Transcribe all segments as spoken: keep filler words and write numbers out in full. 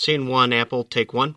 Scene one, Apple, take one.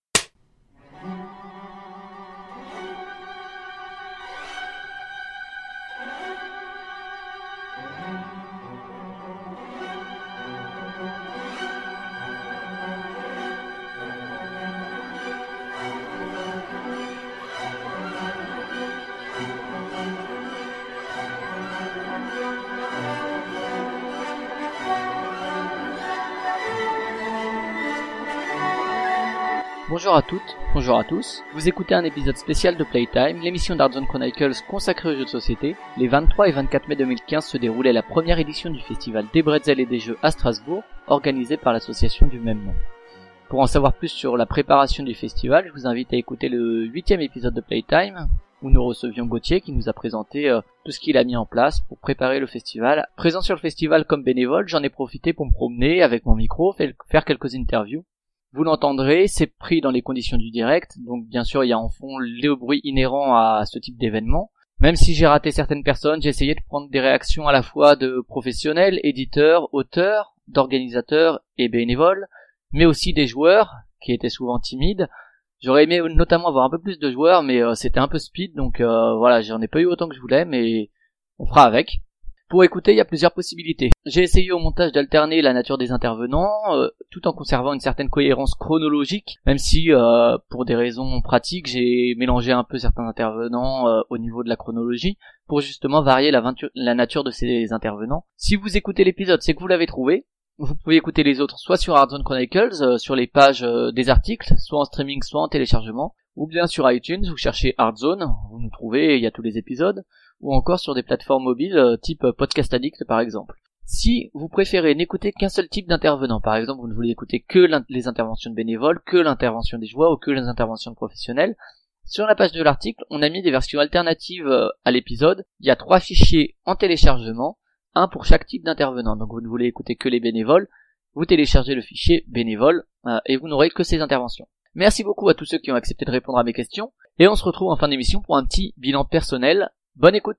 Bonjour à toutes, bonjour à tous, vous écoutez un épisode spécial de Playtime, l'émission d'Hardzone Chronicles consacrée aux jeux de société. Les vingt-trois et vingt-quatre mai deux mille quinze se déroulait la première édition du festival des bretzels et des jeux à Strasbourg, organisé par l'association du même nom. Pour en savoir plus sur la préparation du festival, je vous invite à écouter le huitième épisode de Playtime, où nous recevions Gauthier qui nous a présenté euh, tout ce qu'il a mis en place pour préparer le festival. Présent sur le festival comme bénévole, j'en ai profité pour me promener avec mon micro, faire quelques interviews. Vous l'entendrez, c'est pris dans les conditions du direct, donc bien sûr il y a en fond le bruit inhérent à ce type d'événement. Même si j'ai raté certaines personnes, j'ai essayé de prendre des réactions à la fois de professionnels, éditeurs, auteurs, d'organisateurs et bénévoles, mais aussi des joueurs, qui étaient souvent timides. J'aurais aimé notamment avoir un peu plus de joueurs, mais euh, c'était un peu speed, donc euh, voilà, j'en ai pas eu autant que je voulais, mais on fera avec. Pour écouter, il y a plusieurs possibilités. J'ai essayé au montage d'alterner la nature des intervenants, euh, tout en conservant une certaine cohérence chronologique, même si, euh, pour des raisons pratiques, j'ai mélangé un peu certains intervenants euh, au niveau de la chronologie, pour justement varier la, vintu- la nature de ces intervenants. Si vous écoutez l'épisode, c'est que vous l'avez trouvé. Vous pouvez écouter les autres soit sur Hardzone Chronicles, euh, sur les pages euh, des articles, soit en streaming, soit en téléchargement, ou bien sur iTunes, vous cherchez Hardzone, vous nous trouvez, il y a tous les épisodes, ou encore sur des plateformes mobiles euh, type Podcast Addict par exemple. Si vous préférez n'écouter qu'un seul type d'intervenant, par exemple vous ne voulez écouter que les interventions de bénévoles, que l'intervention des joueurs ou que les interventions de professionnels, sur la page de l'article, on a mis des versions alternatives euh, à l'épisode. Il y a trois fichiers en téléchargement, un pour chaque type d'intervenant. Donc vous ne voulez écouter que les bénévoles, vous téléchargez le fichier bénévole euh, et vous n'aurez que ces interventions. Merci beaucoup à tous ceux qui ont accepté de répondre à mes questions, et on se retrouve en fin d'émission pour un petit bilan personnel. Bonne écoute.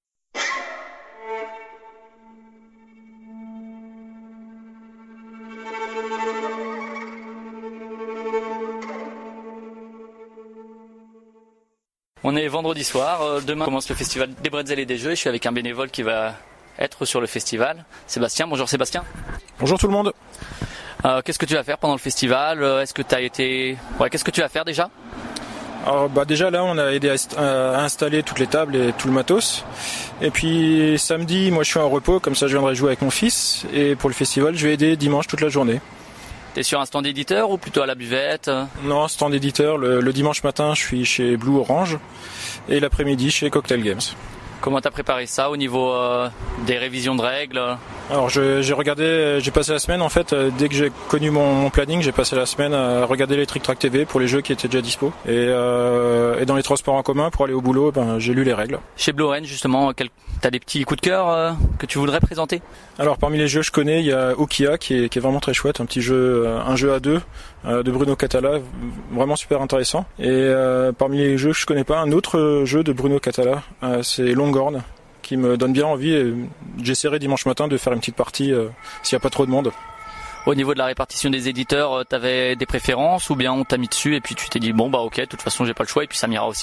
On est vendredi soir, euh, demain commence le festival des bretzels et des jeux, et je suis avec un bénévole qui va être sur le festival. Sébastien, bonjour Sébastien. Bonjour tout le monde. Euh, qu'est-ce que tu vas faire pendant le festival ? Est-ce que tu as été... Ouais, qu'est-ce que tu vas faire déjà ? Alors bah déjà là on a aidé à, est- à installer toutes les tables et tout le matos. Et puis samedi moi je suis en repos, comme ça je viendrai jouer avec mon fils. Et pour le festival je vais aider dimanche toute la journée. T'es sur un stand éditeur ou plutôt à la buvette ? Non, stand éditeur, le, le dimanche matin je suis chez Blue Orange et l'après-midi chez Cocktail Games. Comment t'as préparé ça au niveau euh, des révisions de règles ? Alors je, j'ai regardé, j'ai passé la semaine en fait, euh, dès que j'ai connu mon, mon planning, j'ai passé la semaine à regarder les Trick Track T V pour les jeux qui étaient déjà dispo. Et, euh, et dans les transports en commun pour aller au boulot, ben, j'ai lu les règles. Chez Blue Orange justement, quel... t'as des petits coups de cœur euh, que tu voudrais présenter ? Alors parmi les jeux que je connais, il y a Okia qui est, qui est vraiment très chouette, un petit jeu, un jeu à deux euh, de Bruno Catala, vraiment super intéressant. Et euh, parmi les jeux que je connais pas, un autre jeu de Bruno Catala, euh, c'est Longhorn, qui me donne bien envie. Et j'essaierai dimanche matin de faire une petite partie euh, s'il n'y a pas trop de monde. Au niveau de la répartition des éditeurs, euh, t'avais des préférences ou bien on t'a mis dessus et puis tu t'es dit bon bah ok, de toute façon j'ai pas le choix et puis ça m'ira aussi ?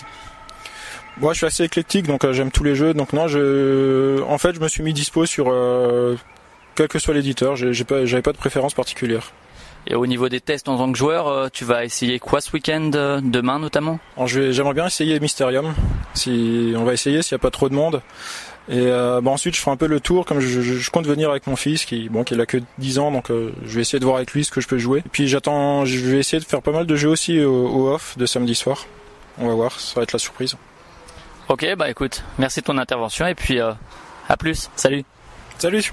Moi je suis assez éclectique donc euh, j'aime tous les jeux, donc non je en fait je me suis mis dispo sur euh, quel que soit l'éditeur, j'ai, j'ai pas, j'avais pas de préférence particulière. Et au niveau des tests en tant que joueur, euh, tu vas essayer quoi ce week-end, euh, demain notamment ? Alors je vais, j'aimerais bien essayer Mysterium, si on va essayer s'il n'y a pas trop de monde. Et euh, bah ensuite je ferai un peu le tour, comme je, je, je compte venir avec mon fils qui bon qui a que dix ans, donc euh, je vais essayer de voir avec lui ce que je peux jouer. Et puis j'attends, je vais essayer de faire pas mal de jeux aussi au, au off de samedi soir. On va voir, ça va être la surprise. Ok, bah écoute, merci de ton intervention et puis euh, à plus, salut. Salut.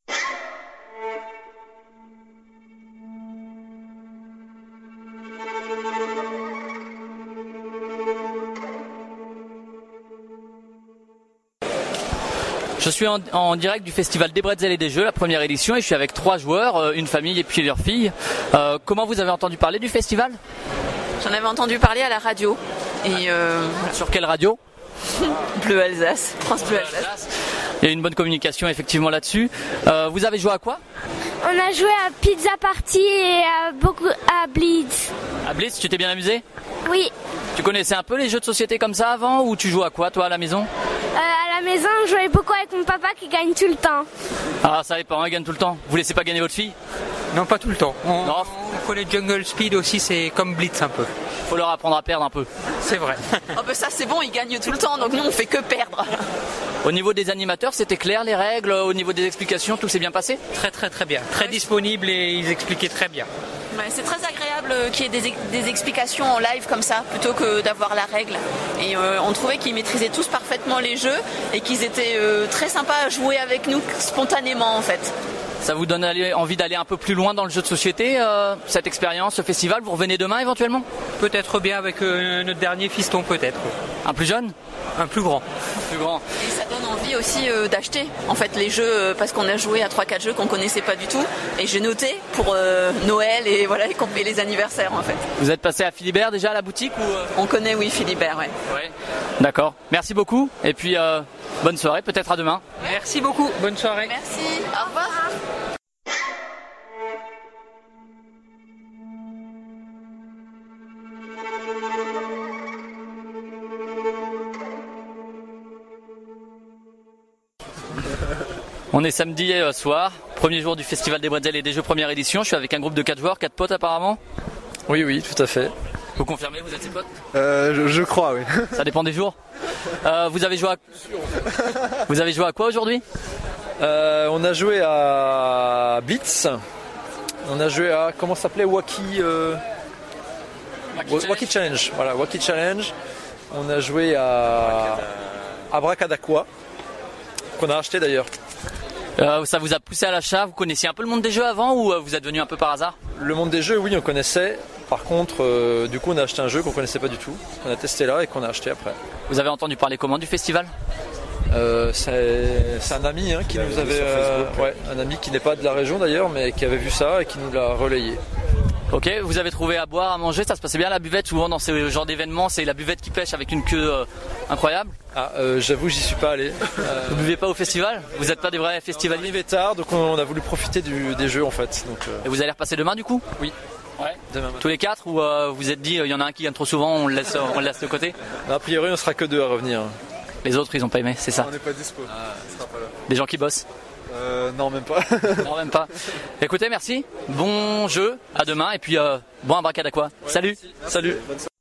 Je suis en, en direct du festival des bretzels et des jeux, la première édition, et je suis avec trois joueurs, une famille et puis leur fille. Euh, comment vous avez entendu parler du festival ? J'en avais entendu parler à la radio. Et euh... Sur quelle radio ? Bleu Alsace, France Bleu Alsace. Il y a une bonne communication effectivement là-dessus. Euh, vous avez joué à quoi ? On a joué à Pizza Party et à, beaucoup, à Blitz. À Blitz, tu t'es bien amusé? Oui. Tu connaissais un peu les jeux de société comme ça avant ou tu joues à quoi toi à la maison? euh, À la maison, je jouais beaucoup avec mon papa qui gagne tout le temps. Ah ça dépend, il gagne tout le temps. Vous laissez pas gagner votre fille? Non, pas tout le temps. On, non. on connaît Jungle Speed aussi, c'est comme Blitz un peu. Faut leur apprendre à perdre un peu. C'est vrai. Oh bah ça c'est bon, ils gagnent tout le temps, donc nous on fait que perdre. Au niveau des animateurs, c'était clair les règles, au niveau des explications, tout s'est bien passé? Très très très bien, très disponible et ils expliquaient très bien. Ouais, c'est très agréable qu'il y ait des, des explications en live comme ça, plutôt que d'avoir la règle. Et euh, on trouvait qu'ils maîtrisaient tous parfaitement les jeux et qu'ils étaient euh, très sympas à jouer avec nous spontanément en fait. Ça vous donne envie d'aller un peu plus loin dans le jeu de société, euh, cette expérience, ce festival? Vous revenez demain éventuellement? Peut-être bien avec euh, notre dernier fiston peut-être. Un plus jeune? Un plus grand. Plus grand. Et ça donne envie aussi euh, d'acheter en fait les jeux euh, parce qu'on a joué à trois quatre jeux qu'on connaissait pas du tout et j'ai noté pour euh, Noël et voilà et les anniversaires en fait. Vous êtes passé à Philibert déjà à la boutique ou euh... On connaît oui Philibert ouais. Ouais. D'accord. Merci beaucoup et puis euh, bonne soirée, peut-être à demain. Merci beaucoup. Bonne soirée. Merci. Au revoir. On est samedi soir, premier jour du Festival des Bretzels et des Jeux première édition. Je suis avec un groupe de quatre joueurs, quatre potes apparemment. Oui, oui, tout à fait. Vous confirmez, vous êtes ses potes? euh, je, je crois, oui. Ça dépend des jours. Euh, vous avez joué à... Vous avez joué à quoi aujourd'hui? euh, On a joué à Blitz. On a joué à, comment ça s'appelait, Wacky... Euh... Wacky Challenge. Wacky Challenge. Voilà, Wacky Challenge. On a joué à Abracadaqua, qu'on a acheté d'ailleurs. Euh, ça vous a poussé à l'achat? Vous connaissiez un peu le monde des jeux avant ou euh, vous êtes venu un peu par hasard? Le monde des jeux, oui, on connaissait. Par contre, euh, du coup, on a acheté un jeu qu'on connaissait pas du tout. On a testé là et qu'on a acheté après. Vous avez entendu parler comment du festival? euh, c'est, c'est un ami hein, qui nous avait, euh, ouais, un ami qui n'est pas de la région d'ailleurs, mais qui avait vu ça et qui nous l'a relayé. Ok, vous avez trouvé à boire, à manger, ça se passait bien la buvette? Souvent dans ce genre d'événements, c'est la buvette qui pêche avec une queue euh, incroyable. Ah, euh, j'avoue, j'y suis pas allé. Euh... Vous buvez pas au festival? Vous n'êtes pas des vrais festivaliers? On arrivait tard, donc on a voulu profiter du, des jeux en fait. Donc, euh... Et vous allez repasser demain du coup? Oui. Ouais. Demain matin. Tous les quatre ou euh, vous êtes dit il y en a un qui vient trop souvent, on le laisse, on le laisse de côté? A priori, on sera que deux à revenir. Les autres, ils ont pas aimé, c'est ça? On n'est pas dispo. Ah, sera pas là. Des gens qui bossent? Euh, non, même pas. Non, même pas. Écoutez, merci. Bon jeu. À demain. Et puis, euh, bon abracadabra. Ouais, salut. Merci. Salut. Bonne soirée.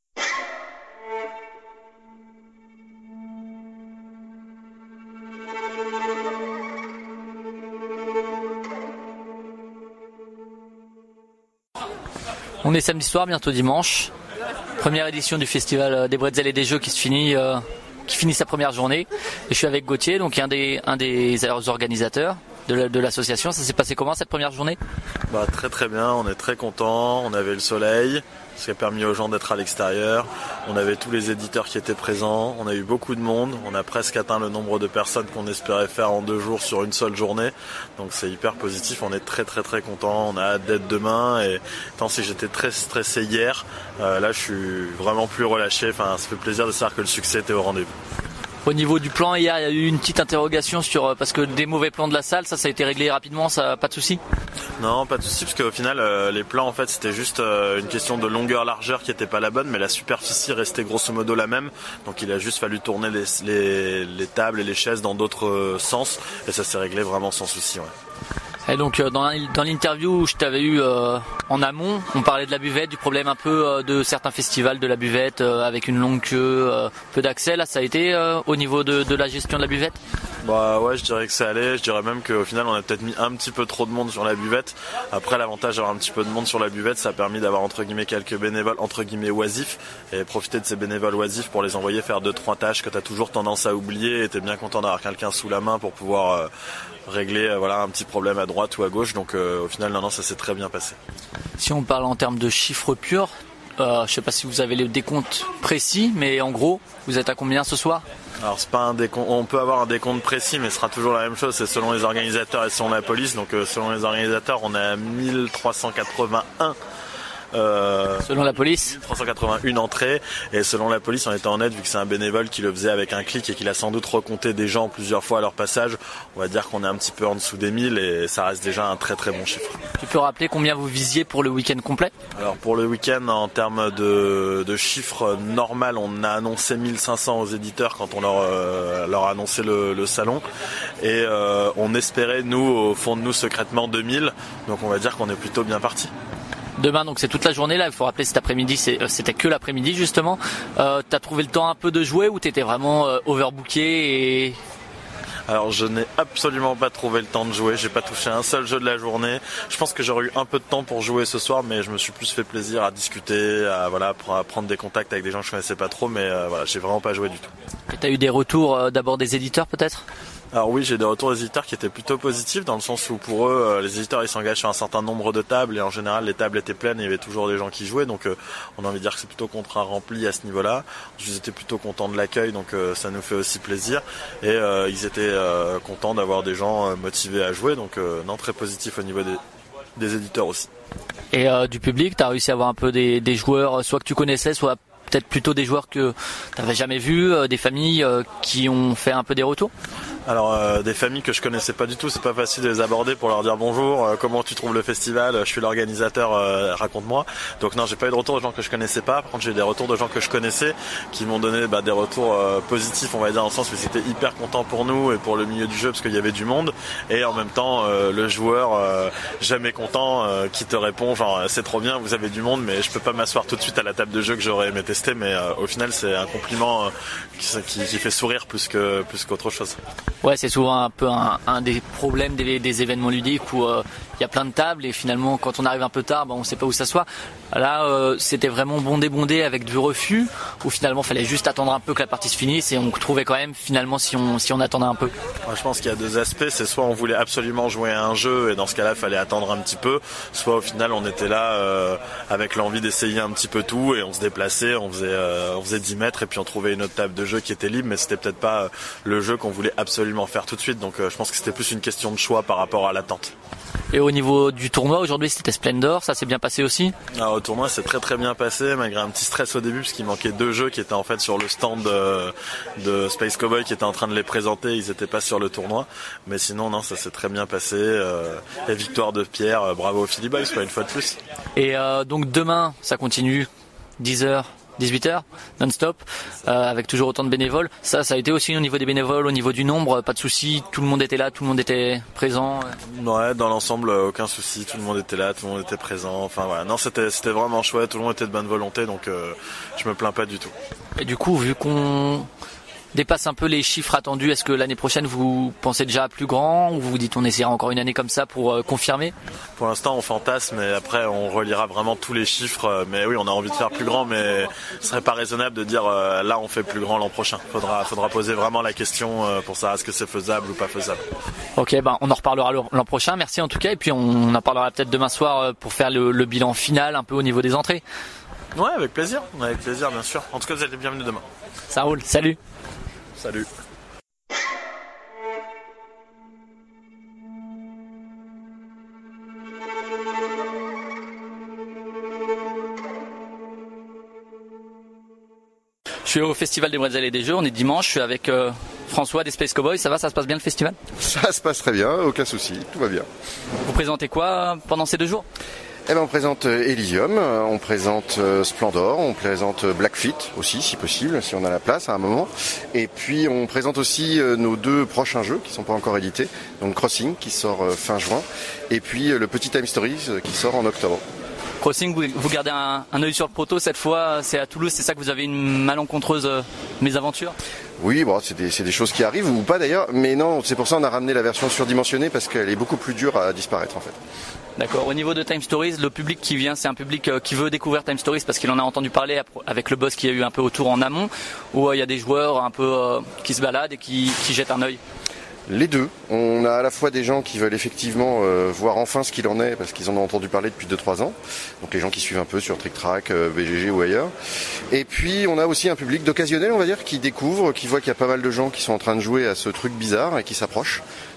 On est samedi soir, bientôt dimanche. Première édition du Festival des Bretzels et des Jeux qui se finit. Euh, qui finit sa première journée. Et je suis avec Gauthier, donc un des, un des organisateurs de, de l'association. Ça s'est passé comment cette première journée? Bah, très très bien, on est très contents, on avait le soleil, ce qui a permis aux gens d'être à l'extérieur. On avait tous les éditeurs qui étaient présents, on a eu beaucoup de monde, on a presque atteint le nombre de personnes qu'on espérait faire en deux jours sur une seule journée. Donc c'est hyper positif, on est très très très contents, on a hâte d'être demain. Et tant si j'étais très stressé hier, euh, là je suis vraiment plus relâché, enfin, ça fait plaisir de savoir que le succès était au rendez-vous. Au niveau du plan, hier, il y a eu une petite interrogation sur parce que des mauvais plans de la salle, ça, ça a été réglé rapidement, ça, pas de souci? Non, pas de souci, parce qu'au final, euh, les plans, en fait, c'était juste euh, une question de longueur-largeur qui était pas la bonne, mais la superficie restait grosso modo la même. Donc, il a juste fallu tourner les, les, les tables et les chaises dans d'autres euh, sens, et ça s'est réglé vraiment sans souci. Ouais. Et donc dans, dans l'interview où je t'avais eu euh, en amont, on parlait de la buvette, du problème un peu euh, de certains festivals de la buvette euh, avec une longue queue, euh, peu d'accès. Là, ça a été euh, au niveau de, de la gestion de la buvette? Bah ouais, je dirais que ça allait. Je dirais même qu'au final, on a peut-être mis un petit peu trop de monde sur la buvette. Après, l'avantage d'avoir un petit peu de monde sur la buvette, ça a permis d'avoir entre guillemets quelques bénévoles entre guillemets oisifs et profiter de ces bénévoles oisifs pour les envoyer faire deux trois tâches que tu as toujours tendance à oublier. Et t'es bien content d'avoir quelqu'un sous la main pour pouvoir euh, régler euh, voilà un petit problème à droite ou à gauche. Donc euh, au final, non non, ça s'est très bien passé. Si on parle en termes de chiffres purs, euh, je sais pas si vous avez les décomptes précis, mais en gros, vous êtes à combien ce soir? Alors c'est pas un décompte, on peut avoir un décompte précis, mais ce sera toujours la même chose, c'est selon les organisateurs et selon la police. Donc euh, selon les organisateurs, on est à mille trois cent quatre-vingt-un Euh, selon la police mille trois cent quatre-vingt-un entrées, et selon la police on était en net, vu que c'est un bénévole qui le faisait avec un clic et qu'il a sans doute recompté des gens plusieurs fois à leur passage, on va dire qu'on est un petit peu en dessous des mille et ça reste déjà un très très bon chiffre. Tu peux rappeler combien vous visiez pour le week-end complet? Alors pour le week-end, en termes de, de chiffres normal, on a annoncé mille cinq cents aux éditeurs quand on leur, euh, leur a annoncé le, le salon, et euh, on espérait nous au fond de nous secrètement deux mille, donc on va dire qu'on est plutôt bien parti. Demain, donc c'est toute la journée là, il faut rappeler cet après-midi, c'est, c'était que l'après-midi justement. Euh, t'as trouvé le temps un peu de jouer ou t'étais vraiment euh, overbooké et... Alors je n'ai absolument pas trouvé le temps de jouer, j'ai pas touché un seul jeu de la journée. Je pense que j'aurais eu un peu de temps pour jouer ce soir, mais je me suis plus fait plaisir à discuter, à, voilà, à prendre des contacts avec des gens que je connaissais pas trop, mais euh, voilà, j'ai vraiment pas joué du tout. Et t'as eu des retours euh, d'abord des éditeurs peut-être? Alors oui, j'ai des retours des éditeurs qui étaient plutôt positifs, dans le sens où pour eux, les éditeurs ils s'engagent sur un certain nombre de tables, et en général les tables étaient pleines et il y avait toujours des gens qui jouaient, donc euh, on a envie de dire que c'est plutôt contrat rempli à ce niveau-là. Ils étaient plutôt contents de l'accueil, donc euh, ça nous fait aussi plaisir, et euh, ils étaient euh, contents d'avoir des gens euh, motivés à jouer, donc euh, non, très positif au niveau des, des éditeurs aussi. Et euh, du public, t'as réussi à avoir un peu des, des joueurs, soit que tu connaissais, soit peut-être plutôt des joueurs que t'avais jamais vus, euh, des familles euh, qui ont fait un peu des retours? Alors euh, des familles que je connaissais pas du tout, c'est pas facile de les aborder pour leur dire bonjour, euh, comment tu trouves le festival, je suis l'organisateur, euh, raconte-moi. Donc non, j'ai pas eu de retour de gens que je connaissais pas. Par contre, j'ai eu des retours de gens que je connaissais qui m'ont donné bah, des retours euh, positifs, on va dire, dans le sens où ils étaient hyper contents pour nous et pour le milieu du jeu parce qu'il y avait du monde, et en même temps euh, le joueur euh, jamais content euh, qui te répond genre c'est trop bien, vous avez du monde, mais je peux pas m'asseoir tout de suite à la table de jeu que j'aurais aimé tester, mais euh, au final c'est un compliment euh, qui, qui, qui fait sourire plus que plus qu'autre chose. Ouais, c'est souvent un peu un, un des problèmes des, des événements ludiques où il euh, y a plein de tables et finalement quand on arrive un peu tard, bah, on sait pas où s'asseoir. Là, euh, c'était vraiment bondé bondé avec du refus où finalement il fallait juste attendre un peu que la partie se finisse et on trouvait quand même finalement si on, si on attendait un peu. Moi, je pense qu'il y a deux aspects, c'est soit on voulait absolument jouer à un jeu et dans ce cas-là il fallait attendre un petit peu, soit au final on était là euh, avec l'envie d'essayer un petit peu tout et on se déplaçait, on faisait, euh, on faisait dix mètres et puis on trouvait une autre table de jeu qui était libre, mais c'était peut-être pas le jeu qu'on voulait absolument faire tout de suite, donc euh, je pense que c'était plus une question de choix par rapport à l'attente. Et au niveau du tournoi, aujourd'hui c'était Splendor, ça s'est bien passé aussi? Alors, au tournoi c'est très très bien passé, malgré un petit stress au début parce qu'il manquait deux jeux qui étaient en fait sur le stand de, de Space Cowboy qui était en train de les présenter, ils n'étaient pas sur le tournoi, mais sinon non, ça s'est très bien passé, euh, et victoire de Pierre, euh, bravo aux Philly Boys une fois de plus. Et euh, donc demain ça continue, dix heures dix-huit heures non-stop, euh, avec toujours autant de bénévoles. Ça, ça a été aussi au niveau des bénévoles, au niveau du nombre, pas de soucis, tout le monde était là, tout le monde était présent. Ouais, dans l'ensemble, aucun souci, tout le monde était là, tout le monde était présent. Enfin voilà, non, c'était c'était vraiment chouette, tout le monde était de bonne volonté, donc euh, je me plains pas du tout. Et du coup, vu qu'on dépasse un peu les chiffres attendus, est-ce que l'année prochaine vous pensez déjà à plus grand ou vous vous dites on essaiera encore une année comme ça pour euh, confirmer? Pour l'instant on fantasme et après on relira vraiment tous les chiffres, mais oui on a envie de faire plus grand, mais ce serait pas raisonnable de dire euh, là on fait plus grand l'an prochain. Faudra, faudra poser vraiment la question euh, pour savoir est-ce que c'est faisable ou pas faisable. Ok, ben on en reparlera l'an prochain, merci en tout cas, et puis on en parlera peut-être demain soir pour faire le, le bilan final un peu au niveau des entrées. Ouais, avec plaisir, avec plaisir bien sûr. En tout cas vous êtes les bienvenus demain. Ça roule, salut. Salut. Je suis au Festival des Bretzels et des Jeux, on est dimanche, je suis avec euh, François des Space Cowboys, ça va, ça se passe bien le festival? Ça se passe très bien, aucun souci, tout va bien. Vous présentez quoi pendant ces deux jours? Eh ben on présente Elysium, on présente Splendor, on présente Blackfeet aussi si possible, si on a la place à un moment. Et puis on présente aussi nos deux prochains jeux qui ne sont pas encore édités, donc Crossing qui sort fin juin, et puis le Petit Time Stories qui sort en octobre. Crossing, vous, vous gardez un, un œil sur le proto cette fois, c'est à Toulouse, c'est ça que vous avez une malencontreuse euh, mésaventure? Oui, bon, c'est des, c'est des choses qui arrivent ou pas d'ailleurs, mais non, c'est pour ça qu'on a ramené la version surdimensionnée parce qu'elle est beaucoup plus dure à disparaître en fait. D'accord. Au niveau de Time Stories, le public qui vient, c'est un public euh, qui veut découvrir Time Stories parce qu'il en a entendu parler avec le boss qui a eu un peu autour en amont, ou il euh, y a des joueurs un peu euh, qui se baladent et qui, qui jettent un œil? Les deux. On a à la fois des gens qui veulent effectivement euh, voir enfin ce qu'il en est parce qu'ils en ont entendu parler depuis deux trois ans. Donc les gens qui suivent un peu sur Trick Track, euh, B G G ou ailleurs. Et puis on a aussi un public d'occasionnels, on va dire, qui découvre, qui voit qu'il y a pas mal de gens qui sont en train de jouer à ce truc bizarre et qui s'approchent.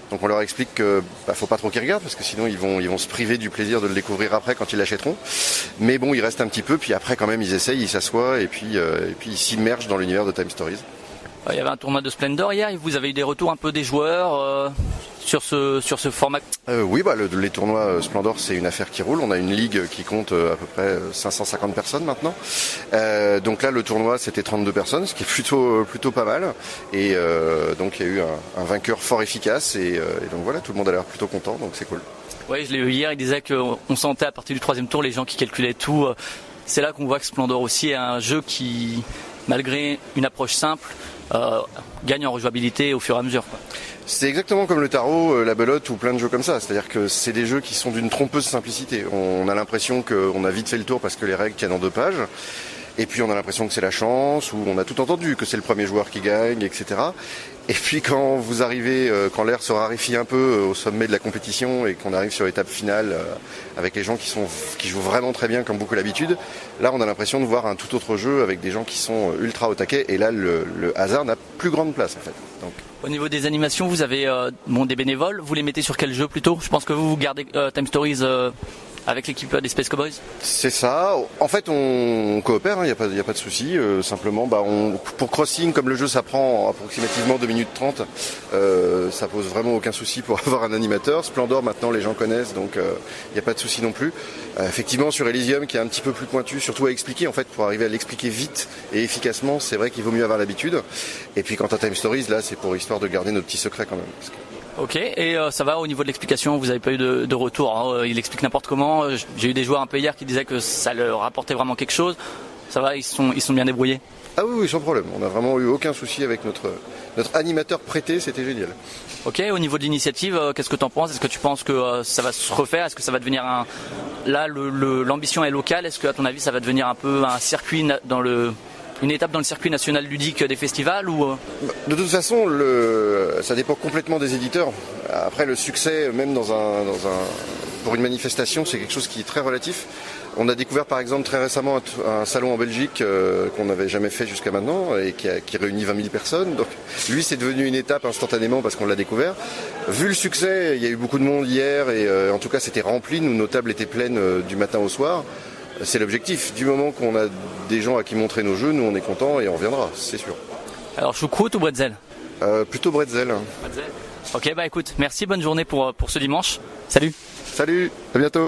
Donc on leur explique que bah, faut pas trop qu'ils regardent parce que sinon ils vont ils vont se priver du plaisir de le découvrir après quand ils l'achèteront. Mais bon, ils restent un petit peu, puis après quand même ils essayent, ils s'assoient et puis euh, et puis ils s'immergent dans l'univers de Time Stories. Il y avait un tournoi de Splendor hier, vous avez eu des retours un peu des joueurs euh, sur ce sur ce format. Euh, oui, bah le, les tournois Splendor c'est une affaire qui roule. On a une ligue qui compte à peu près cinq cent cinquante personnes maintenant. Euh, donc là le tournoi c'était trente-deux personnes, ce qui est plutôt plutôt pas mal. Et euh, donc il y a eu un, un vainqueur fort efficace et, euh, et donc voilà, tout le monde a l'air plutôt content, donc c'est cool. Oui, je l'ai eu hier, il disait qu'on sentait à partir du troisième tour les gens qui calculaient tout. C'est là qu'on voit que Splendor aussi est un jeu qui, malgré une approche simple, euh, gagne en rejouabilité au fur et à mesure, quoi. C'est exactement comme le tarot, la belote ou plein de jeux comme ça. C'est-à-dire que c'est des jeux qui sont d'une trompeuse simplicité. On a l'impression qu'on a vite fait le tour parce que les règles tiennent en deux pages. Et puis on a l'impression que c'est la chance, ou on a tout entendu, que c'est le premier joueur qui gagne, et cetera. Et puis quand vous arrivez, quand l'air se raréfie un peu au sommet de la compétition et qu'on arrive sur l'étape finale avec les gens qui sont qui jouent vraiment très bien comme beaucoup l'habitude, là on a l'impression de voir un tout autre jeu avec des gens qui sont ultra au taquet. Et là le, le hasard n'a plus grande place en fait. Donc. Au niveau des animations, vous avez euh, bon, des bénévoles, vous les mettez sur quel jeu plutôt ? Je pense que vous, vous gardez euh, Time Stories euh, avec l'équipe des Space Cowboys. C'est ça. En fait, on coopère, il hein, n'y a pas, y a pas de souci. Euh, simplement, bah, on, pour Crossing, comme le jeu ça prend approximativement deux minutes trente, euh, ça pose vraiment aucun souci pour avoir un animateur. Splendor, maintenant, les gens connaissent, donc il euh, n'y a pas de souci non plus. Euh, effectivement, sur Elysium, qui est un petit peu plus pointu, surtout à expliquer, en fait, pour arriver à l'expliquer vite et efficacement, c'est vrai qu'il vaut mieux avoir l'habitude. Et puis, quant à Time Stories, là, c'est pour histoire de garder nos petits secrets quand même. Parce que... Ok, et euh, ça va au niveau de l'explication, vous n'avez pas eu de, de retour, hein, il explique n'importe comment. J'ai eu des joueurs un peu hier qui disaient que ça leur apportait vraiment quelque chose. Ça va, ils sont, ils sont bien débrouillés. Ah oui, oui, sans problème. On n'a vraiment eu aucun souci avec notre, notre animateur prêté, c'était génial. Ok, au niveau de l'initiative, euh, qu'est-ce que tu en penses ? Est-ce que tu penses que euh, ça va se refaire ? Est-ce que ça va devenir un... Là, le, le, l'ambition est locale. Est-ce que, à ton avis, ça va devenir un peu un circuit dans le... Une étape dans le circuit national ludique des festivals ou... De toute façon, le... ça dépend complètement des éditeurs. Après, le succès, même dans un, dans un... pour une manifestation, c'est quelque chose qui est très relatif. On a découvert par exemple très récemment un, un salon en Belgique euh, qu'on n'avait jamais fait jusqu'à maintenant et qui, a, qui réunit vingt mille personnes. Donc lui, c'est devenu une étape instantanément parce qu'on l'a découvert. Vu le succès, il y a eu beaucoup de monde hier et euh, en tout cas c'était rempli. Nous, nos tables étaient pleines euh, du matin au soir. C'est l'objectif. Du moment qu'on a des gens à qui montrer nos jeux, nous on est contents et on reviendra, c'est sûr. Alors choucroute ou bretzel ? euh, Plutôt bretzel. Bretzel. Ok, bah écoute, merci, bonne journée pour, pour ce dimanche. Salut. Salut, à bientôt.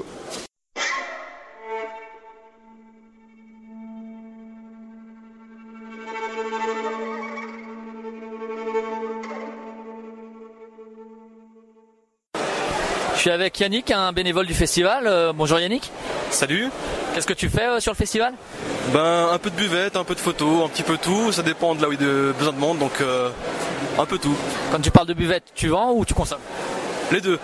Je suis avec Yannick, un bénévole du festival. Euh, bonjour Yannick. Salut. Qu'est-ce que tu fais euh, sur le festival ? Ben un peu de buvette, un peu de photos, un petit peu tout. Ça dépend de là où il y a besoin de monde, donc euh, un peu tout. Quand tu parles de buvette, tu vends ou tu consommes ? Les deux.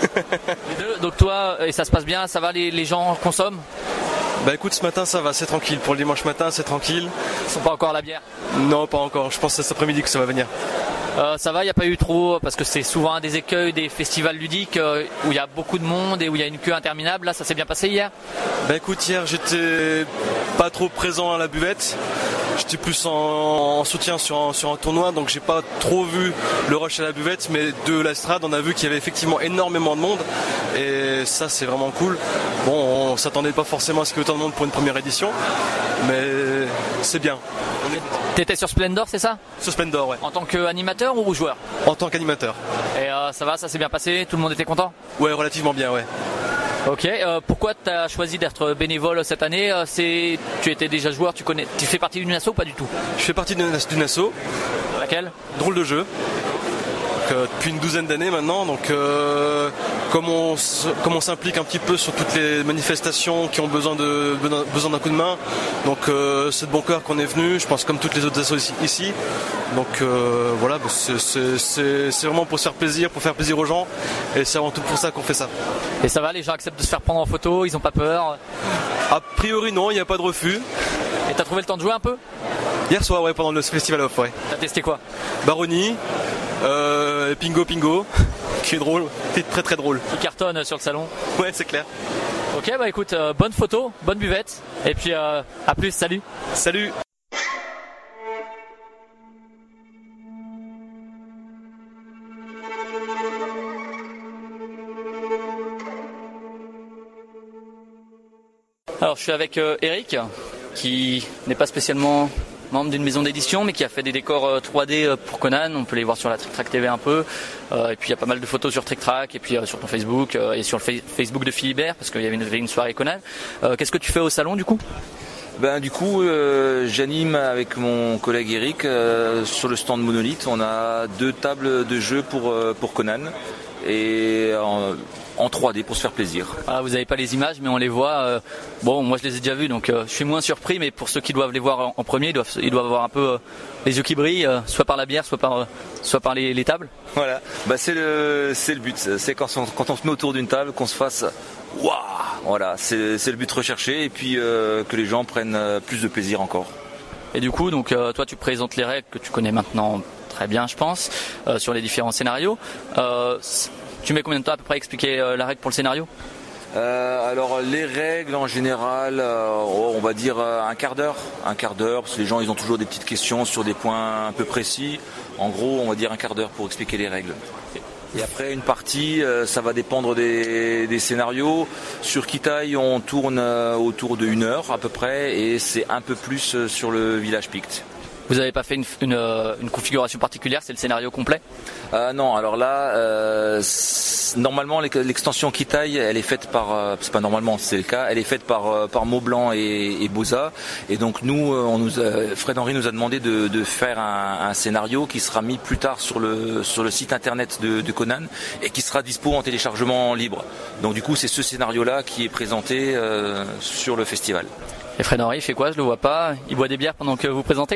Les deux. Donc toi, et ça se passe bien, ça va, les, les gens consomment ? Bah écoute, ce matin ça va, c'est tranquille. Pour le dimanche matin, c'est tranquille. Ils sont pas encore à la bière ? Non, pas encore. Je pense que c'est cet après-midi que ça va venir. Euh, ça va, il n'y a pas eu trop, parce que c'est souvent un des écueils des festivals ludiques euh, où il y a beaucoup de monde et où il y a une queue interminable. Là, ça s'est bien passé hier ? Bah écoute, hier j'étais pas trop présent à la buvette. J'étais plus en, en soutien sur un, sur un tournoi, donc j'ai pas trop vu le rush à la buvette, mais de l'estrade, on a vu qu'il y avait effectivement énormément de monde, et ça c'est vraiment cool. Bon, on s'attendait pas forcément à ce qu'il y ait autant de monde pour une première édition, mais c'est bien. T'étais sur Splendor, c'est ça ? Sur Splendor, ouais. En tant qu'animateur ou joueur ? En tant qu'animateur. Et euh, ça va, ça s'est bien passé ? Tout le monde était content ? Ouais, relativement bien, ouais. Ok, euh, pourquoi tu as choisi d'être bénévole cette année ? C'est... Tu étais déjà joueur, tu connais, tu fais partie d'une asso ou pas du tout ? Je fais partie d'une, d'une asso. Laquelle ? Drôle de jeu. Donc, euh, depuis une douzaine d'années maintenant, donc euh, comme, on, comme on s'implique un petit peu sur toutes les manifestations qui ont besoin, de, besoin d'un coup de main, donc euh, c'est de bon cœur qu'on est venu, je pense comme toutes les autres assos ici. Donc euh, voilà, c'est, c'est, c'est, c'est vraiment pour se faire plaisir, pour faire plaisir aux gens, et c'est avant tout pour ça qu'on fait ça. Et ça va, les gens acceptent de se faire prendre en photo, ils n'ont pas peur ? A priori non, il n'y a pas de refus. Et t'as trouvé le temps de jouer un peu ? Hier soir, ouais, pendant le festival off, ouais. T'as testé quoi ? Baroni, euh, Pingo Pingo, qui est drôle, qui est très très drôle. Qui cartonne sur le salon. Ouais, c'est clair. Ok, bah écoute, euh, bonne photo, bonne buvette, et puis euh, à plus, salut. Salut. Alors je suis avec euh, Eric, qui n'est pas spécialement membre d'une maison d'édition, mais qui a fait des décors euh, trois D euh, pour Conan. On peut les voir sur la Trick Track T V un peu. Euh, et puis il y a pas mal de photos sur Trick Track, et puis euh, sur ton Facebook, euh, et sur le fa- Facebook de Philibert, parce qu'il y avait une, une soirée Conan. Euh, qu'est-ce que tu fais au salon du coup ? Ben, du coup, euh, j'anime avec mon collègue Eric euh, sur le stand Monolith. On a deux tables de jeux pour, euh, pour Conan, et en, en trois D pour se faire plaisir. Ah, vous n'avez pas les images, mais on les voit. Euh, bon, moi je les ai déjà vues, donc euh, je suis moins surpris, mais pour ceux qui doivent les voir en, en premier, ils doivent, ils doivent avoir un peu euh, les yeux qui brillent, euh, soit par la bière, soit par, euh, soit par les, les tables. Voilà, bah, c'est, le, c'est le but. C'est quand on, quand on se met autour d'une table qu'on se fasse waouh. Voilà, c'est, c'est le but recherché, et puis euh, que les gens prennent euh, plus de plaisir encore. Et du coup, donc euh, toi tu présentes les règles que tu connais maintenant très bien, je pense, euh, sur les différents scénarios. Euh, tu mets combien de temps à peu près à expliquer euh, la règle pour le scénario ? Euh, alors les règles en général, euh, oh, on va dire euh, un quart d'heure, un quart d'heure, parce que les gens ils ont toujours des petites questions sur des points un peu précis. En gros, on va dire un quart d'heure pour expliquer les règles. Et après une partie, euh, ça va dépendre des, des scénarios. Sur Kitai, on tourne euh, autour de une heure à peu près, et c'est un peu plus euh, sur le village Pict. Vous n'avez pas fait une, une, une configuration particulière, c'est le scénario complet ? euh, Non, alors là, euh, normalement l'extension Kitai, elle est faite par, euh, c'est pas normalement, c'est le cas, elle est faite par euh, par Maublanc et, et Boza, et donc nous, on nous a, Fred Henry nous a demandé de, de faire un, un scénario qui sera mis plus tard sur le sur le site internet de, de Conan, et qui sera dispo en téléchargement libre. Donc du coup, c'est ce scénario-là qui est présenté euh, sur le festival. Et Fred Henry, il fait quoi ? Je le vois pas. Il boit des bières pendant que vous présentez ?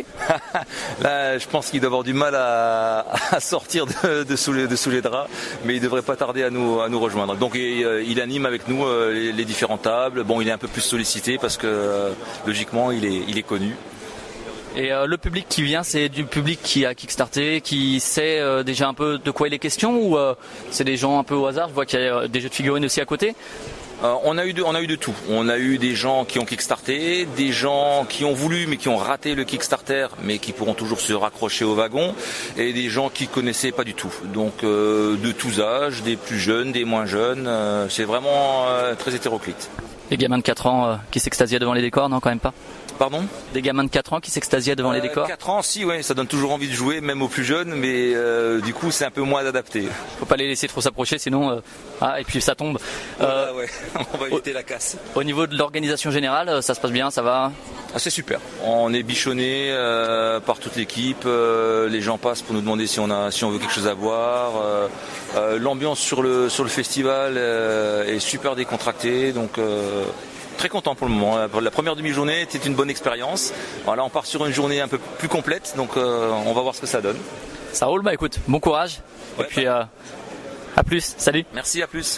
Là, je pense qu'il doit avoir du mal à, à sortir de, de, sous les, de sous les draps, mais il devrait pas tarder à nous, à nous rejoindre. Donc il, il anime avec nous les, les différentes tables. Bon, il est un peu plus sollicité parce que logiquement, il est, il est connu. Et euh, le public qui vient, c'est du public qui a kickstarté, qui sait euh, déjà un peu de quoi il est question, ou euh, c'est des gens un peu au hasard ? Je vois qu'il y a des jeux de figurines aussi à côté. Euh, on a eu de, on a eu de tout. On a eu des gens qui ont kickstarté, des gens qui ont voulu mais qui ont raté le Kickstarter, mais qui pourront toujours se raccrocher au wagon, et des gens qui connaissaient pas du tout. Donc euh, de tous âges, des plus jeunes, des moins jeunes. Euh, c'est vraiment euh, très hétéroclite. Les gamins de quatre ans euh, qui s'extasiaient devant les décors, non, quand même pas ? Pardon ? Des gamins de quatre ans qui s'extasiaient devant euh, les décors ? quatre ans, si, ouais, ça donne toujours envie de jouer, même aux plus jeunes, mais euh, du coup, c'est un peu moins adapté. Faut pas les laisser trop s'approcher, sinon, euh, ah, et puis ça tombe. Voilà, euh, ouais, on va éviter au, la casse. Au niveau de l'organisation générale, ça se passe bien, ça va ? Ah, c'est super. On est bichonné euh, par toute l'équipe. Euh, les gens passent pour nous demander si on a, si on veut quelque chose à boire. Euh, euh, l'ambiance sur le sur le festival euh, est super décontractée, donc. Euh, Très content pour le moment. La première demi-journée était une bonne expérience. Voilà, on part sur une journée un peu plus complète, donc euh, on va voir ce que ça donne. Ça roule, bah écoute, bon courage. Ouais, et puis bah... euh, à plus, salut. Merci, à plus.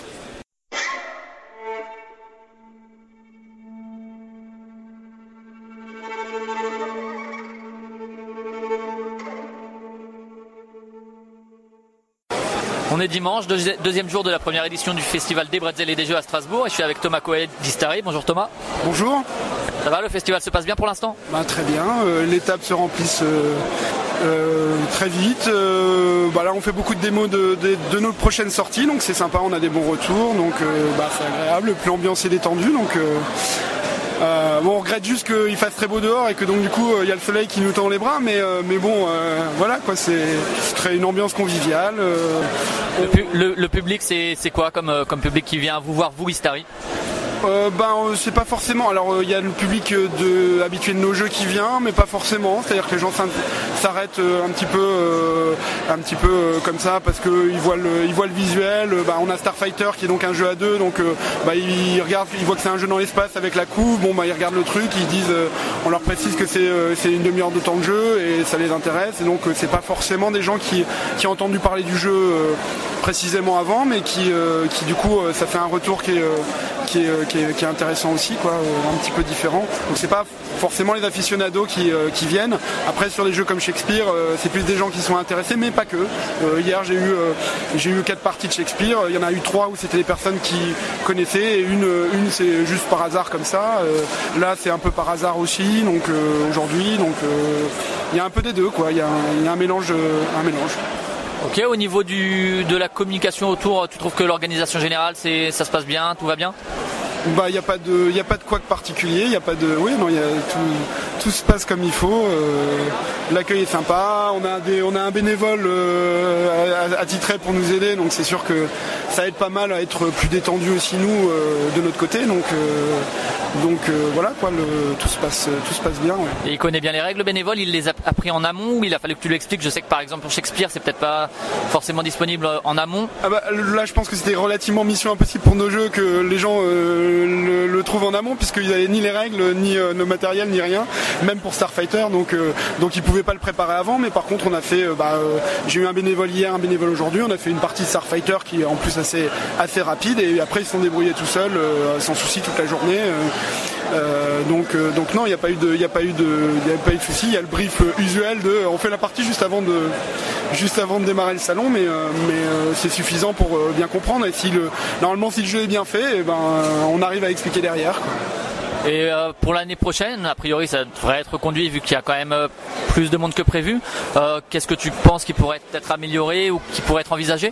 On est dimanche, deuxième jour de la première édition du festival des Bretzels et des Jeux à Strasbourg, et je suis avec Thomas Coët d'Istari. Bonjour Thomas. Bonjour. Ça va, le festival se passe bien pour l'instant ? Bah, très bien, euh, les tables se remplissent euh, euh, très vite. Euh, bah, là on fait beaucoup de démos de, de, de nos prochaines sorties, donc c'est sympa, on a des bons retours, donc euh, bah, c'est agréable, puis l'ambiance est détendue, donc... Euh, Euh, bon, on regrette juste qu'il fasse très beau dehors et que donc du coup il euh, y a le soleil qui nous tend les bras, mais, euh, mais bon, euh, voilà quoi, c'est très une ambiance conviviale. Euh, le, pu- le, le public, c'est, c'est quoi comme, euh, comme public qui vient vous voir, vous, Istari ? Euh, ben euh, c'est pas forcément. Alors il euh, y a le public de habitué de nos jeux qui vient, mais pas forcément. C'est-à-dire que les gens s'arrêtent euh, un petit peu, euh, un petit peu euh, comme ça parce que ils voient le, ils voient le visuel. Euh, bah, on a Starfighter qui est donc un jeu à deux, donc euh, bah, ils regardent, ils voient que c'est un jeu dans l'espace avec la couve. Bon bah ils regardent le truc, ils disent, euh, on leur précise que c'est, euh, c'est une demi-heure de temps de jeu et ça les intéresse. Et donc euh, c'est pas forcément des gens qui, qui ont entendu parler du jeu euh, précisément avant, mais qui, euh, qui du coup euh, ça fait un retour qui est, euh, qui est, euh, qui est, qui est intéressant aussi, quoi, euh, un petit peu différent. Donc c'est pas forcément les aficionados qui, euh, qui viennent. Après sur des jeux comme Shakespeare, euh, c'est plus des gens qui sont intéressés, mais pas que. Euh, hier j'ai eu, euh, j'ai eu quatre parties de Shakespeare. Il y en a eu trois où c'était des personnes qui connaissaient et une, une c'est juste par hasard comme ça. Euh, là c'est un peu par hasard aussi. Donc euh, aujourd'hui, donc il euh, y a un peu des deux, quoi. Il y, y a un mélange, un mélange. Ok, au niveau du, de la communication autour, tu trouves que l'organisation générale, c'est, ça se passe bien, tout va bien ? Bah, il n'y a pas de, il y a pas de couac particulier, il y a pas de, oui, non, il y a tout, tout se passe comme il faut. Euh, l'accueil est sympa, on a des, on a un bénévole euh, attitré pour nous aider, donc c'est sûr que ça aide pas mal à être plus détendu aussi nous euh, de notre côté, donc, euh, donc euh, voilà quoi, le, tout se passe, tout se passe bien. Ouais. Et il connaît bien les règles, le bénévole, il les a appris en amont ou il a fallu que tu lui expliques? Je sais que par exemple pour Shakespeare, c'est peut-être pas forcément disponible en amont. Ah bah, là, je pense que c'était relativement mission impossible pour nos jeux que les gens euh, Le, le trouve en amont, puisqu'il n'y avait ni les règles, ni euh, le matériel, ni rien, même pour Starfighter, donc, euh, donc ils ne pouvaient pas le préparer avant, mais par contre on a fait, euh, bah, euh, j'ai eu un bénévole hier, un bénévole aujourd'hui, on a fait une partie de Starfighter qui est en plus assez, assez rapide, et après ils se sont débrouillés tout seuls, euh, sans souci toute la journée. Euh, euh, donc, euh, donc non, il n'y a pas eu de, il n'y a pas eu de, il n'y a pas eu de souci. Il y a le brief euh, usuel de, on fait la partie juste avant de, juste avant de démarrer le salon, mais, euh, mais euh, c'est suffisant pour euh, bien comprendre. Et si le, normalement, si le jeu est bien fait, eh ben, on arrive à expliquer derrière, quoi. Et euh, pour l'année prochaine, a priori, ça devrait être reconduit vu qu'il y a quand même euh, plus de monde que prévu. Euh, qu'est-ce que tu penses qui pourrait être amélioré ou qui pourrait être envisagé?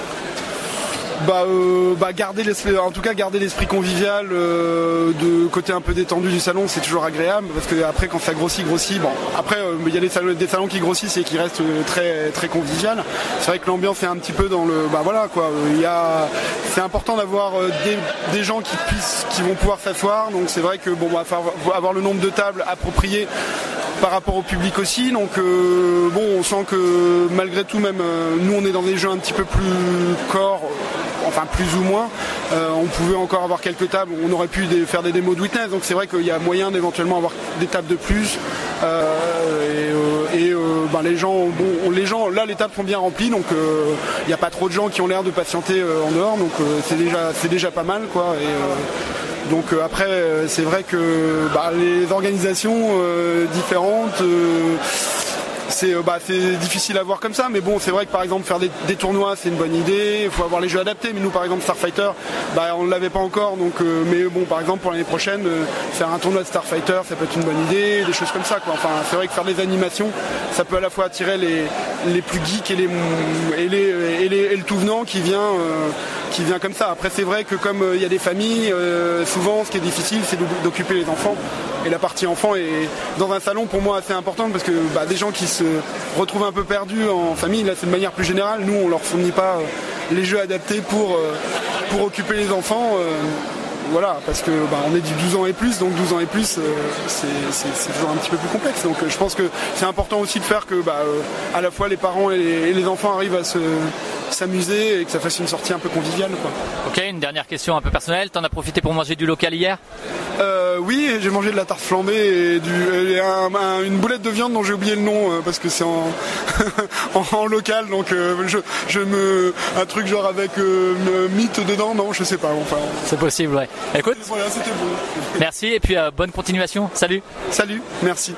Bah, euh, bah garder l'esprit, en tout cas garder l'esprit convivial, euh, de côté un peu détendu du salon, c'est toujours agréable, parce que après quand ça grossit, grossit, bon après il euh, y a des salons, des salons qui grossissent et qui restent très très convivial. C'est vrai que l'ambiance est un petit peu dans le, bah voilà quoi, il y a, c'est important d'avoir des, des gens qui puissent, qui vont pouvoir s'asseoir, donc c'est vrai que bon, bah, avoir le nombre de tables appropriées par rapport au public aussi, donc euh, bon, on sent que malgré tout, même euh, nous on est dans des jeux un petit peu plus corps, enfin plus ou moins, euh, on pouvait encore avoir quelques tables, on aurait pu des, faire des démos de Witness, donc c'est vrai qu'il y a moyen d'éventuellement avoir des tables de plus, euh, et, euh, et euh, ben, les gens, bon, les gens, là les tables sont bien remplies, donc il euh, n'y a pas trop de gens qui ont l'air de patienter euh, en dehors, donc euh, c'est déjà, c'est déjà pas mal quoi. Et, euh, Donc euh, après, euh, c'est vrai que bah, les organisations euh, différentes, euh, c'est euh, bah, difficile à voir comme ça, mais bon, c'est vrai que par exemple faire des, des tournois, c'est une bonne idée. Il faut avoir les jeux adaptés, mais nous par exemple Starfighter, bah, on ne l'avait pas encore, donc euh, mais bon, par exemple pour l'année prochaine, euh, faire un tournoi de Starfighter, ça peut être une bonne idée, des choses comme ça, quoi. Enfin, c'est vrai que faire des animations, ça peut à la fois attirer les, les plus geeks et les et les et, les, et le tout venant qui vient. Euh, qui vient comme ça. Après c'est vrai que comme il euh, y a des familles, euh, souvent ce qui est difficile c'est d'occuper les enfants, et la partie enfant est dans un salon pour moi assez importante, parce que bah, des gens qui se retrouvent un peu perdus en famille, là c'est de manière plus générale, nous on leur fournit pas euh, les jeux adaptés pour, euh, pour occuper les enfants, euh, voilà, parce que bah, on est du douze ans et plus, donc douze ans et plus, euh, c'est toujours un petit peu plus complexe. Donc euh, je pense que c'est important aussi de faire que bah, euh, à la fois les parents et les, et les enfants arrivent à se s'amuser et que ça fasse une sortie un peu conviviale, quoi. Ok, une dernière question un peu personnelle. T'en as profité pour manger du local hier? euh, Oui, j'ai mangé de la tarte flambée et, du, et un, un, une boulette de viande dont j'ai oublié le nom euh, parce que c'est en, en, en local, donc euh, je, je me un truc genre avec euh, mythe dedans, non, je sais pas. Enfin, c'est possible, ouais. Écoute, voilà, c'était bon. Merci et puis euh, bonne continuation. Salut. Salut, merci.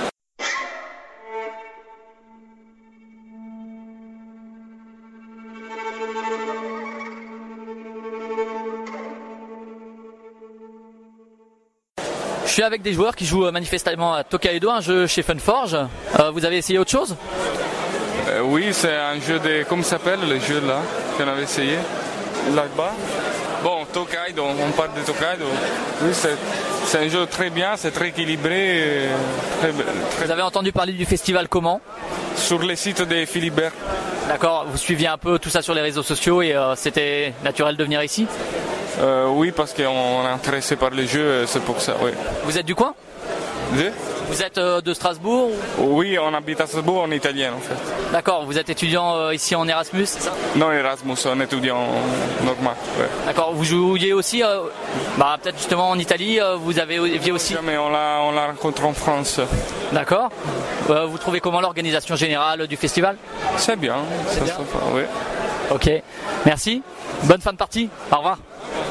Je suis avec des joueurs qui jouent manifestement à Tokaido, un jeu chez Funforge. Euh, vous avez essayé autre chose? euh, Oui, c'est un jeu de... Comment s'appelle le jeu là qu'on avait essayé là-bas? Bon, Tokaido, on parle de Tokaido. Oui, c'est un jeu très bien, c'est très équilibré. Très, très... Vous avez entendu parler du festival comment? Sur le site de Philibert. D'accord, vous suiviez un peu tout ça sur les réseaux sociaux et euh, c'était naturel de venir ici? euh, Oui, parce qu'on est intéressé par les jeux, c'est pour ça, oui. Vous êtes du coin? De Vous êtes euh, de Strasbourg? Oui, on habite à Strasbourg, en italien en fait. D'accord, vous êtes étudiant euh, ici en Erasmus, c'est ça? Non, Erasmus, on est étudiant normal. Ouais. D'accord, vous jouiez aussi, euh, bah, peut-être justement en Italie, euh, vous avez aussi... Mais on l'a on l'a rencontré en France. D'accord. Euh, vous trouvez comment l'organisation générale du festival? C'est bien, c'est bien. Sympa, oui. Ok, merci, bonne fin de partie, au revoir.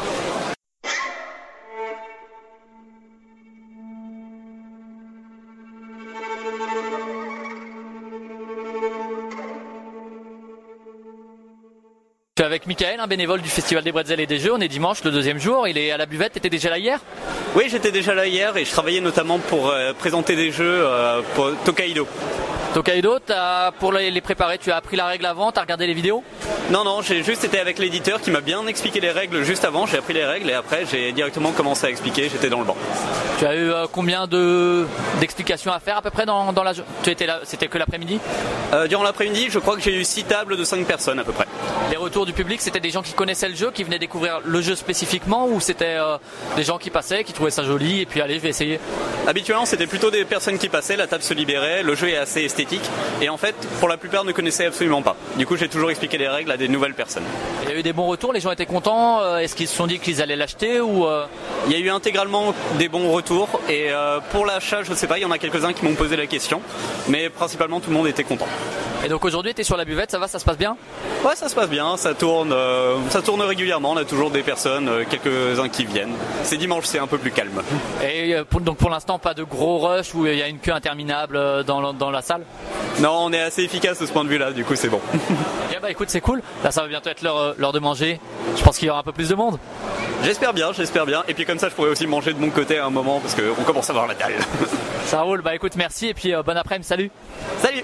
Je suis avec Michael, un bénévole du Festival des Bretzels et des Jeux. On est dimanche, le deuxième jour. Il est à la buvette. T'étais déjà là hier? Oui, j'étais déjà là hier et je travaillais notamment pour euh, présenter des jeux euh, pour Tokaido. Tokaido, t'as, pour les, les préparer, tu as appris la règle avant, tu as regardé les vidéos? Non, non, j'ai juste été avec l'éditeur qui m'a bien expliqué les règles juste avant, j'ai appris les règles et après j'ai directement commencé à expliquer, j'étais dans le banc. Tu as eu euh, combien de, d'explications à faire à peu près dans, dans la... Tu étais là, c'était que l'après-midi? euh, Durant l'après-midi, je crois que j'ai eu six tables de cinq personnes à peu près. Les retours du public, c'était des gens qui connaissaient le jeu, qui venaient découvrir le jeu spécifiquement, ou c'était euh, des gens qui passaient, qui trouvaient ça joli et puis allez, je vais essayer? Habituellement, c'était plutôt des personnes qui passaient, la table se libérait, le jeu est assez esthétique et en fait, pour la plupart ne connaissaient absolument pas. Du coup, j'ai toujours expliqué les règles à des nouvelles personnes. Il y a eu des bons retours, les gens étaient contents, est-ce qu'ils se sont dit qu'ils allaient l'acheter ou euh... Il y a eu intégralement des bons retours et euh, pour l'achat, je sais pas, il y en a quelques-uns qui m'ont posé la question, mais principalement tout le monde était content. Et donc aujourd'hui, tu es sur la buvette, ça va, ça se passe bien? Ouais, ça se passe bien, ça tourne, euh, ça tourne régulièrement, on a toujours des personnes, euh, quelques-uns qui viennent. C'est dimanche, c'est un peu plus calme. Et euh, pour, donc pour l'instant, pas de gros rush où il y a une queue interminable euh, dans, dans la salle? Non, on est assez efficace de ce point de vue-là, du coup c'est bon. Et bah écoute, c'est cool, là ça va bientôt être l'heure, l'heure de manger, je pense qu'il y aura un peu plus de monde. J'espère bien, j'espère bien, et puis comme ça je pourrais aussi manger de mon côté à un moment, parce qu'on commence à voir la dalle. Ça roule, bah écoute, merci, et puis euh, bon après-midi, salut. Salut.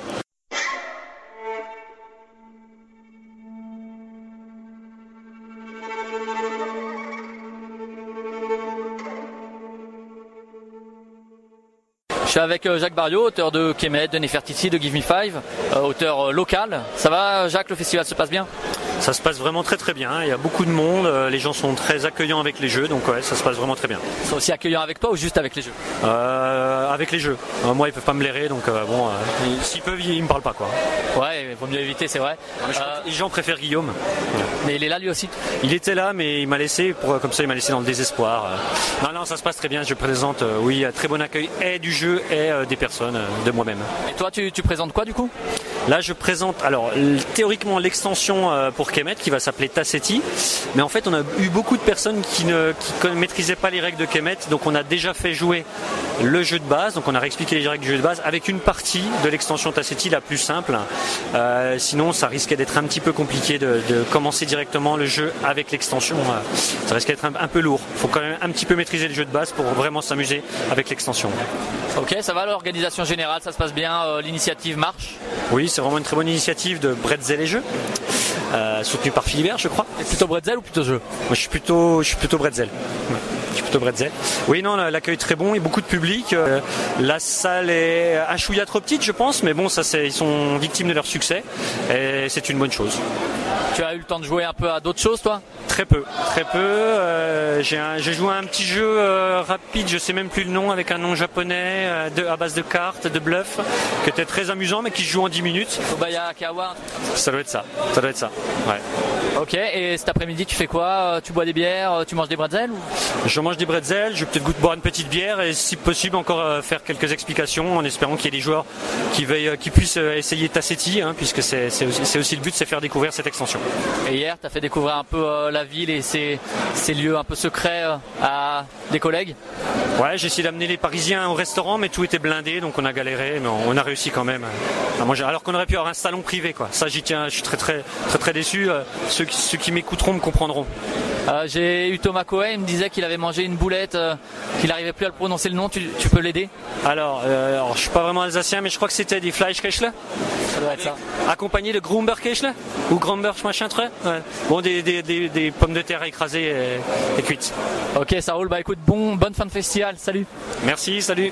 Je suis avec Jacques Barriot, auteur de Kemet, de Nefertiti, de Give Me Five, euh, auteur euh, local. Ça va, Jacques, le festival se passe bien? Ça se passe vraiment très très bien, il y a beaucoup de monde, les gens sont très accueillants avec les jeux, donc ouais, ça se passe vraiment très bien. Ils sont aussi accueillants avec toi ou juste avec les jeux? euh, Avec les jeux. Euh, moi, ils peuvent pas me blairer, donc euh, bon, euh, s'ils peuvent, ils, ils me parlent pas, quoi. Ouais, il vaut mieux éviter, c'est vrai. Euh, les gens préfèrent Guillaume. Mais il est là lui aussi? Il était là, mais il m'a laissé, pour, comme ça, il m'a laissé dans le désespoir. Non, non, ça se passe très bien, je présente, euh, oui, très bon accueil, et du jeu, et euh, des personnes, euh, de moi-même. Et toi, tu, tu présentes quoi du coup? Là, je présente, alors, théoriquement, l'extension euh, pour Kemet, qui va s'appeler Tassetti, mais en fait on a eu beaucoup de personnes qui ne qui ne maîtrisaient pas les règles de Kemet, donc on a déjà fait jouer le jeu de base, donc on a réexpliqué les règles du jeu de base avec une partie de l'extension Tassetti la plus simple. Euh, sinon ça risquait d'être un petit peu compliqué de, de commencer directement le jeu avec l'extension, ça risquait d'être un, un peu lourd. Il faut quand même un petit peu maîtriser le jeu de base pour vraiment s'amuser avec l'extension. Ok, ça va, l'organisation générale, ça se passe bien, euh, l'initiative marche? Oui, c'est vraiment une très bonne initiative de Bretzel et Jeux, euh, soutenue par Philibert, je crois. Et plutôt Bretzel ou plutôt Jeux? Moi, je suis plutôt, je suis plutôt Bretzel. Ouais. Je suis plutôt Bretzel. Oui, non, l'accueil est très bon, il y a beaucoup de public. Euh, la salle est un chouïa trop petite, je pense, mais bon, ça, c'est, ils sont victimes de leur succès et c'est une bonne chose. Tu as eu le temps de jouer un peu à d'autres choses, toi? Très peu, très peu. Euh, j'ai, un, j'ai joué à un petit jeu euh, rapide, je sais même plus le nom, avec un nom japonais euh, de, à base de cartes, de bluff, qui était très amusant, mais qui se joue en dix minutes. Obaya Akawa. Ça doit être ça. Ça doit être ça. Ouais. Ok. Et cet après-midi, tu fais quoi? Tu bois des bières? Tu manges des bretzels ou... Je mange des bretzels. Je vais peut-être goûter boire une petite bière et, si possible, encore euh, faire quelques explications, en espérant qu'il y ait des joueurs qui veuillent, qui puissent euh, essayer Tassetti, hein, puisque c'est, c'est, aussi, c'est aussi le but, c'est faire découvrir cette extension. Et hier, tu as fait découvrir un peu euh, la ville et ses, ses lieux un peu secrets euh, à des collègues? Ouais, j'ai essayé d'amener les Parisiens au restaurant, mais tout était blindé, donc on a galéré, mais on a réussi quand même à manger. Alors qu'on aurait pu avoir un salon privé, quoi. Ça, j'y tiens, je suis très très très très déçu. Ceux, ceux qui m'écouteront me comprendront. Euh, j'ai eu Thomas Cohen, il me disait qu'il avait mangé une boulette, euh, qu'il n'arrivait plus à le prononcer le nom. Tu, tu peux l'aider? Alors, euh, alors, je suis pas vraiment alsacien, mais je crois que c'était des Fleischkäschle. Ça doit être ça. Accompagné de Grumberkäschle ou Grumbersch machin truc. Ouais. Bon, des, des, des, des pommes de terre écrasées et, et cuites. Ok, ça roule. Bah écoute, bon, bonne fin de festival. Salut. Merci, salut.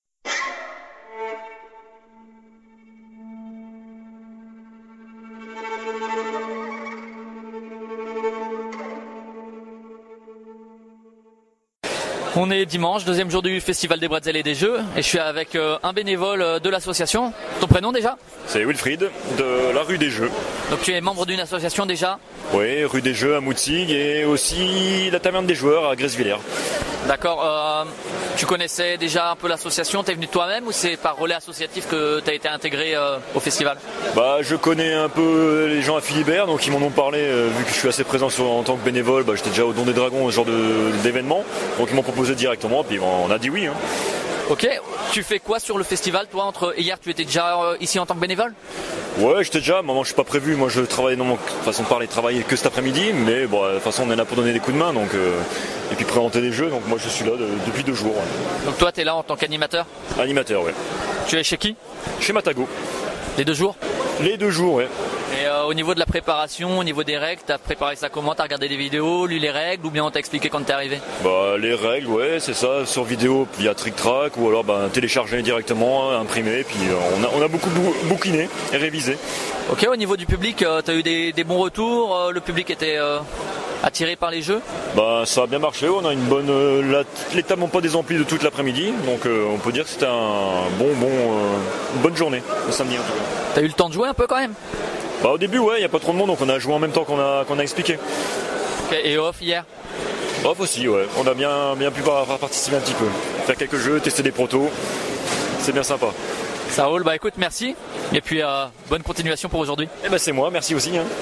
On est dimanche, deuxième jour du Festival des Bretzels et des Jeux, et je suis avec euh, un bénévole de l'association. Ton prénom déjà? C'est Wilfried, de la rue des Jeux. Donc tu es membre d'une association déjà? Oui, rue des Jeux à Moutzig et aussi la taverne des joueurs à Grèce-Villers. D'accord, euh, tu connaissais déjà un peu l'association, t'es venu de toi-même ou c'est par relais associatif que tu as été intégré euh, au festival? Bah, je connais un peu les gens à Philibert, donc ils m'en ont parlé, euh, vu que je suis assez présent sur, en tant que bénévole, bah, j'étais déjà au Don des Dragons, ce genre de, d'événement, donc ils m'ont proposé directement, puis on a dit oui. Hein. Ok, tu fais quoi sur le festival toi? Entre hier, tu étais déjà euh, ici en tant que bénévole? Ouais, j'étais déjà, moi je suis pas prévu, moi je travaillais dans mon façon de parler, travailler que cet après-midi, mais bon, de toute façon on est là pour donner des coups de main, donc euh, et puis présenter des jeux, donc moi je suis là de, depuis deux jours. Ouais. Donc toi t'es là en tant qu'animateur? Animateur, ouais. Tu es chez qui? Chez Matago. Les deux jours? Les deux jours, ouais. Et euh, au niveau de la préparation, au niveau des règles, t'as préparé ça comment? T'as regardé des vidéos, lu les règles, ou bien on t'a expliqué quand t'es arrivé? Bah les règles, ouais, c'est ça, sur vidéo via Trick Track, ou alors bah, télécharger directement, imprimer, puis euh, on, a, on a beaucoup bou- bouquiné et révisé. Ok, au niveau du public, euh, t'as eu des, des bons retours, euh, le public était euh, attiré par les jeux? Bah ça a bien marché, on a une bonne... Euh, la, les tables n'ont pas des amplis de toute l'après-midi, donc euh, on peut dire que c'était un bon, bon, euh, une bonne journée, le samedi en tout cas. T'as eu le temps de jouer un peu quand même? Bah au début ouais, il n'y a pas trop de monde, donc on a joué en même temps qu'on a, qu'on a expliqué. Okay, et off hier? Off aussi, ouais. On a bien, bien pu participer un petit peu. Faire quelques jeux, tester des protos. C'est bien sympa. Ça roule, bah écoute, merci. Et puis euh, bonne continuation pour aujourd'hui. Eh bah c'est moi, merci aussi. Hein.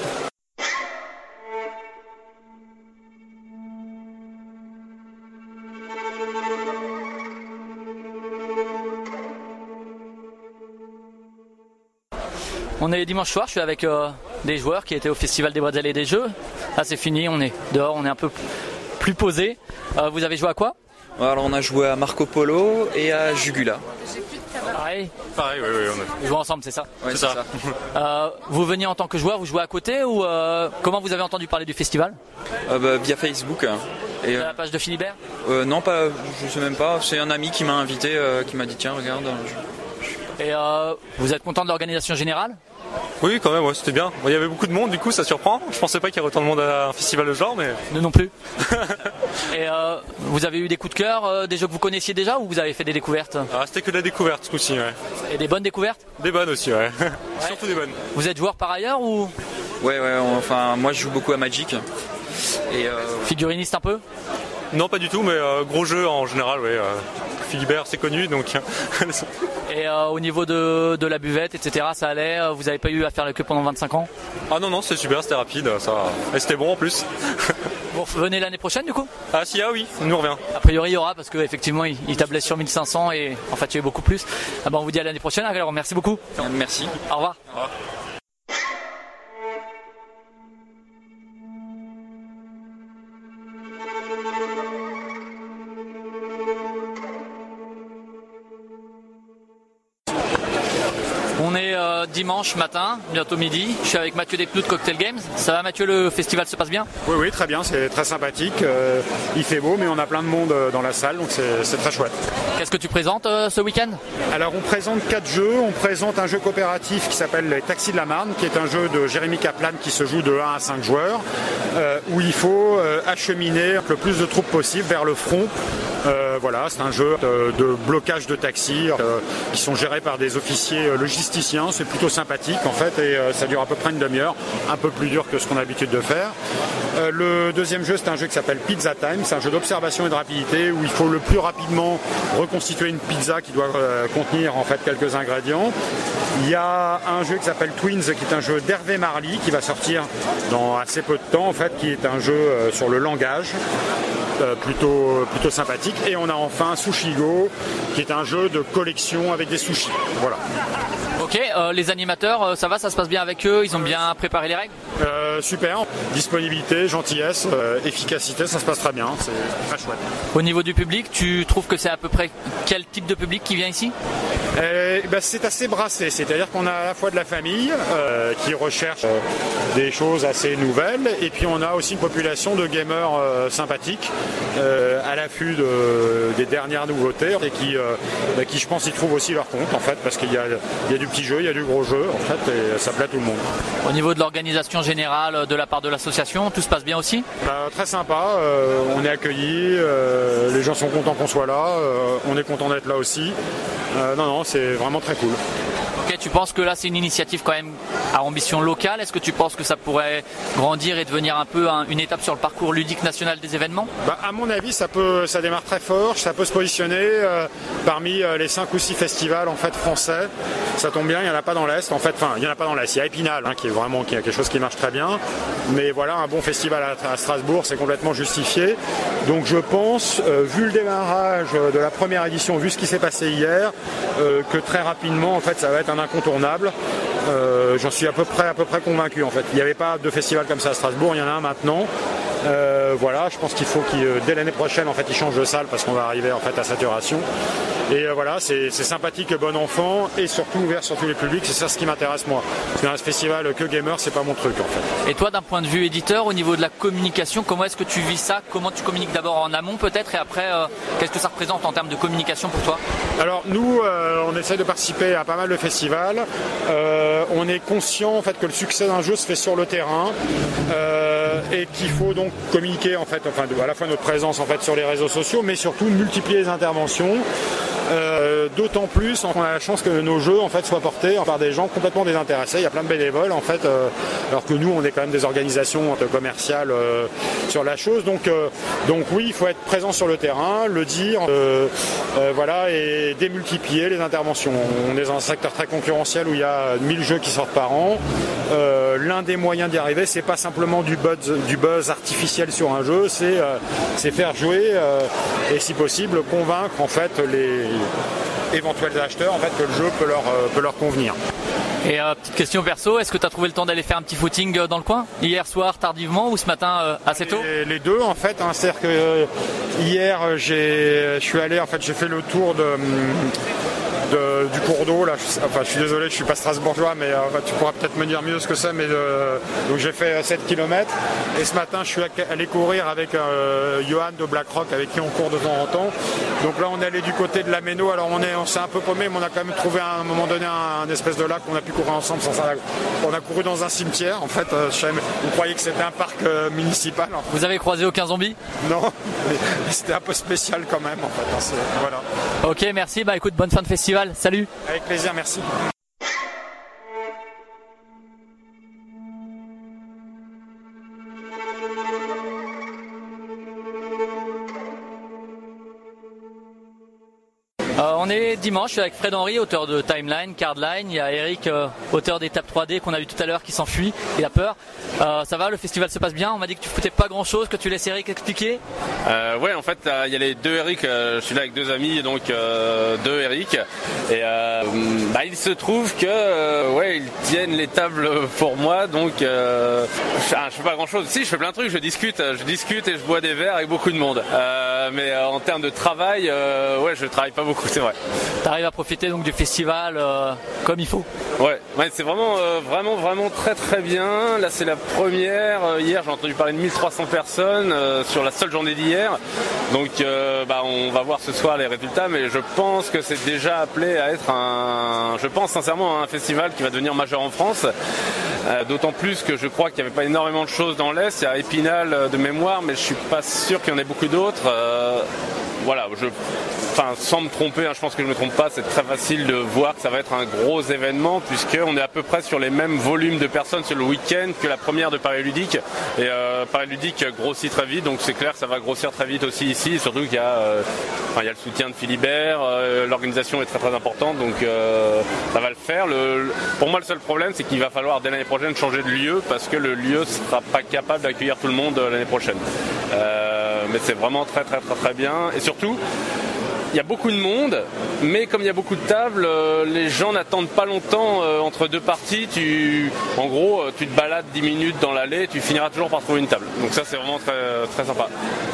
On est dimanche soir, je suis avec euh, des joueurs qui étaient au Festival des Bretzels et des Jeux. Là c'est fini, on est dehors, on est un peu plus posé. Euh, vous avez joué à quoi? Alors on a joué à Marco Polo et à Jugula. Pareil. Pareil, oui, oui. On a... Vous jouez ensemble, c'est ça? Ouais, c'est, c'est ça. ça. euh, vous veniez en tant que joueur, vous jouez à côté ou euh, comment vous avez entendu parler du festival? euh, bah, Via Facebook. Et euh, la page de Philibert? euh, Non, pas, je sais même pas. C'est un ami qui m'a invité, euh, qui m'a dit tiens regarde. Je... Et euh, vous êtes content de l'organisation générale? Oui, quand même, ouais, c'était bien. Bon, il y avait beaucoup de monde, du coup, ça surprend. Je pensais pas qu'il y aurait autant de monde à un festival de ce genre, mais... Nous non plus. Et euh, vous avez eu des coups de cœur, euh, des jeux que vous connaissiez déjà, ou vous avez fait des découvertes? Ah, c'était que de la découverte, ce coup-ci, ouais. Et des bonnes découvertes? Des bonnes aussi, ouais. ouais. Surtout des bonnes. Vous êtes joueur par ailleurs, ou? Ouais, ouais, enfin, moi je joue beaucoup à Magic. Et euh... Figuriniste un peu? Non, pas du tout, mais euh, gros jeu en général, ouais. Euh, Philibert, c'est connu, donc... Et euh, au niveau de, de la buvette, et cetera, ça allait? Vous n'avez pas eu à faire la queue pendant vingt-cinq ans? Ah non, non, c'était super, c'était rapide, ça... et c'était bon en plus. Vous revenez l'année prochaine du coup? Ah si, ah oui, on nous revient. A priori il y aura, parce qu'effectivement il, il tablait sur mille cinq cents et en fait il y a eu beaucoup plus. Ah ben, on vous dit à l'année prochaine, alors merci beaucoup. Merci. Au revoir. Au revoir. On est euh, dimanche matin, bientôt midi. Je suis avec Mathieu Despnous de Cocktail Games. Ça va Mathieu, le festival se passe bien? Oui, oui, très bien, c'est très sympathique. Euh, il fait beau, mais on a plein de monde dans la salle, donc c'est très chouette. Qu'est-ce que tu présentes euh, ce week-end? Alors on présente quatre jeux. On présente un jeu coopératif qui s'appelle les Taxis de la Marne, qui est un jeu de Jérémy Kaplan qui se joue de un à cinq joueurs, euh, où il faut euh, acheminer le plus de troupes possible vers le front. Euh, voilà, c'est un jeu de, de blocage de taxis euh, qui sont gérés par des officiers logisticiens. C'est plutôt sympathique en fait et euh, ça dure à peu près une demi-heure, un peu plus dur que ce qu'on a l'habitude de faire. Euh, le deuxième jeu, c'est un jeu qui s'appelle Pizza Time. C'est un jeu d'observation et de rapidité où il faut le plus rapidement reconstituer une pizza qui doit euh, contenir en fait quelques ingrédients. Il y a un jeu qui s'appelle Twins, qui est un jeu d'Hervé Marly qui va sortir dans assez peu de temps en fait, qui est un jeu euh, sur le langage. Euh, plutôt, plutôt sympathique. Et on a enfin Sushi Go, qui est un jeu de collection avec des sushis. Voilà. Ok, euh, les animateurs, euh, ça va, ça se passe bien avec eux? Ils ont bien préparé les règles? euh, Super, disponibilité, gentillesse, euh, efficacité, ça se passe très bien, c'est très chouette. Au niveau du public, tu trouves que c'est à peu près quel type de public qui vient ici? euh, bah, C'est assez brassé, c'est-à-dire qu'on a à la fois de la famille euh, qui recherche euh, des choses assez nouvelles, et puis on a aussi une population de gamers euh, sympathiques euh, à l'affût de, des dernières nouveautés et qui, euh, bah, qui je pense y trouvent aussi leur compte en fait, parce qu'il y a, il y a du petit jeu, il y a du gros jeu en fait, et ça plaît à tout le monde. Au niveau de l'organisation générale de la part de l'association, tout se passe bien aussi? Bah, très sympa, euh, on est accueillis, euh, les gens sont contents qu'on soit là, euh, on est content d'être là aussi. Euh, non, non, c'est vraiment très cool. Ok, tu penses que là c'est une initiative quand même à ambition locale? Est-ce que tu penses que ça pourrait grandir et devenir un peu un, une étape sur le parcours ludique national des événements? Bah, à mon avis, ça peut, ça démarre très fort. Ça peut se positionner euh, parmi euh, les cinq ou six festivals en fait français. Ça tombe bien, il n'y en a pas dans l'Est. En fait, enfin, il n'y en a pas dans l'Est. Il y a Épinal, hein, qui est vraiment qui a quelque chose qui marche très bien. Mais voilà, un bon festival à, à Strasbourg, c'est complètement justifié. Donc, je pense, euh, vu le démarrage de la première édition, vu ce qui s'est passé hier, euh, que très rapidement, en fait, ça va être un incontournable. Euh, j'en suis à peu près à peu près convaincu en fait. Il n'y avait pas de festival comme ça à Strasbourg, il y en a un maintenant. Euh, voilà, je pense qu'il faut qu'il euh, dès l'année prochaine en fait ils changent de salle parce qu'on va arriver en fait à saturation. Et euh, voilà, c'est, c'est sympathique et bon enfant et surtout ouvert sur tous les publics. C'est ça ce qui m'intéresse moi. Parce qu'un festival que gamer, c'est pas mon truc en fait. Et toi, d'un point de vue éditeur, au niveau de la communication, comment est-ce que tu vis ça? Comment tu communiques d'abord en amont peut-être et après, euh, qu'est-ce que ça représente en termes de communication pour toi? Alors nous, euh, on essaie de participer à pas mal de festivals. Euh, on est conscient en fait que le succès d'un jeu se fait sur le terrain euh, et qu'il faut donc communiquer en fait, enfin à la fois notre présence en fait sur les réseaux sociaux, mais surtout multiplier les interventions. Euh, d'autant plus on a la chance que nos jeux en fait soient portés par des gens complètement désintéressés. Il y a plein de bénévoles en fait, euh, alors que nous on est quand même des organisations euh, commerciales euh, sur la chose. Donc, euh, donc oui, il faut être présent sur le terrain, le dire, euh, euh, voilà, et démultiplier les interventions. On est dans un secteur très concurrentiel où il y a mille jeux qui sortent par an. Euh, l'un des moyens d'y arriver, c'est pas simplement du buzz, du buzz artificiel sur un jeu, c'est, euh, c'est faire jouer euh, et si possible convaincre en fait les éventuels acheteurs en fait que le jeu peut leur, euh, peut leur convenir. Et euh, petite question perso, est-ce que tu as trouvé le temps d'aller faire un petit footing euh, dans le coin hier soir tardivement ou ce matin euh, assez tôt? Les, les deux en fait, hein, c'est-à-dire que euh, hier j'ai, je suis allé en fait, j'ai fait le tour de De, du cours d'eau là, je, enfin je suis désolé, je suis pas strasbourgeois mais euh, tu pourras peut-être me dire mieux ce que c'est, mais euh, donc j'ai fait sept kilomètres et ce matin je suis allé courir avec euh, Johan de BlackRock avec qui on court de temps en temps. Donc là on est allé du côté de la Méno, alors on, est, on s'est un peu paumé mais on a quand même trouvé à un moment donné un, un espèce de lac qu'on a pu courir ensemble sans ça. On a couru dans un cimetière en fait, euh, je on croyait que c'était un parc euh, municipal en fait. Vous avez croisé aucun zombie? Non, mais, mais c'était un peu spécial quand même en fait, hein, c'est, voilà. Ok, merci, bah écoute, bonne fin de festival. Salut. Avec plaisir, merci. Euh, on est dimanche, je suis avec Fred Henry, auteur de Timeline, Cardline. Il y a Eric, euh, auteur d'étapes trois D qu'on a vu tout à l'heure, qui s'enfuit, il a peur. Euh, ça va, le festival se passe bien? On m'a dit que tu foutais pas grand chose, que tu laisses Eric expliquer. Euh, ouais, en fait, il y a les deux Eric, euh, je suis là avec deux amis, donc euh, deux Eric. Et euh, bah, il se trouve que euh, ouais, ils tiennent les tables pour moi, donc euh, je, je fais pas grand chose. Si, je fais plein de trucs, je discute, je discute et je bois des verres avec beaucoup de monde. Euh, mais euh, en termes de travail, euh, ouais, je travaille pas beaucoup. C'est vrai. T'arrives à profiter donc du festival euh, comme il faut. Ouais, ouais, c'est vraiment, euh, vraiment, vraiment très très bien. Là, c'est la première. Hier, j'ai entendu parler de mille trois cents personnes euh, sur la seule journée d'hier. Donc, euh, bah, on va voir ce soir les résultats, mais je pense que c'est déjà appelé à être un, je pense sincèrement, un festival qui va devenir majeur en France. Euh, d'autant plus que je crois qu'il n'y avait pas énormément de choses dans l'Est. Il y a Épinal de mémoire, mais je suis pas sûr qu'il y en ait beaucoup d'autres. Euh, voilà, je, enfin, sans me tromper, hein, je pense que je me trompe pas, c'est très facile de voir que ça va être un gros événement puisqu'on est à peu près sur les mêmes volumes de personnes sur le week-end que la première de Paris Ludique. Et euh, Paris Ludique grossit très vite, donc c'est clair que ça va grossir très vite aussi ici, surtout qu'il y a, euh, enfin, il y a le soutien de Philibert, euh, l'organisation est très très importante, donc euh, ça va le faire. Le, le, pour moi, le seul problème, c'est qu'il va falloir dès l'année prochaine changer de lieu parce que le lieu sera pas capable d'accueillir tout le monde l'année prochaine. Euh, mais c'est vraiment très très très très bien. Et surtout, il y a beaucoup de monde, mais comme il y a beaucoup de tables, euh, les gens n'attendent pas longtemps euh, entre deux parties. Tu, en gros, euh, tu te balades dix minutes dans l'allée, tu finiras toujours par trouver une table. Donc ça, c'est vraiment très, très sympa.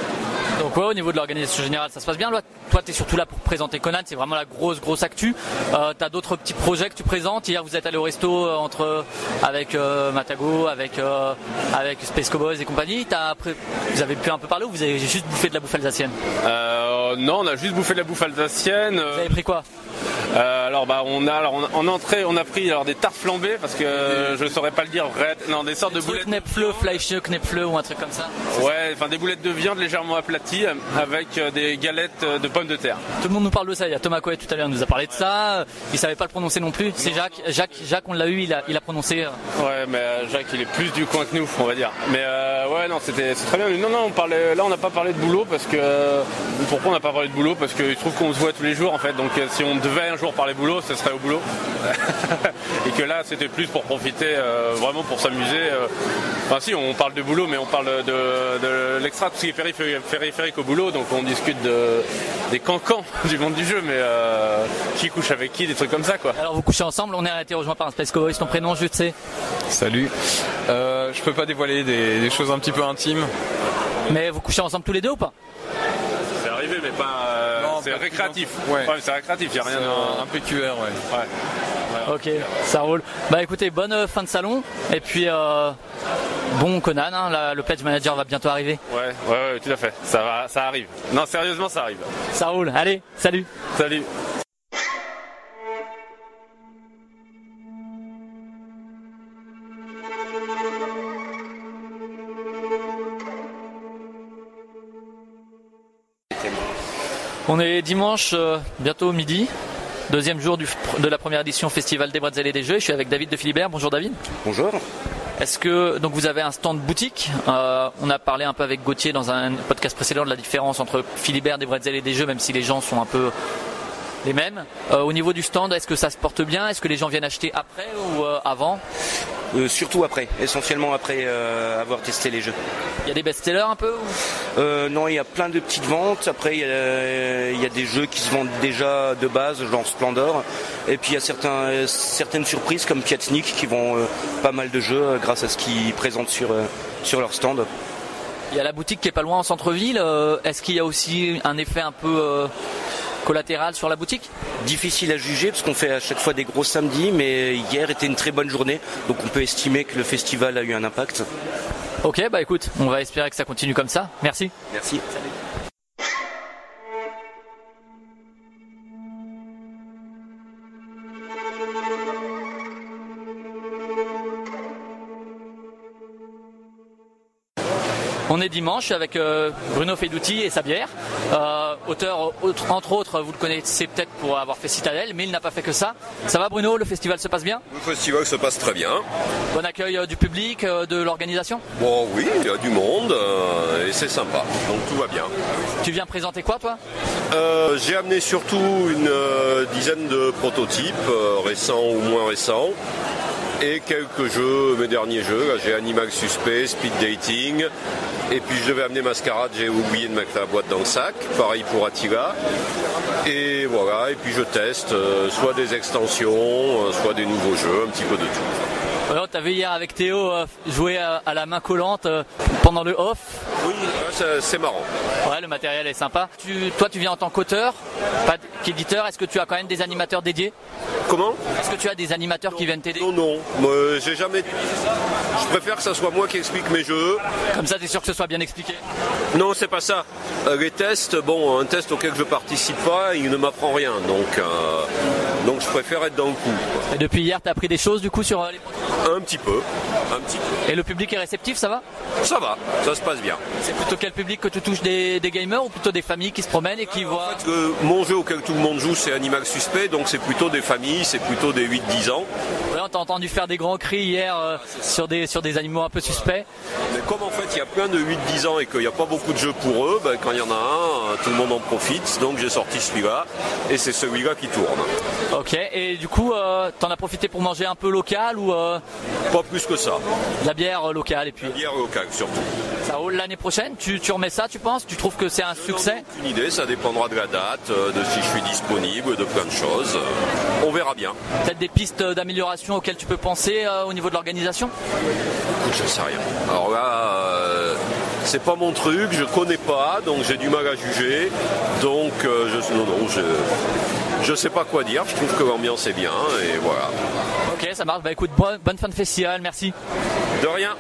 Donc ouais, au niveau de l'organisation générale, ça se passe bien. Toi, tu es surtout là pour présenter Conan, c'est vraiment la grosse, grosse actu. Euh, tu as d'autres petits projets que tu présentes. Hier, vous êtes allé au resto euh, entre, avec euh, Matago, avec, euh, avec Space Cowboys et compagnie. T'as, vous avez pu un peu parler ou vous avez juste bouffé de la bouffe alsacienne? euh, Non, on a juste bouffé de la bouffe alsacienne. Vous avez pris quoi? Euh, alors bah on a alors en entrée on a pris alors des tartes flambées parce que euh, je saurais pas le dire vrai, non des sortes de boulettes Knepfle, Fleisch Knepfle ou un truc comme ça. Ouais, enfin des boulettes de viande légèrement aplaties avec euh, des galettes de pommes de terre. Tout le monde nous parle de ça. Il y a Thomas Coët tout à l'heure nous a parlé de ça. Il savait pas le prononcer non plus. C'est Jacques. Jacques, Jacques on l'a eu, il a, il a prononcé. Ouais, mais euh, Jacques il est plus du coin que nous, on va dire. Mais euh, ouais non c'était c'est très bien. Non non on parlait là on n'a pas parlé de boulot parce que pourquoi on n'a pas parlé de boulot parce qu'il se trouve qu'on se voit tous les jours en fait. Donc si on devait un jour parler boulot, ce serait au boulot. Et que là, c'était plus pour profiter, euh, vraiment pour s'amuser. Euh. Enfin si, on parle de boulot, mais on parle de, de l'extra, tout ce qui est périphérique, périphérique au boulot. Donc on discute de, des cancans du monde du jeu, mais euh, qui couche avec qui, des trucs comme ça, quoi. Alors vous couchez ensemble, on a été rejoint par un Space Cowboys. Ton prénom, je sais. Salut. Euh, je peux pas dévoiler des, des choses un petit peu intimes. Mais vous couchez ensemble tous les deux ou pas? C'est arrivé, mais pas. Euh, Non, c'est pas récréatif. Ouais. Ouais, c'est récréatif, il n'y a rien C'est de. un P Q R, ouais. Ouais. Voilà. Ok, ça roule. Bah écoutez, bonne euh, fin de salon. Et puis, euh, bon Conan, hein, la- le pledge manager va bientôt arriver. Ouais, ouais, ouais, tout à fait. Ça va, ça arrive. Non, sérieusement, ça arrive. Ça roule. Allez, salut. Salut. On est dimanche, euh, bientôt midi. Deuxième jour du, de la première édition Festival des Bretzels et des Jeux. Je suis avec David de Philibert. Bonjour David. Bonjour. Est-ce que donc vous avez un stand boutique? euh, On a parlé un peu avec Gauthier dans un podcast précédent de la différence entre Philibert, des Bretzels et des Jeux, même si les gens sont un peu les mêmes. Euh, au niveau du stand, est-ce que ça se porte bien? Est-ce que les gens viennent acheter après ou euh, avant? Euh, surtout après, essentiellement après euh, avoir testé les jeux. Il y a des best-sellers un peu ou... euh, Non, il y a plein de petites ventes. Après, il y, a, il y a des jeux qui se vendent déjà de base, genre Splendor. Et puis il y a certains, certaines surprises comme Piatnik qui vendent euh, pas mal de jeux euh, grâce à ce qu'ils présentent sur, euh, sur leur stand. Il y a la boutique qui est pas loin en centre-ville. Euh, est-ce qu'il y a aussi un effet un peu euh, collatéral sur la boutique? Difficile à juger parce qu'on fait à chaque fois des gros samedis, mais hier était une très bonne journée, donc on peut estimer que le festival a eu un impact. Ok, bah écoute, on va espérer que ça continue comme ça. Merci. Merci. Salut. On est dimanche avec euh, Bruno Fedouti et sa bière. Euh, auteur, autre, entre autres, vous le connaissez peut-être pour avoir fait Citadel, mais il n'a pas fait que ça. Ça va Bruno, le festival se passe bien? Le festival se passe très bien. Bon accueil euh, du public, euh, de l'organisation? Bon oui, il y a du monde euh, et c'est sympa, donc tout va bien. Tu viens présenter quoi toi? euh, J'ai amené surtout une euh, dizaine de prototypes, euh, récents ou moins récents. Et quelques jeux, mes derniers jeux. Là, j'ai Animal Suspect, Speed Dating. Et puis je devais amener Mascarade, j'ai oublié de mettre la boîte dans le sac. Pareil pour Attila. Et voilà, et puis je teste euh, soit des extensions, euh, soit des nouveaux jeux, un petit peu de tout. Alors, t'as vu hier avec Théo euh, jouer à, à la main collante euh, pendant le off? Oui, c'est, c'est marrant. Ouais, le matériel est sympa. Tu, toi, tu viens en tant qu'auteur, pas qu'éditeur. Est-ce que tu as quand même des animateurs dédiés? Comment? Est-ce que tu as des animateurs qui viennent t'aider? Non, non. Moi, j'ai jamais. Je préfère que ça soit moi qui explique mes jeux. Comme ça, t'es sûr que ce soit bien expliqué? Non, c'est pas ça. Euh, les tests, bon, un test auquel je participe pas, il ne m'apprend rien. Donc, euh, donc je préfère être dans le coup. Et depuis hier, t'as appris des choses du coup sur euh, les produits? Un petit peu. Un petit peu. Et le public est réceptif, ça va? Ça va, ça se passe bien. C'est plutôt quel public que tu touches, des, des gamers ou plutôt des familles qui se promènent et qui en voient? fait, euh, mon jeu auquel tout le monde joue, c'est Animal Suspect, donc c'est plutôt des familles, c'est plutôt des huit dix ans. Ouais, on t'a entendu faire des grands cris hier euh, sur, des, sur des animaux un peu suspects. Mais comme en fait il y a plein de huit dix ans et qu'il n'y a pas beaucoup de jeux pour eux, ben, quand il y en a un, tout le monde en profite, donc j'ai sorti celui-là et c'est celui-là qui tourne. Ok, et du coup, euh, t'en as profité pour manger un peu local ou euh, Pas plus que ça. de la bière locale et puis La bière locale surtout. ça roule l'année prochaine? Tu, tu remets ça, tu penses? Tu trouves que c'est un succès? Une idée, ça dépendra de la date, euh, de si je suis disponible, de plein de choses. Euh, on verra bien. Peut-être des pistes d'amélioration auxquelles tu peux penser euh, au niveau de l'organisation? Écoute, je sais rien. Alors là, euh, c'est pas mon truc, je connais pas, donc j'ai du mal à juger. Donc, euh, je, non, non, je, je sais pas quoi dire. Je trouve que l'ambiance est bien et voilà. Ok, ça marche. Bah écoute, bonne, bonne fin de festival, merci. De rien.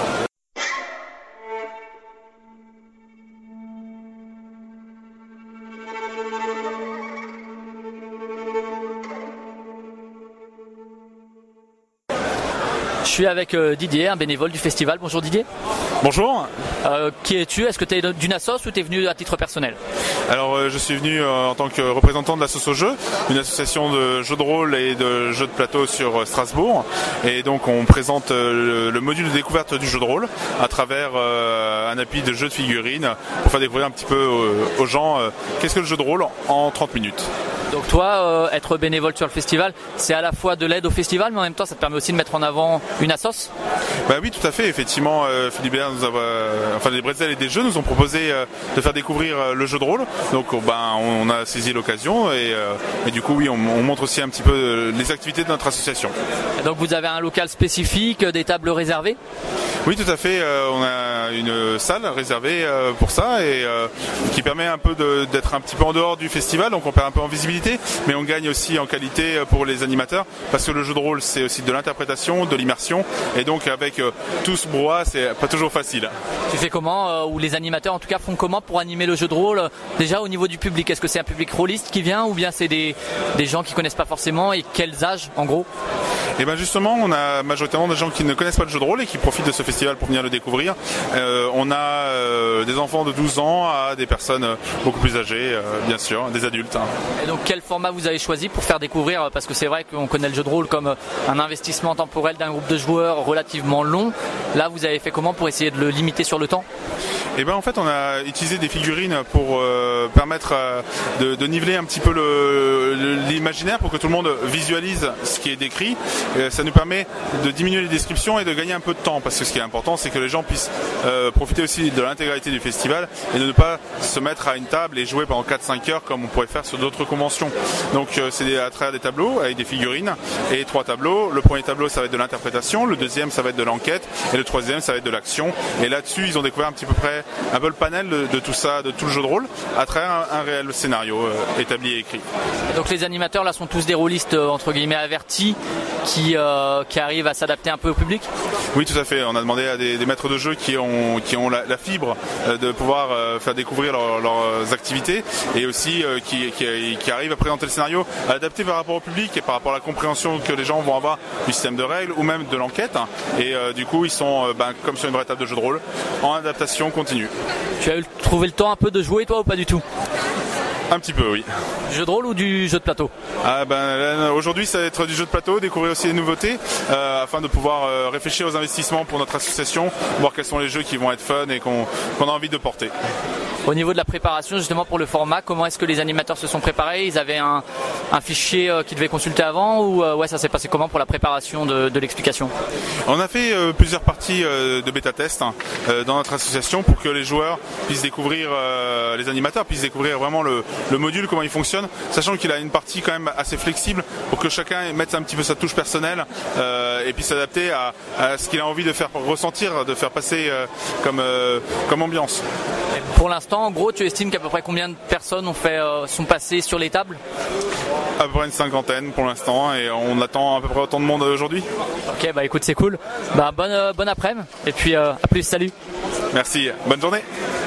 Je suis avec euh, Didier, un bénévole du festival. Bonjour Didier. Bonjour. Euh, qui es-tu? Est-ce que tu es d'une assoce ou tu es venu à titre personnel? Alors euh, je suis venu euh, en tant que représentant de l'Assoce au jeu, une association de jeux de rôle et de jeux de plateau sur euh, Strasbourg. Et donc on présente euh, le, le module de découverte du jeu de rôle à travers euh, un appui de jeux de figurines pour faire découvrir un petit peu euh, aux gens euh, qu'est-ce que le jeu de rôle en trente minutes. Donc toi, euh, être bénévole sur le festival, c'est à la fois de l'aide au festival, mais en même temps ça te permet aussi de mettre en avant une assoce? Bah oui, tout à fait. Effectivement, euh, Philibert nous a, euh, enfin les Bretzels et des jeux nous ont proposé euh, de faire découvrir euh, le jeu de rôle. Donc euh, ben on, on a saisi l'occasion et, euh, et du coup oui, on, on montre aussi un petit peu euh, les activités de notre association. Et donc vous avez un local spécifique, des tables réservées? Oui, tout à fait. Euh, on a une salle réservée euh, pour ça et euh, qui permet un peu de, d'être un petit peu en dehors du festival, donc on perd un peu en visibilité, mais on gagne aussi en qualité pour les animateurs, parce que le jeu de rôle c'est aussi de l'interprétation, de l'immersion, et donc avec euh, tout ce brouhaha, c'est pas toujours facile. Tu fais comment, euh, ou les animateurs en tout cas font comment pour animer le jeu de rôle, euh, déjà au niveau du public? Est-ce que c'est un public rôliste qui vient, ou bien c'est des, des gens qui connaissent pas forcément, et quels âges en gros? Et bien justement, on a majoritairement des gens qui ne connaissent pas le jeu de rôle et qui profitent de ce festival pour venir le découvrir. Euh, on a euh, des enfants de douze ans à des personnes beaucoup plus âgées, euh, bien sûr, des adultes. Hein. Et donc quel format vous avez choisi pour faire découvrir, parce que c'est vrai qu'on connaît le jeu de rôle comme un investissement temporel d'un groupe de joueurs relativement long. Là, vous avez fait comment pour essayer de le limiter sur le temps? Et ben en fait, on a utilisé des figurines pour euh, permettre euh, de, de niveler un petit peu le, le, l'imaginaire, pour que tout le monde visualise ce qui est décrit. Et ça nous permet de diminuer les descriptions et de gagner un peu de temps, parce que ce qui est important, c'est que les gens puissent euh, profiter aussi de l'intégralité du festival et de ne pas se mettre à une table et jouer pendant quatre cinq heures comme on pourrait faire sur d'autres conventions. Donc euh, c'est à travers des tableaux avec des figurines et trois tableaux. Le premier tableau, ça va être de l'interprétation, le deuxième, ça va être de l'enquête, et le troisième, ça va être de l'action. Et là-dessus, ils ont découvert un petit peu près un peu le panel de, de tout ça, de tout le jeu de rôle, à travers un, un réel scénario euh, établi et écrit. Et donc les animateurs là sont tous des rôlistes euh, entre guillemets avertis, qui, euh, qui arrivent à s'adapter un peu au public? Oui, tout à fait. On a demandé à des, des maîtres de jeu qui ont, qui ont la, la fibre euh, de pouvoir euh, faire découvrir leur, leurs activités, et aussi euh, qui, qui, qui arrivent à présenter le scénario adapté par rapport au public et par rapport à la compréhension que les gens vont avoir du système de règles ou même de l'enquête. Et euh, du coup, ils sont euh, ben, comme sur une vraie table de jeu de rôle, en adaptation continue. Tu as eu, trouvé le temps un peu de jouer toi ou pas du tout? Un petit peu, oui. Du jeu de rôle ou du jeu de plateau? Ah ben, là, aujourd'hui, ça va être du jeu de plateau, découvrir aussi les nouveautés, euh, afin de pouvoir euh, réfléchir aux investissements pour notre association, voir quels sont les jeux qui vont être fun et qu'on, qu'on a envie de porter. Au niveau de la préparation, justement pour le format, comment est-ce que les animateurs se sont préparés? Ils avaient un, un fichier euh, qu'ils devaient consulter avant, ou euh, ouais, ça s'est passé comment pour la préparation de, de l'explication? On a fait euh, plusieurs parties euh, de bêta-test hein, euh, dans notre association, pour que les joueurs puissent découvrir, euh, les animateurs puissent découvrir vraiment le, le module, comment il fonctionne, sachant qu'il a une partie quand même assez flexible pour que chacun mette un petit peu sa touche personnelle euh, et puis s'adapter à, à ce qu'il a envie de faire ressentir, de faire passer euh, comme, euh, comme ambiance. Et pour l'instant, en gros, tu estimes qu'à peu près combien de personnes ont fait, euh, sont passées sur les tables? À peu près une cinquantaine pour l'instant, et on attend à peu près autant de monde aujourd'hui. Ok, bah écoute, c'est cool. Bah bonne, euh, bonne après-midi, et puis euh, à plus, salut. Merci, bonne journée.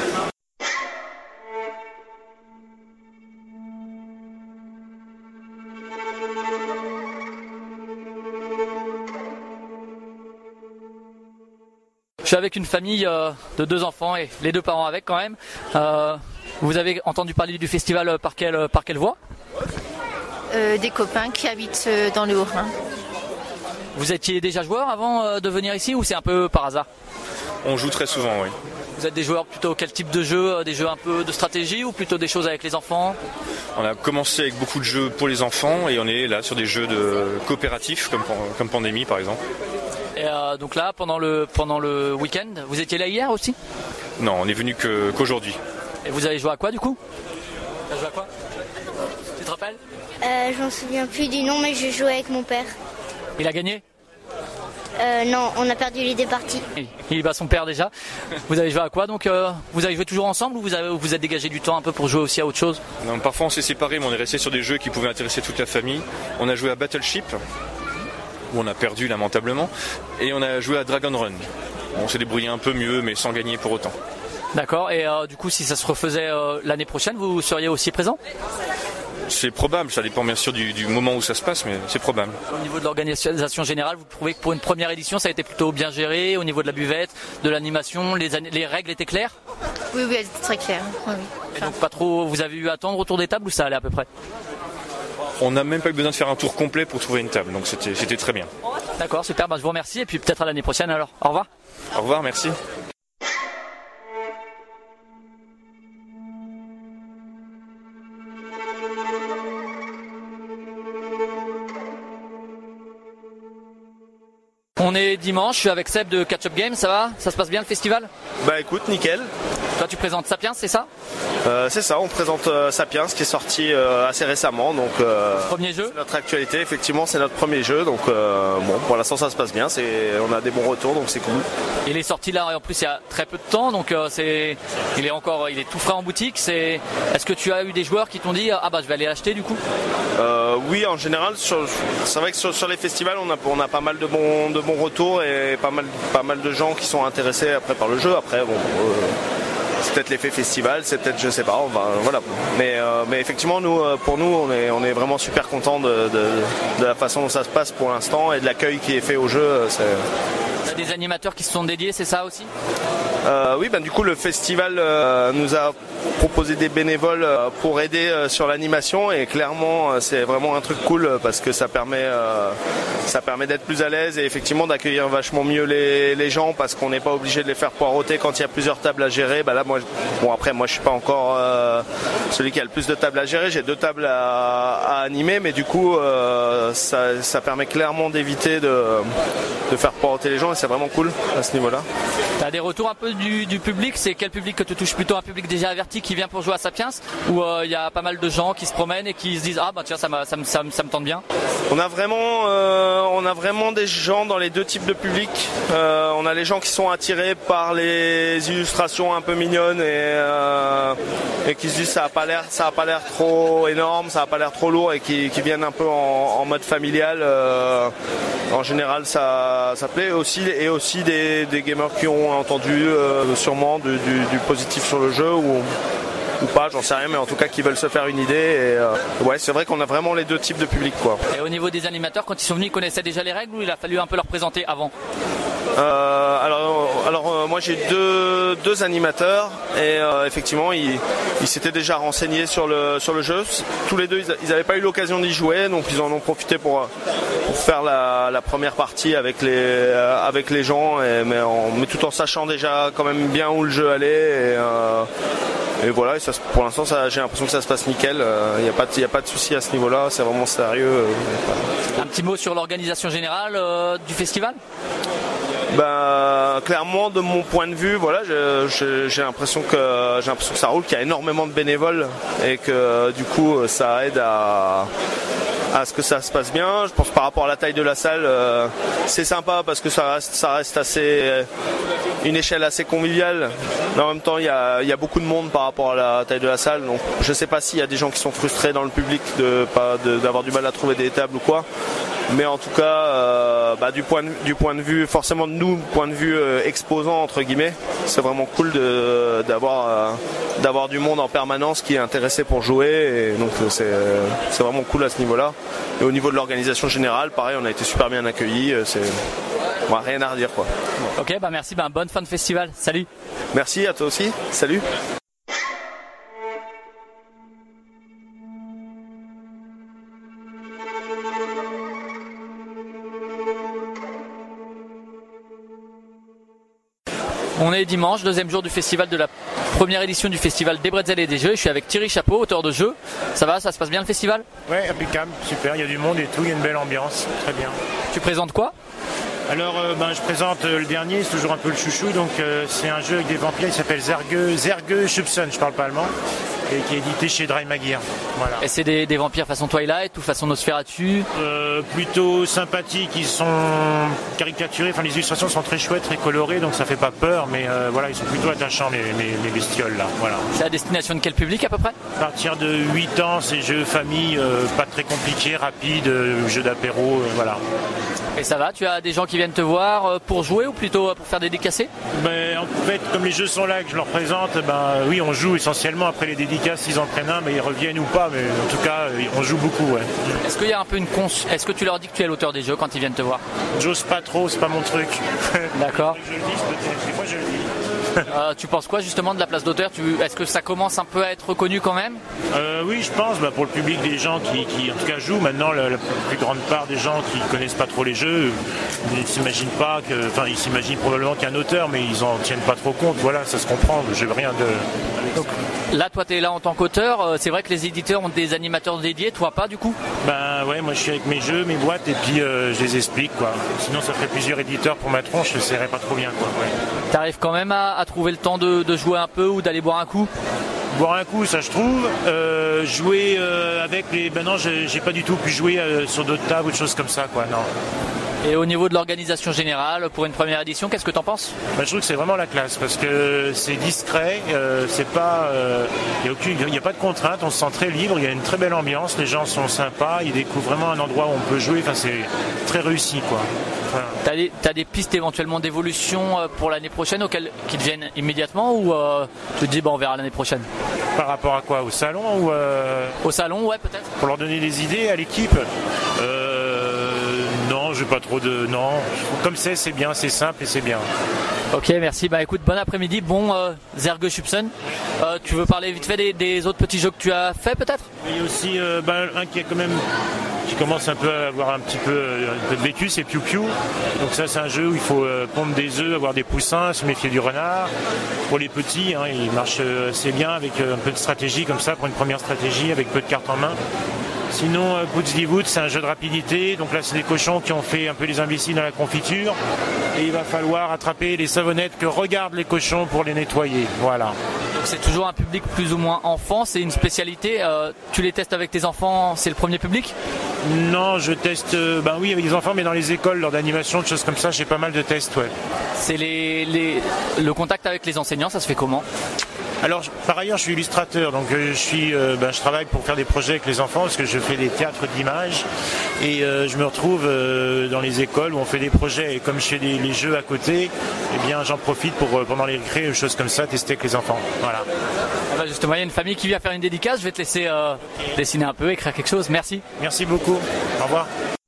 Je suis avec une famille euh, de deux enfants et les deux parents avec quand même. Euh, vous avez entendu parler du festival par quelle, par quelle voie? euh, Des copains qui habitent euh, dans le Haut-Rhin. Vous étiez déjà joueur avant euh, de venir ici, ou c'est un peu par hasard? On joue très souvent, oui. Vous êtes des joueurs plutôt quel type de jeu? Des jeux un peu de stratégie ou plutôt des choses avec les enfants? On a commencé avec beaucoup de jeux pour les enfants et on est là sur des jeux de coopératifs comme, comme Pandémie par exemple. Et euh, donc là, pendant le, pendant le week-end, vous étiez là hier aussi? Non, on est venu que, qu'aujourd'hui. Et vous avez joué à quoi du coup? Tu as joué à quoi? Tu te rappelles? euh, Je m'en souviens plus du nom, mais j'ai joué avec mon père. Il a gagné? Euh, non, on a perdu les deux parties. Il bat son père déjà. Vous avez joué à quoi donc euh, vous avez joué toujours ensemble, ou vous avez, vous êtes dégagé du temps un peu pour jouer aussi à autre chose? Non, parfois on s'est séparés, mais on est resté sur des jeux qui pouvaient intéresser toute la famille. On a joué à Battleship, où on a perdu lamentablement, et on a joué à Dragon Run. On s'est débrouillé un peu mieux, mais sans gagner pour autant. D'accord, et euh, du coup si ça se refaisait euh, l'année prochaine, vous seriez aussi présent? C'est probable, ça dépend bien sûr du, du moment où ça se passe, mais c'est probable. Au niveau de l'organisation générale, vous trouvez que pour une première édition, ça a été plutôt bien géré? Au niveau de la buvette, de l'animation, les, les règles étaient claires? Oui, oui, elles étaient très claires. Oui, oui. Et donc pas trop, vous avez eu à attendre autour des tables, ou ça allait à peu près? On n'a même pas eu besoin de faire un tour complet pour trouver une table, donc c'était, c'était très bien. D'accord, super, bah, je vous remercie, et puis peut-être à l'année prochaine alors. Au revoir. Au revoir, merci. On est dimanche, je suis avec Seb de Catch Up Games, ça va? Ça se passe bien le festival? Bah écoute, nickel. Toi tu présentes Sapiens, c'est ça? euh, C'est ça, on présente euh, Sapiens qui est sorti euh, assez récemment. Donc, euh, premier jeu? C'est notre actualité, effectivement c'est notre premier jeu. Donc euh, bon, pour l'instant ça se passe bien, c'est, on a des bons retours donc c'est cool. Il est sorti là en plus il y a très peu de temps, donc euh, c'est, il est encore, il est tout frais en boutique. C'est, est-ce que tu as eu des joueurs qui t'ont dit ah bah je vais aller l'acheter du coup? euh, Oui, en général, sur, c'est vrai que sur, sur les festivals on a, on a pas mal de bons, de bons retours et pas mal, pas mal de gens qui sont intéressés après par le jeu. Après bon. Euh, C'est peut-être l'effet festival, c'est peut-être, je sais pas, on va, voilà. Mais, euh, mais effectivement, nous, pour nous, on est, on est vraiment super contents de, de, de la façon dont ça se passe pour l'instant et de l'accueil qui est fait au jeu. C'est... T'as des animateurs qui se sont dédiés, c'est ça aussi? euh, Oui, ben du coup, le festival euh, nous a proposé des bénévoles euh, pour aider euh, sur l'animation et clairement, euh, c'est vraiment un truc cool parce que ça permet, euh, ça permet d'être plus à l'aise et effectivement d'accueillir vachement mieux les, les gens parce qu'on n'est pas obligé de les faire poireauter quand il y a plusieurs tables à gérer. Ben là, moi, bon après, moi, je suis pas encore euh, celui qui a le plus de tables à gérer. J'ai deux tables à, à animer, mais du coup, euh, ça, ça permet clairement d'éviter de, de faire poireauter les gens. C'est vraiment cool à ce niveau-là. T'as des retours un peu du, du public? C'est quel public que tu touches? Plutôt un public déjà averti qui vient pour jouer à Sapiens ou il euh, y a pas mal de gens qui se promènent et qui se disent ah bah tiens ça, ça, ça, ça me tente bien? On a vraiment, euh, on a vraiment des gens dans les deux types de publics. Euh, on a les gens qui sont attirés par les illustrations un peu mignonnes et, euh, et qui se disent ça a pas l'air, ça a pas l'air trop énorme, ça a pas l'air trop lourd et qui, qui viennent un peu en, en mode familial. Euh, en général ça, ça plaît aussi. Et aussi des, des gamers qui ont entendu euh, sûrement du, du, du positif sur le jeu ou, ou pas, j'en sais rien, mais en tout cas qui veulent se faire une idée. Et, euh, ouais, c'est vrai qu'on a vraiment les deux types de public, quoi. Et au niveau des animateurs, quand ils sont venus, ils connaissaient déjà les règles ou il a fallu un peu leur présenter avant? Euh, alors, alors euh, moi j'ai deux, deux animateurs et euh, effectivement ils, ils s'étaient déjà renseignés sur le, sur le jeu. Tous les deux ils n'avaient pas eu l'occasion d'y jouer, donc ils en ont profité pour, pour faire la, la première partie avec les, euh, avec les gens, et, mais, en, mais tout en sachant déjà quand même bien où le jeu allait. Et, euh, et voilà, et ça, pour l'instant ça, j'ai l'impression que ça se passe nickel, il euh, n'y a pas de, a pas de souci à ce niveau-là, c'est vraiment sérieux. Euh, Un petit mot sur l'organisation générale euh, du festival? Ben, clairement, de mon point de vue, voilà, je, je, j'ai l'impression que j'ai l'impression que ça roule, qu'il y a énormément de bénévoles et que du coup, ça aide à, à ce que ça se passe bien. Je pense par rapport à la taille de la salle, euh, c'est sympa parce que ça reste, ça reste assez une échelle assez conviviale. Mais en même temps, il y a, il y a beaucoup de monde par rapport à la taille de la salle. Donc, je sais pas s'il y a des gens qui sont frustrés dans le public de pas de, d'avoir du mal à trouver des tables ou quoi. Mais en tout cas, euh, bah, du, point de, du point de vue, forcément de nous, point de vue euh, exposant entre guillemets, c'est vraiment cool de, d'avoir, euh, d'avoir du monde en permanence qui est intéressé pour jouer. Et donc c'est, c'est vraiment cool à ce niveau-là. Et au niveau de l'organisation générale, pareil, on a été super bien accueillis. C'est bon, rien à redire, quoi. Ok, bah merci, bah, bonne fin de festival. Salut. Merci à toi aussi. Salut. On est dimanche, deuxième jour du festival, de la première édition du festival des bretzels et des jeux. Je suis avec Thierry Chapeau, auteur de jeux. Ça va, ça se passe bien le festival? Ouais, impeccable, super, il y a du monde et tout, il y a une belle ambiance, très bien. Tu présentes quoi? Alors, euh, ben, je présente euh, le dernier, c'est toujours un peu le chouchou, donc euh, c'est un jeu avec des vampires, il s'appelle Zerge, Zerge Schubsen, je parle pas allemand, et qui est édité chez Dry Magir. Voilà. Et c'est des, des vampires façon Twilight ou façon Nosferatu? euh, Plutôt sympathiques, ils sont caricaturés, enfin les illustrations sont très chouettes, très colorées, donc ça fait pas peur, mais euh, voilà, ils sont plutôt attachants les, les, les bestioles là. Voilà. C'est à destination de quel public à peu près? À partir de huit ans, c'est jeux famille, euh, pas très compliqués, rapides, euh, jeux d'apéro, euh, voilà. Et ça va, tu as des gens qui viennent te voir pour jouer ou plutôt pour faire des dédicacés? Ben, en fait, comme les jeux sont là que je leur présente, ben, oui, on joue essentiellement. Après les dédicaces, ils en prennent un, mais ils reviennent ou pas. Mais en tout cas, on joue beaucoup. Ouais. Est-ce qu'il y a un peu une cons... Est-ce que tu leur dis que tu es l'auteur des jeux quand ils viennent te voir? J'ose pas trop, c'est pas mon truc. D'accord. Je le dis, peut-être. Des fois, je le dis. Euh, tu penses quoi justement de la place d'auteur? tu... Est-ce que ça commence un peu à être reconnu quand même? euh, Oui, je pense, bah, pour le public des gens qui, qui en tout cas jouent. Maintenant, la, la plus grande part des gens qui connaissent pas trop les jeux, ils ne s'imaginent pas que, enfin, ils s'imaginent probablement qu'il y a un auteur, mais ils en tiennent pas trop compte. Voilà, ça se comprend. J'ai rien de. Donc, là, toi, tu es là en tant qu'auteur. C'est vrai que les éditeurs ont des animateurs dédiés, toi pas du coup? Ben ouais, moi je suis avec mes jeux, mes boîtes, et puis euh, je les explique quoi. Sinon, ça ferait plusieurs éditeurs pour ma tronche, je ne saurais pas trop bien quoi. Ouais. T'arrives quand même à, à trouver le temps de, de jouer un peu ou d'aller boire un coup? Boire un coup, ça je trouve. Euh, jouer euh, avec les... Ben non, j'ai, j'ai pas du tout pu jouer euh, sur d'autres tables ou des choses comme ça, quoi, non. Et au niveau de l'organisation générale, pour une première édition, qu'est-ce que t'en penses? Ben, je trouve que c'est vraiment la classe, parce que c'est discret, euh, c'est pas... Il euh, n'y a, a pas de contraintes, on se sent très libre, il y a une très belle ambiance, les gens sont sympas, ils découvrent vraiment un endroit où on peut jouer, enfin c'est très réussi, quoi. Enfin... T'as des, t'as des pistes éventuellement d'évolution pour l'année prochaine auxquelles qui te viennent immédiatement ou euh, tu te dis, bon, on verra l'année prochaine? Par rapport à quoi? Au salon ou euh... Au salon, ouais, peut-être. Pour leur donner des idées à l'équipe euh... Non, j'ai pas trop de... Non, comme c'est, c'est bien, c'est simple et c'est bien. Ok, merci. Bah écoute, bon après-midi, bon euh, Zerge-Schubsen. Euh, tu veux parler vite fait des, des autres petits jeux que tu as fait peut-être? Il y a aussi euh, bah, un qui est quand même... qui commence un peu à avoir un petit peu, un peu de vécu, c'est Piu Piu. Donc ça c'est un jeu où il faut euh, pondre des œufs, avoir des poussins, se méfier du renard. Pour les petits, hein, il marche assez bien avec euh, un peu de stratégie comme ça, pour une première stratégie avec peu de cartes en main. Sinon, euh, Boots the Woods, c'est un jeu de rapidité. Donc là, c'est des cochons qui ont fait un peu les imbéciles dans la confiture. Et il va falloir attraper les savonnettes que regardent les cochons pour les nettoyer. Voilà. Donc c'est toujours un public plus ou moins enfant, c'est une spécialité. Euh, tu les testes avec tes enfants, c'est le premier public? Non, je teste, euh, ben oui, avec les enfants, mais dans les écoles, lors d'animation, de choses comme ça, j'ai pas mal de tests, ouais. C'est les, les, le contact avec les enseignants, ça se fait comment? Alors, par ailleurs, je suis illustrateur, donc euh, je, suis, euh, ben, je travaille pour faire des projets avec les enfants, parce que je fais des théâtres d'images, et euh, je me retrouve euh, dans les écoles où on fait des projets, et comme je fais des, les jeux à côté, eh bien, j'en profite pour, euh, pendant les récrés, des choses comme ça, tester avec les enfants. Voilà. Ah bah justement, il y a une famille qui vient faire une dédicace, je vais te laisser euh, dessiner un peu, écrire quelque chose. Merci. Merci beaucoup. Au revoir.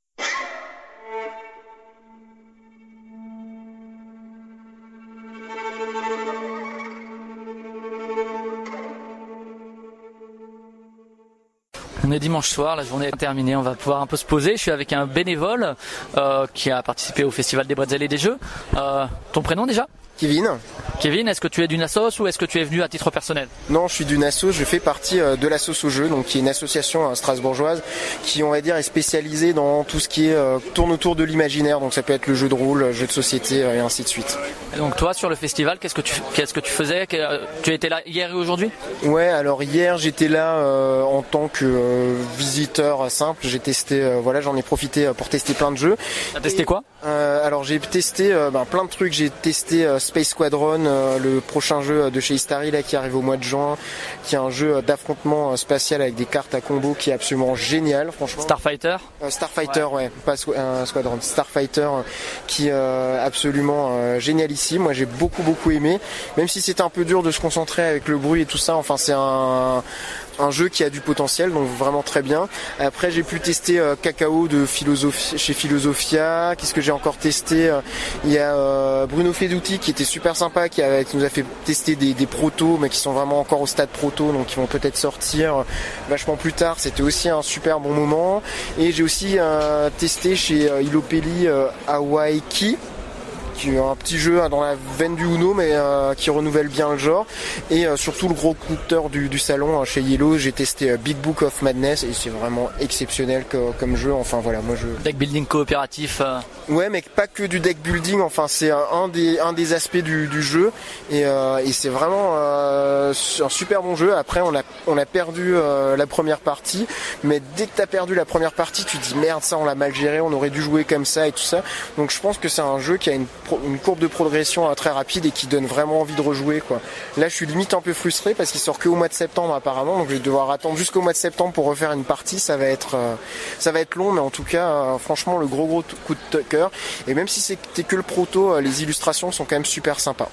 On est dimanche soir, la journée est terminée, on va pouvoir un peu se poser. Je suis avec un bénévole euh, qui a participé au Festival des Bretzels et des Jeux. Euh, ton prénom déjà? Kevin. Kevin, est-ce que tu es d'une assos ou est-ce que tu es venu à titre personnel? Non, je suis d'une assos, je fais partie de l'assos au jeu, donc qui est une association strasbourgeoise qui, on va dire, est spécialisée dans tout ce qui est, euh, tourne autour de l'imaginaire, donc ça peut être le jeu de rôle, le jeu de société et ainsi de suite. Et donc toi, sur le festival, qu'est-ce que tu, qu'est-ce que tu faisais? Tu étais là hier et aujourd'hui? Ouais, alors hier j'étais là euh, en tant que euh, visiteur simple, j'ai testé, euh, voilà, j'en ai profité pour tester plein de jeux. T'as testé quoi? euh, Alors j'ai testé euh, ben, plein de trucs, j'ai testé euh, Space Squadron, euh, le prochain jeu de chez Istari là, qui arrive au mois de juin, qui est un jeu d'affrontement spatial avec des cartes à combo qui est absolument génial, franchement. Starfighter euh, Starfighter, ouais, ouais pas squ- euh, Squadron, Starfighter, euh, qui est euh, absolument euh, génialissime. Moi j'ai beaucoup beaucoup aimé, même si c'était un peu dur de se concentrer avec le bruit et tout ça, enfin c'est un... un jeu qui a du potentiel, donc vraiment très bien. Après j'ai pu tester euh, Cacao de Philosophie, chez Philosophia. Qu'est-ce que j'ai encore testé? Il y a euh, Bruno Feduti qui était super sympa, qui, a, qui nous a fait tester des, des protos, mais qui sont vraiment encore au stade proto, donc qui vont peut-être sortir vachement plus tard. C'était aussi un super bon moment. Et j'ai aussi euh, testé chez euh, Ilopelli euh, Hawaii Key, qui est un petit jeu dans la veine du Uno, mais euh, qui renouvelle bien le genre. Et euh, surtout le gros coup de cœur du, du salon, hein, chez Yellow, j'ai testé euh, Big Book of Madness et c'est vraiment exceptionnel que, comme jeu. Enfin voilà, moi je... Deck building coopératif. Euh... Ouais, mais pas que du deck building. Enfin c'est un, un des un des aspects du, du jeu et, euh, et c'est vraiment euh, un super bon jeu. Après on a on a perdu euh, la première partie, mais dès que t'as perdu la première partie, tu te dis merde, ça on l'a mal géré, on aurait dû jouer comme ça et tout ça. Donc je pense que c'est un jeu qui a une une courbe de progression très rapide et qui donne vraiment envie de rejouer, quoi. Là je suis limite un peu frustré parce qu'il sort que au mois de septembre apparemment, donc je vais devoir attendre jusqu'au mois de septembre pour refaire une partie. Ça va être euh, ça va être long, mais en tout cas euh, franchement le gros gros coup de cœur. Et même si c'était que le proto, euh, les illustrations sont quand même super sympas.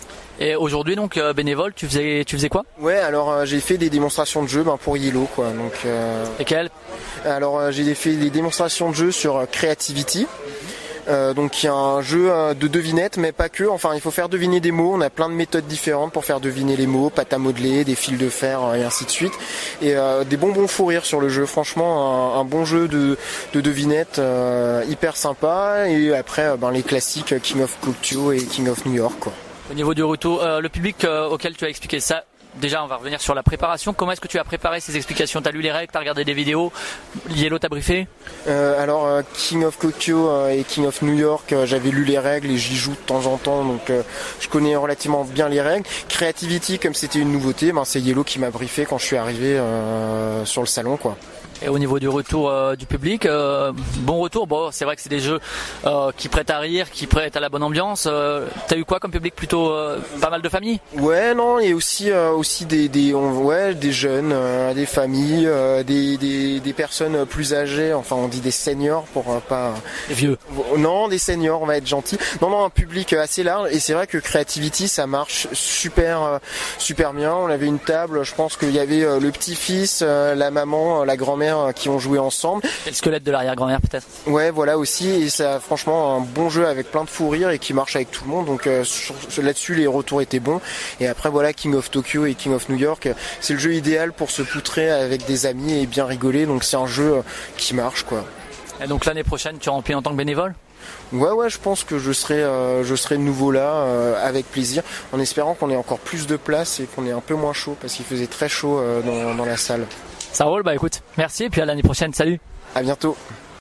Et aujourd'hui donc euh, bénévole, tu faisais tu faisais quoi? Ouais, alors euh, j'ai fait des démonstrations de jeux ben, pour Yellow, quoi. Donc euh... Et quelles? Alors euh, j'ai fait des démonstrations de jeux sur euh, Creativity. Euh, donc il y a un jeu euh, de devinettes, mais pas que. Enfin, il faut faire deviner des mots. On a plein de méthodes différentes pour faire deviner les mots, pâte à modeler, des fils de fer euh, et ainsi de suite. Et euh, des bonbons fou rire sur le jeu. Franchement, un, un bon jeu de, de devinettes euh, hyper sympa. Et après, euh, ben, les classiques King of Tokyo et King of New York, quoi. Au niveau du retour, euh, le public euh, auquel tu as expliqué ça, déjà on va revenir sur la préparation. Comment est-ce que tu as préparé ces explications? T'as lu les règles, t'as regardé des vidéos, Yellow t'a briefé? euh, Alors euh, King of Tokyo euh, et King of New York, euh, j'avais lu les règles et j'y joue de temps en temps, donc euh, je connais relativement bien les règles. Creativity, comme c'était une nouveauté, ben, c'est Yellow qui m'a briefé quand je suis arrivé euh, sur le salon, quoi. Et au niveau du retour euh, du public, euh, bon retour. Bon, c'est vrai que c'est des jeux euh, qui prêtent à rire, qui prêtent à la bonne ambiance. Euh, T'as eu quoi comme public? Plutôt euh, pas mal de familles? Ouais, non, il y a aussi euh, aussi des des on, ouais des jeunes, euh, des familles, euh, des, des des personnes plus âgées. Enfin, on dit des seniors pour euh, pas des vieux. Non, des seniors, on va être gentil. Non, non, un public assez large. Et c'est vrai que Creativity, ça marche super euh, super bien. On avait une table. Je pense qu'il y avait euh, le petit-fils, euh, la maman, euh, la grand-mère qui ont joué ensemble. Et le squelette de l'arrière-grand-mère peut-être. Ouais, voilà aussi, et ça franchement un bon jeu avec plein de fou rire et qui marche avec tout le monde, donc euh, sur, là-dessus les retours étaient bons. Et après voilà, King of Tokyo et King of New York, c'est le jeu idéal pour se poutrer avec des amis et bien rigoler, donc c'est un jeu qui marche, quoi. Et donc l'année prochaine tu remplis en tant que bénévole? Ouais ouais, je pense que je serai euh, je serai de nouveau là euh, avec plaisir, en espérant qu'on ait encore plus de place et qu'on ait un peu moins chaud, parce qu'il faisait très chaud euh, dans, dans la salle. Ça roule, bah écoute, merci et puis à l'année prochaine, salut. À bientôt.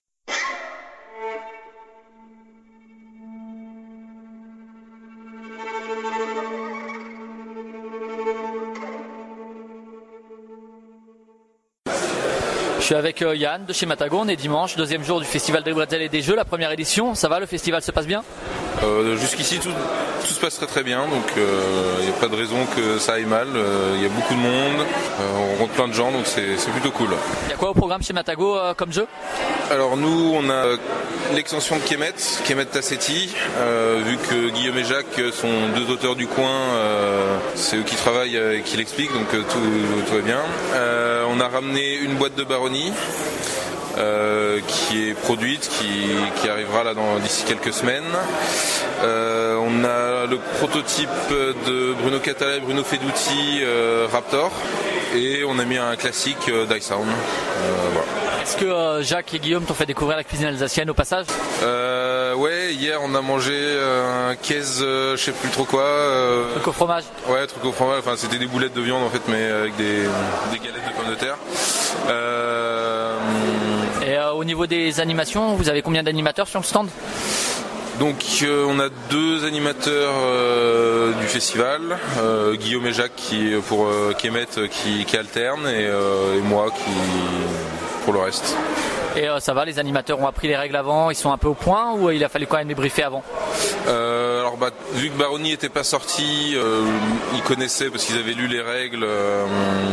Je suis avec euh, Yann de chez Matago, on est dimanche, deuxième jour du festival des bretzels et des jeux, la première édition. Ça va, le festival se passe bien? euh, Jusqu'ici tout, tout se passe très très bien, donc il euh, n'y a pas de raison que ça aille mal. Il euh, y a beaucoup de monde, euh, on rencontre plein de gens, donc c'est, c'est plutôt cool. Il y a quoi au programme chez Matago euh, comme jeu? Alors nous on a l'extension de Kemet, Kemet Tassetti, euh, vu que Guillaume et Jacques sont deux auteurs du coin, euh, c'est eux qui travaillent et qui l'expliquent, donc euh, tout, tout va bien. Euh, on a ramené une boîte de Baronnie Euh, qui est produite, qui, qui arrivera là dans, d'ici quelques semaines. Euh, on a le prototype de Bruno Catala et Bruno Feduti, euh, Raptor, et on a mis un classique euh, d'Icehound. Euh, voilà. Est-ce que euh, Jacques et Guillaume t'ont fait découvrir la cuisine alsacienne au passage? euh, Ouais, hier on a mangé un caisse, euh, je sais plus trop quoi. Euh, truc au fromage. Ouais, truc au fromage. Enfin, c'était des boulettes de viande en fait, mais avec des, des galettes de pommes de terre. Euh, Et euh, au niveau des animations, vous avez combien d'animateurs sur le stand? Donc euh, on a deux animateurs euh, du festival, euh, Guillaume et Jacques qui pour euh, Kemet qui, qui alternent et, euh, et moi qui pour le reste. Et euh, ça va, les animateurs ont appris les règles avant, ils sont un peu au point, ou euh, il a fallu quand même les briefer avant? euh, Alors bah, vu que Baroni n'était pas sorti, euh, ils connaissaient parce qu'ils avaient lu les règles euh,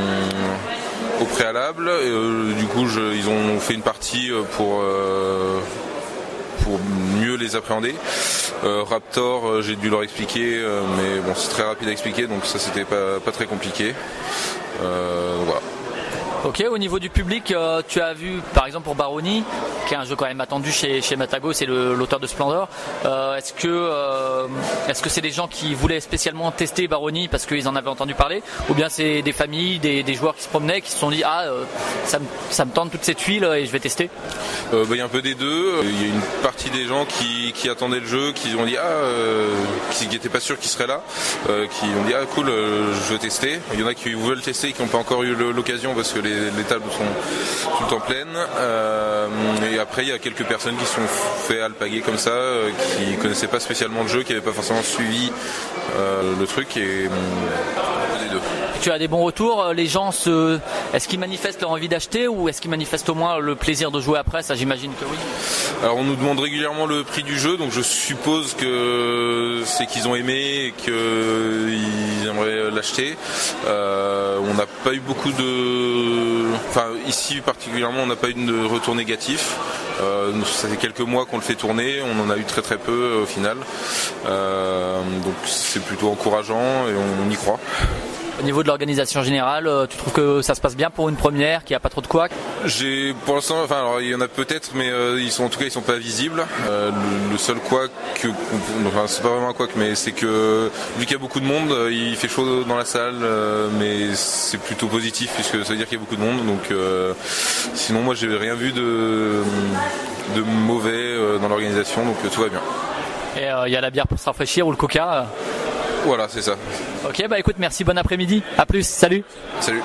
au préalable. Et, euh, du coup je, ils ont fait une partie pour... Euh, pour mieux les appréhender. Euh, Raptor, euh, j'ai dû leur expliquer, euh, mais bon, c'est très rapide à expliquer, donc ça c'était pas, pas très compliqué. Euh, voilà. Ok, au niveau du public, euh, tu as vu par exemple pour Baroni, qui est un jeu quand même attendu chez, chez Matago, c'est le, l'auteur de Splendor. Euh, est-ce que euh, est-ce que c'est des gens qui voulaient spécialement tester Baroni parce qu'ils en avaient entendu parler, ou bien c'est des familles, des, des joueurs qui se promenaient, qui se sont dit ah euh, ça, me, ça me tente toute cette huile et je vais tester? euh, bah, y a un peu des deux. Il y a une partie des gens qui, qui attendaient le jeu, qui ont dit ah euh, qui n'étaient pas sûrs qu'il serait là, euh, qui ont dit ah cool, euh, je veux tester. Il y en a qui veulent tester et qui n'ont pas encore eu l'occasion parce que les Les, les tables sont tout le temps pleines. Euh, et après, il y a quelques personnes qui se sont fait alpaguer comme ça, euh, qui connaissaient pas spécialement le jeu, qui n'avaient pas forcément suivi euh, le truc, et euh, les deux. Tu as des bons retours, les gens se... est-ce qu'ils manifestent leur envie d'acheter, ou est-ce qu'ils manifestent au moins le plaisir de jouer après? Ça, j'imagine que oui. Alors on nous demande régulièrement le prix du jeu, donc je suppose que c'est qu'ils ont aimé et qu'ils aimeraient l'acheter. Euh, on n'a pas eu beaucoup de... Enfin ici particulièrement on n'a pas eu de retour négatif. Euh, ça fait quelques mois qu'on le fait tourner, on en a eu très très peu euh, au final. Euh, donc c'est plutôt encourageant et on, on y croit. Au niveau de l'organisation générale, tu trouves que ça se passe bien pour une première, qu'il n'y a pas trop de couacs? J'ai, pour l'instant, enfin, alors, il y en a peut-être, mais euh, ils sont, en tout cas, ils sont pas visibles. Euh, le, le seul couac, que, enfin, c'est pas vraiment un couac, mais c'est que vu qu'il y a beaucoup de monde, il fait chaud dans la salle, euh, mais c'est plutôt positif puisque ça veut dire qu'il y a beaucoup de monde. Donc, euh, sinon, moi, j'ai rien vu de, de mauvais euh, dans l'organisation, donc tout va bien. Et il euh, y a la bière pour se rafraîchir ou le coca? Voilà, c'est ça. Ok, bah écoute, merci, bon après-midi. À plus, salut. Salut.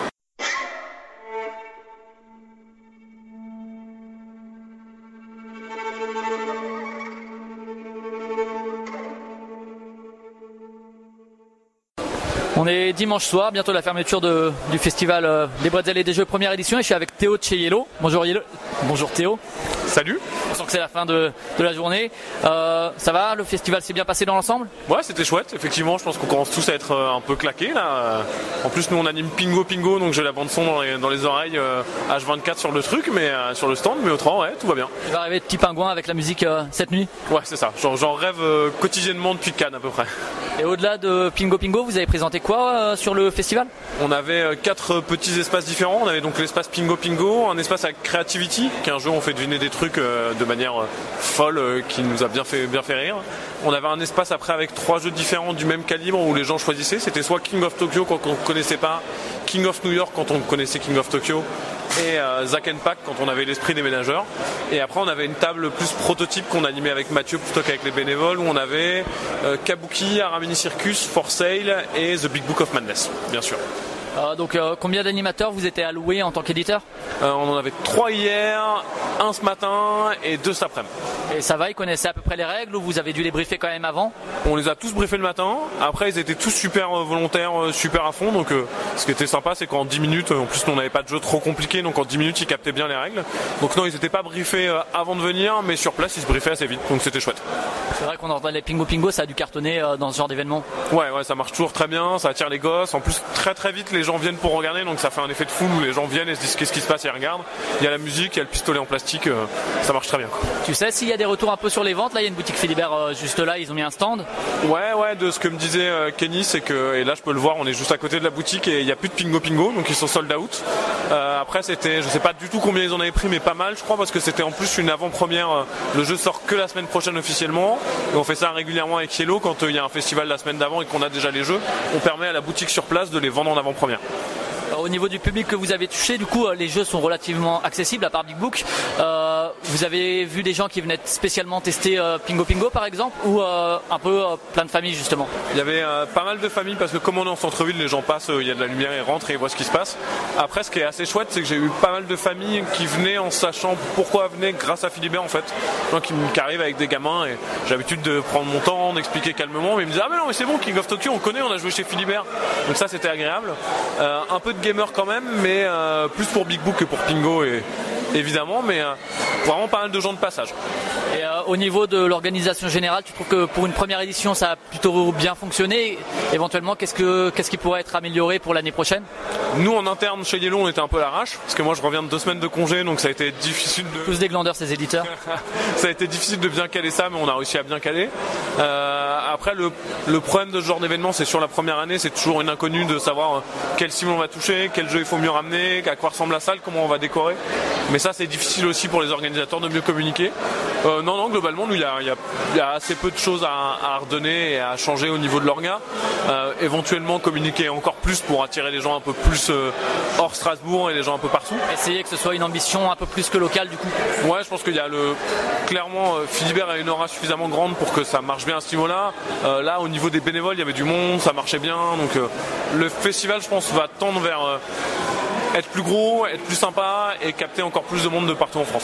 On est dimanche soir, bientôt la fermeture de, du festival euh, des bretzels et des jeux première édition et je suis avec Théo de chez Yellow. Bonjour Yellow. Bonjour Théo. Salut. On sent que c'est la fin de, de la journée. Euh, ça va, le festival s'est bien passé dans l'ensemble ? Ouais, c'était chouette. Effectivement, je pense qu'on commence tous à être euh, un peu claqués là. En plus, nous on anime Pingo Pingo, donc j'ai la bande son dans les, dans les oreilles euh, H vingt-quatre sur le truc, mais euh, sur le stand, mais autrement, ouais, tout va bien. Il va arriver Petit Pingouin avec la musique euh, cette nuit ? Ouais, c'est ça. J'en, j'en rêve euh, quotidiennement depuis Cannes à peu près. Et au-delà de Pingo Pingo, vous avez présenté quoi euh, sur le festival ? On avait euh, quatre petits espaces différents. On avait donc l'espace Pingo Pingo, un espace avec Creativity, qui est un jeu où on fait deviner des trucs euh, de manière euh, folle, euh, qui nous a bien fait, bien fait rire. On avait un espace après avec trois jeux différents du même calibre où les gens choisissaient. C'était soit King of Tokyo quand on ne connaissait pas, King of New York quand on connaissait King of Tokyo, et euh, Zack and Pack quand on avait l'esprit des ménageurs. Et après on avait une table plus prototype qu'on animait avec Mathieu plutôt qu'avec les bénévoles, où on avait euh, Kabuki, Aramini Circus, For Sale et The Big Book of Madness, bien sûr. Euh, donc euh, combien d'animateurs vous étiez alloués en tant qu'éditeur ? euh, On en avait trois hier, un ce matin et deux cet après-midi. Et ça va, ils connaissaient à peu près les règles ou vous avez dû les briefer quand même avant ? On les a tous briefés le matin. Après ils étaient tous super euh, volontaires, euh, super à fond. Donc euh, ce qui était sympa c'est qu'en dix minutes, euh, en plus nous on n'avait pas de jeu trop compliqué, donc en dix minutes ils captaient bien les règles. Donc non, ils n'étaient pas briefés euh, avant de venir, mais sur place ils se briefaient assez vite, donc c'était chouette. C'est vrai qu'on entend les Pingo Pingo, ça a dû cartonner euh, dans ce genre d'événement. Ouais, ouais, ça marche toujours très bien, ça attire les gosses. En plus très très vite les gens viennent pour regarder, donc ça fait un effet de foule où les gens viennent et se disent qu'est-ce qui se passe et ils regardent. Il y a la musique, il y a le pistolet en plastique, euh, ça marche très bien, quoi. Tu sais s'il y a des retours un peu sur les ventes, là il y a une boutique Philibert euh, juste là, ils ont mis un stand. Ouais, ouais, de ce que me disait euh, Kenny, c'est que, et là je peux le voir, on est juste à côté de la boutique et il n'y a plus de Pingo Pingo, donc ils sont sold out. Euh, après c'était, je sais pas du tout combien ils en avaient pris, mais pas mal je crois, parce que c'était en plus une avant-première. Euh, le jeu sort que la semaine prochaine officiellement, et on fait ça régulièrement avec Yellow quand il euh, y a un festival la semaine d'avant et qu'on a déjà les jeux, on permet à la boutique sur place de les vendre en avant-première. Au niveau du public que vous avez touché, du coup, les jeux sont relativement accessibles à part Big Book. Euh, vous avez vu des gens qui venaient spécialement tester euh, Pingo Pingo par exemple, ou euh, un peu euh, plein de familles justement ? Il y avait euh, pas mal de familles parce que comme on est en centre-ville, les gens passent, il euh, y a de la lumière, ils rentrent et ils voient ce qui se passe. Après, ce qui est assez chouette, c'est que j'ai eu pas mal de familles qui venaient en sachant pourquoi venaient grâce à Philibert en fait. Des gens qui, qui arrivent avec des gamins et j'ai l'habitude de prendre mon temps, d'expliquer calmement, mais ils me disent ah mais non mais c'est bon, King of Tokyo on connaît, on a joué chez Philibert. Donc ça c'était agréable. Euh, un peu de gamer quand même, mais euh, plus pour Big Book que pour Pingo et, évidemment, mais euh, vraiment pas mal de gens de passage. Et euh, au niveau de l'organisation générale, tu trouves que pour une première édition ça a plutôt bien fonctionné ? Éventuellement, qu'est-ce, que, qu'est-ce qui pourrait être amélioré pour l'année prochaine ? Nous en interne chez Yellow on était un peu à l'arrache, parce que moi je reviens de deux semaines de congé, donc ça a été difficile de... Tous des glandeurs ces éditeurs. Ça a été difficile de bien caler ça, mais on a réussi à bien caler. Euh, après le, le problème de ce genre d'événement, c'est sur la première année, c'est toujours une inconnue de savoir quelle cible on va toucher, quel jeu il faut mieux ramener, à quoi ressemble la salle, comment on va décorer. Mais ça c'est difficile aussi pour les organisateurs de mieux communiquer. Euh, non, non, globalement, nous, il y a, y, a, y a assez peu de choses à, à redonner et à changer au niveau de l'orga. Euh, éventuellement, communiquer encore plus pour attirer les gens un peu plus euh, hors Strasbourg et les gens un peu partout. Essayer que ce soit une ambition un peu plus que locale, du coup. Ouais, je pense qu'il y a le... Clairement, euh, Philibert a une aura suffisamment grande pour que ça marche bien à ce niveau-là. Euh, là, au niveau des bénévoles, il y avait du monde, ça marchait bien. Donc, euh, le festival, je pense, va tendre vers... Euh, être plus gros, être plus sympa et capter encore plus de monde de partout en France.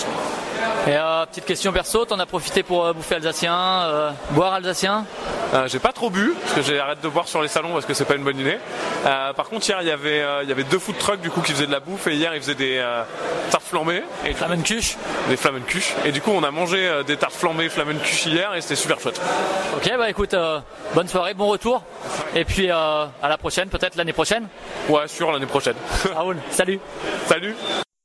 Et euh, petite question perso, t'en as profité pour euh, bouffer alsacien, euh, boire alsacien ? euh, J'ai pas trop bu, parce que j'ai arrêté de boire sur les salons parce que c'est pas une bonne idée. Euh, par contre hier il y avait euh, il y avait deux food trucks du coup qui faisaient de la bouffe, et hier ils faisaient des euh, tartes flambées. Et Flammenkuche. Des Flammenkuche. Et du coup on a mangé euh, des tartes flambées Flammenkuche hier et c'était super chouette. Ok, bah écoute, euh, bonne soirée, bon retour. Et puis euh, à la prochaine, peut-être l'année prochaine. Ouais, sûr, l'année prochaine. Raoul, salut. Salut.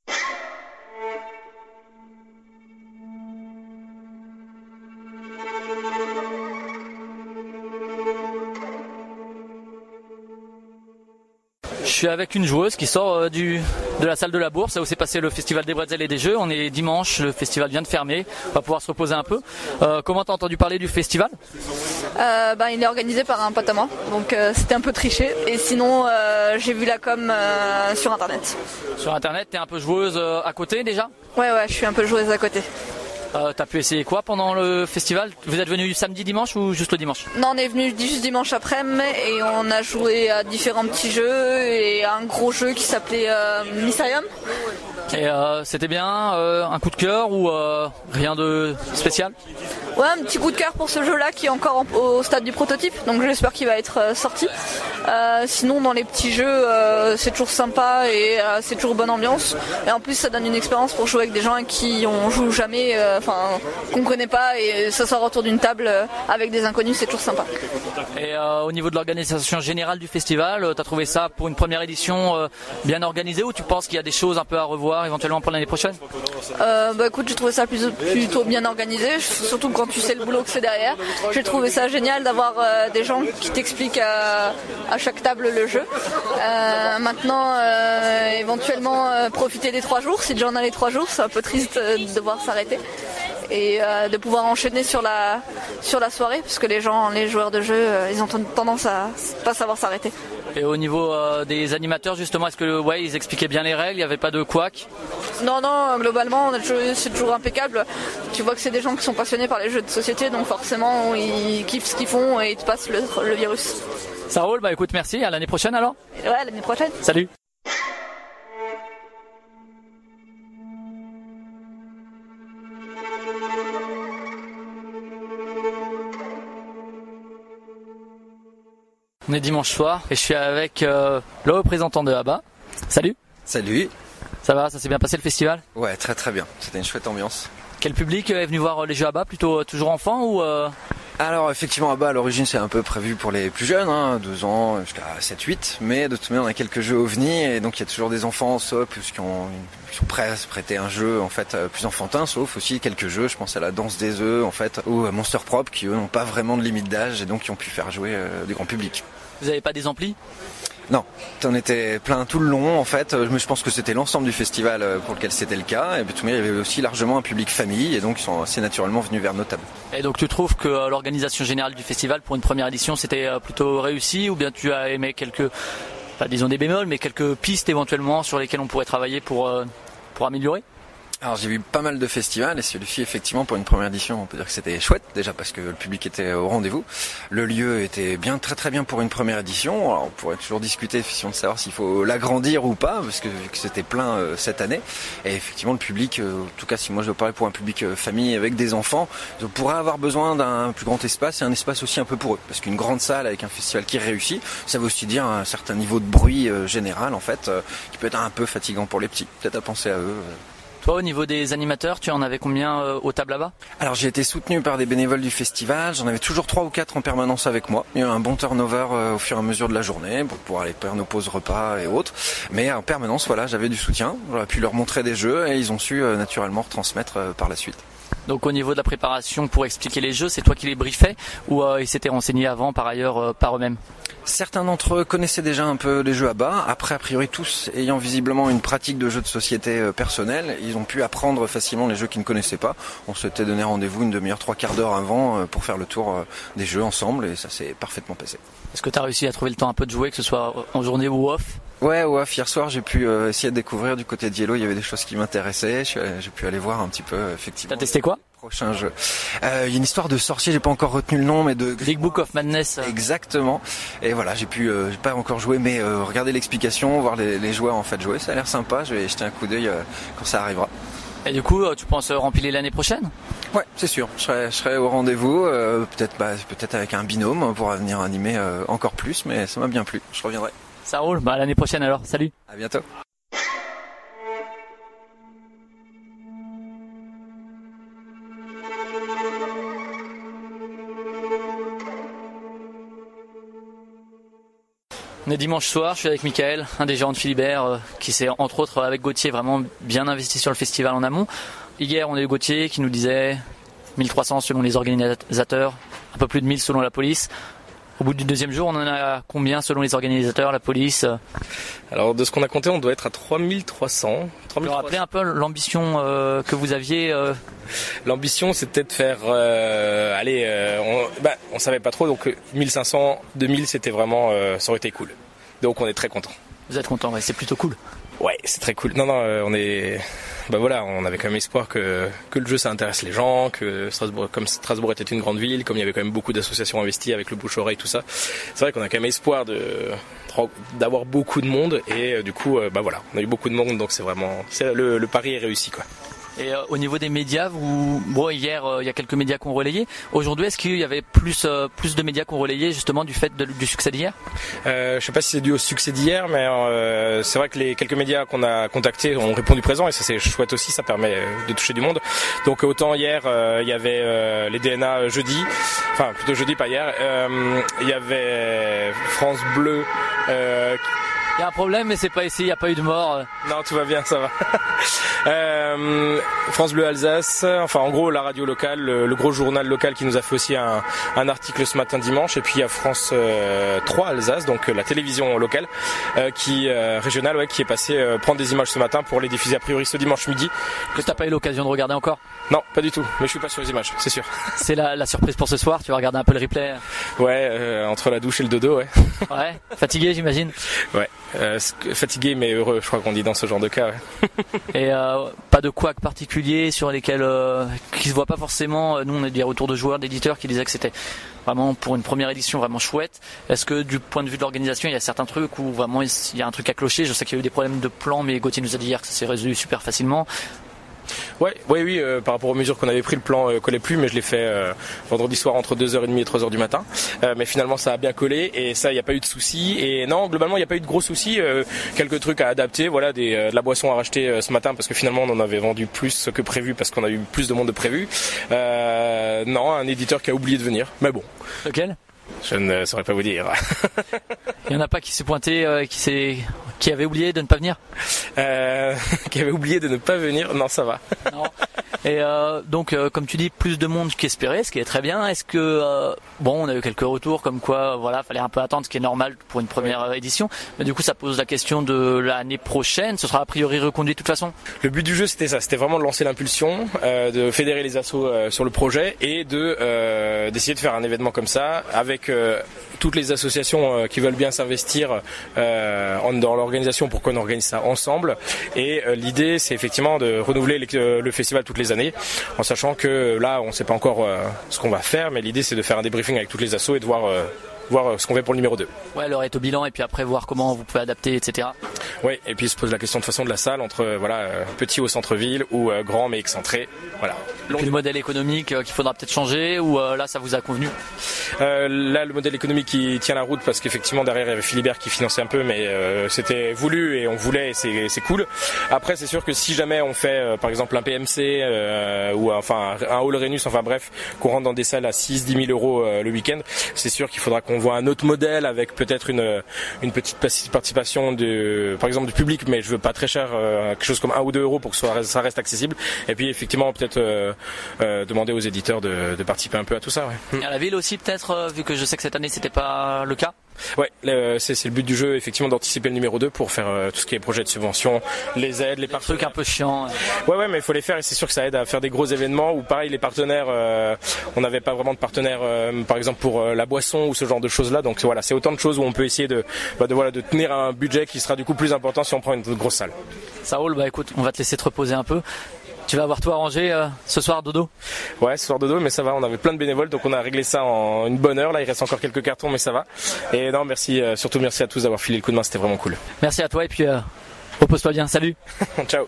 Je suis avec une joueuse qui sort euh, du, de la salle de la Bourse, où s'est passé le festival des bretzels et des jeux. On est dimanche, le festival vient de fermer, on va pouvoir se reposer un peu. Euh, comment t'as entendu parler du festival ? euh, bah, Il est organisé par un pote à moi, donc euh, c'était un peu triché. Et sinon, euh, j'ai vu la com euh, sur internet. Sur internet, t'es un peu joueuse euh, à côté déjà ? Ouais, ouais, je suis un peu joueuse à côté. Euh, t'as pu essayer quoi pendant le festival? Vous êtes venu samedi, dimanche ou juste le dimanche? Non, on est venu juste dimanche après-midi et on a joué à différents petits jeux et à un gros jeu qui s'appelait euh, Mysterium. Et euh, c'était bien, euh, un coup de cœur ou euh, rien de spécial? Ouais, un petit coup de cœur pour ce jeu-là qui est encore en, au stade du prototype, donc j'espère qu'il va être euh, sorti. Euh, sinon, dans les petits jeux, euh, c'est toujours sympa et euh, c'est toujours bonne ambiance. Et en plus, ça donne une expérience pour jouer avec des gens qui on joue jamais, enfin euh, qu'on connaît pas, et s'asseoir autour d'une table euh, avec des inconnus, c'est toujours sympa. Et euh, au niveau de l'organisation générale du festival, euh, t'as trouvé ça pour une première édition euh, bien organisée, ou tu penses qu'il y a des choses un peu à revoir éventuellement pour l'année prochaine? euh, Bah écoute, j'ai trouvé ça plutôt, plutôt bien organisé, surtout quand tu sais le boulot que c'est derrière. J'ai trouvé ça génial d'avoir euh, des gens qui t'expliquent à, à chaque table le jeu. Euh, maintenant, euh, éventuellement euh, profiter des trois jours. Si déjà on a les trois jours, c'est un peu triste de devoir s'arrêter. Et euh, de pouvoir enchaîner sur la, sur la soirée, parce que les gens, les joueurs de jeu, euh, ils ont tendance à pas savoir s'arrêter. Et au niveau euh, des animateurs, justement, est-ce que ouais, ils expliquaient bien les règles, il n'y avait pas de couac? Non, non, globalement, on a toujours, c'est toujours impeccable. Tu vois que c'est des gens qui sont passionnés par les jeux de société, donc forcément, ils kiffent ce qu'ils font et ils te passent le, le virus. Ça roule, bah écoute, merci, à l'année prochaine alors. Ouais, à l'année prochaine. Salut. On est dimanche soir et je suis avec euh, le représentant de ABBA. Salut. Salut. Ça va, ça s'est bien passé le festival? Ouais, très très bien. C'était une chouette ambiance. Quel public est venu voir les jeux ABBA? Plutôt toujours enfants ou euh... Alors effectivement, ABBA à l'origine c'est un peu prévu pour les plus jeunes, hein, deux ans jusqu'à sept huit, mais de toute manière on a quelques jeux ovnis et donc il y a toujours des enfants sauf qui, ont, qui sont prêts à se prêter un jeu en fait plus enfantin, sauf aussi quelques jeux, je pense à la danse des œufs en fait, ou à Monster Prop qui eux n'ont pas vraiment de limite d'âge et donc qui ont pu faire jouer euh, du grand public. Vous n'avez pas des amplis? Non, on était plein tout le long en fait. Je pense que c'était l'ensemble du festival pour lequel c'était le cas. Et puis tout le monde, il y avait aussi largement un public famille et donc ils sont assez naturellement venus vers nos tables. Et donc tu trouves que l'organisation générale du festival pour une première édition c'était plutôt réussi, ou bien tu as aimé quelques, pas disons des bémols, mais quelques pistes éventuellement sur lesquelles on pourrait travailler pour, pour améliorer? Alors j'ai vu pas mal de festivals et celui-ci effectivement pour une première édition on peut dire que c'était chouette déjà parce que le public était au rendez-vous. Le lieu était bien très très bien pour une première édition. Alors on pourrait toujours discuter effectivement de savoir s'il faut l'agrandir ou pas parce que vu que c'était plein euh, cette année et effectivement le public, euh, en tout cas si moi je dois parler pour un public euh, famille avec des enfants, on pourrait avoir besoin d'un plus grand espace et un espace aussi un peu pour eux parce qu'une grande salle avec un festival qui réussit, ça veut aussi dire un certain niveau de bruit euh, général en fait euh, qui peut être un peu fatigant pour les petits. Peut-être à penser à eux. Euh. Toi, au niveau des animateurs, tu en avais combien euh, aux tables là-bas? Alors j'ai été soutenu par des bénévoles du festival, j'en avais toujours trois ou quatre en permanence avec moi. Il y a eu un bon turnover euh, au fur et à mesure de la journée pour pouvoir aller faire nos pauses repas et autres. Mais en permanence, voilà, j'avais du soutien, j'aurais pu leur montrer des jeux et ils ont su euh, naturellement retransmettre euh, par la suite. Donc au niveau de la préparation pour expliquer les jeux, c'est toi qui les briefais ou euh, ils s'étaient renseignés avant par ailleurs euh, par eux-mêmes? Certains d'entre eux connaissaient déjà un peu les jeux ABBA. Après, a priori, tous ayant visiblement une pratique de jeux de société personnelle, ils ont pu apprendre facilement les jeux qu'ils ne connaissaient pas. On s'était donné rendez-vous une demi-heure, trois quarts d'heure avant pour faire le tour des jeux ensemble et ça s'est parfaitement passé. Est-ce que tu as réussi à trouver le temps un peu de jouer, que ce soit en journée ou off? Ouais, ouais, hier soir j'ai pu euh, essayer de découvrir du côté de Yellow, il y avait des choses qui m'intéressaient, j'ai pu aller voir un petit peu effectivement. T'as testé quoi? Prochain jeu. Euh, il y a une histoire de sorcier, j'ai pas encore retenu le nom, mais de Big Book of Madness. Exactement. Et voilà, j'ai pu, euh, j'ai pas encore joué, mais euh, regarder l'explication, voir les, les joueurs en fait jouer, ça a l'air sympa. Je vais jeter un coup d'œil euh, quand ça arrivera. Et du coup, tu penses remplir l'année prochaine? Ouais, c'est sûr. Je serai, je serai au rendez-vous, euh, peut-être, bah, peut-être avec un binôme pour venir animer euh, encore plus, mais ça m'a bien plu. Je reviendrai. Ça roule. Bah à l'année prochaine alors. Salut. À bientôt. On est dimanche soir, je suis avec Michael, un des gérants de Philibert, euh, qui s'est entre autres avec Gauthier vraiment bien investi sur le festival en amont. Hier on a eu Gauthier qui nous disait mille trois cents selon les organisateurs, un peu plus de mille selon la police. Au bout du deuxième jour, on en a combien selon les organisateurs, la police? Alors de ce qu'on a compté, on doit être à trois mille trois cents. Vous me rappelez un peu l'ambition euh, que vous aviez euh... L'ambition, c'était de faire, euh, allez, euh, on, bah, on savait pas trop, donc mille cinq cents, deux mille, c'était vraiment, euh, ça aurait été cool. Donc on est très content. Vous êtes content, ouais, c'est plutôt cool. Ouais, c'est très cool. Non, non, euh, on est, bah voilà, on avait quand même espoir que que le jeu ça intéresse les gens, que Strasbourg, comme Strasbourg était une grande ville, comme il y avait quand même beaucoup d'associations investies avec le bouche-oreille, tout ça. C'est vrai qu'on a quand même espoir de d'avoir beaucoup de monde et euh, du coup, euh, bah voilà, on a eu beaucoup de monde, donc c'est vraiment, c'est le, le pari est réussi quoi. Et euh, au niveau des médias, vous, bon, hier euh, il y a quelques médias qui ont relayé. Aujourd'hui, est-ce qu'il y avait plus euh, plus de médias qui ont relayé justement du fait de, du succès d'hier? euh, Je sais pas si c'est dû au succès d'hier, mais euh, c'est vrai que les quelques médias qu'on a contactés ont répondu présent et ça c'est chouette aussi, ça permet de toucher du monde. Donc autant hier euh, il y avait euh, les D N A jeudi, enfin plutôt jeudi pas hier. Euh, il y avait France Bleu. Euh, Il y a un problème, mais c'est pas ici, il n'y a pas eu de mort. Non, tout va bien, ça va. euh, France Bleu Alsace, enfin en gros la radio locale, le, le gros journal local qui nous a fait aussi un, un article ce matin dimanche, et puis il y a France euh, trois Alsace, donc euh, la télévision locale, euh, qui euh, régionale, ouais, qui est passée euh, prendre des images ce matin pour les diffuser a priori ce dimanche midi. Que t'as pas eu l'occasion de regarder encore? Non, pas du tout, mais je suis pas sur les images, c'est sûr. C'est la, la surprise pour ce soir, tu vas regarder un peu le replay? Ouais, euh, entre la douche et le dodo, ouais. Ouais, fatigué j'imagine? Ouais. Euh, fatigué mais heureux, je crois qu'on dit dans ce genre de cas. Ouais. Et euh, pas de couacs particuliers sur lesquels euh, qui se voient pas forcément. Nous on a des retours de joueurs, d'éditeurs qui disaient que c'était vraiment pour une première édition vraiment chouette. Est-ce que du point de vue de l'organisation, il y a certains trucs où vraiment il y a un truc à clocher? Je sais qu'il y a eu des problèmes de plan, mais Gauthier nous a dit hier que ça s'est résolu super facilement. Ouais, ouais, oui, euh, par rapport aux mesures qu'on avait pris, le plan euh, collait plus, mais je l'ai fait euh, vendredi soir entre deux heures trente et trois heures du matin. Euh, mais finalement, ça a bien collé et ça, il n'y a pas eu de soucis. Et non, globalement, il n'y a pas eu de gros soucis. Euh, quelques trucs à adapter, voilà, des, euh, de la boisson à racheter euh, ce matin parce que finalement, on en avait vendu plus que prévu parce qu'on a eu plus de monde de prévu. Euh, non, un éditeur qui a oublié de venir, mais bon. Lequel? Je ne saurais pas vous dire. Il n'y en a pas qui s'est pointé, euh, qui s'est, qui avait oublié de ne pas venir? euh, Qui avait oublié de ne pas venir? Non, ça va. Non. Et euh, donc, euh, comme tu dis, plus de monde qu'espéré, ce qui est très bien. Est-ce que euh, bon, on a eu quelques retours comme quoi, voilà, fallait un peu attendre, ce qui est normal pour une première euh, édition. Mais du coup, ça pose la question de l'année prochaine. Ce sera a priori reconduit de toute façon. Le but du jeu, c'était ça, c'était vraiment de lancer l'impulsion, euh, de fédérer les assos euh, sur le projet et de euh, d'essayer de faire un événement comme ça avec euh, toutes les associations euh, qui veulent bien s'investir euh, en, dans l'organisation pour qu'on organise ça ensemble. Et euh, l'idée, c'est effectivement de renouveler les, euh, le festival toutes les années, en sachant que là, on ne sait pas encore euh, ce qu'on va faire, mais l'idée, c'est de faire un débriefing avec toutes les assos et de voir, euh, voir ce qu'on fait pour le numéro deux. Ouais, leur est au bilan et puis après voir comment vous pouvez adapter, et cetera. Oui, et puis se pose la question de façon de la salle entre euh, voilà euh, petit au centre-ville ou euh, grand mais excentré. Voilà. Et puis le modèle économique euh, qu'il faudra peut-être changer ou euh, là ça vous a convenu? euh, Là le modèle économique qui tient la route parce qu'effectivement derrière il y avait Philibert qui finançait un peu, mais euh, c'était voulu et on voulait et c'est, c'est cool. Après c'est sûr que si jamais on fait euh, par exemple un P M C euh, ou enfin un Hall Rhenus, enfin bref, qu'on rentre dans des salles à six à dix mille euros euh, le week-end, c'est sûr qu'il faudra qu'on voit un autre modèle avec peut-être une une petite participation de par exemple du public, mais je veux pas très cher, euh, quelque chose comme un ou deux euros pour que ça reste, ça reste accessible. Et puis effectivement peut-être euh, euh, demander aux éditeurs de, de participer un peu à tout ça. Ouais. À la ville aussi peut-être, euh, vu que je sais que cette année c'était pas le cas. Ouais, euh, c'est, c'est le but du jeu, effectivement, d'anticiper le numéro deux pour faire euh, tout ce qui est projet de subvention, les aides, les, les partenaires. Trucs un peu chiants. Ouais, ouais, mais il faut les faire et c'est sûr que ça aide à faire des gros événements où, pareil, les partenaires, euh, on n'avait pas vraiment de partenaires, euh, par exemple pour euh, la boisson ou ce genre de choses-là. Donc voilà, c'est autant de choses où on peut essayer de, bah, de voilà, de tenir un budget qui sera du coup plus important si on prend une grosse salle. Ça roule, bah écoute, on va te laisser te reposer un peu. Tu vas avoir tout arrangé euh, ce soir dodo? Ouais, ce soir dodo, mais ça va, on avait plein de bénévoles, donc on a réglé ça en une bonne heure. Là, il reste encore quelques cartons, mais ça va. Et non, merci, euh, surtout merci à tous d'avoir filé le coup de main, c'était vraiment cool. Merci à toi et puis euh, repose-toi bien, salut. Ciao.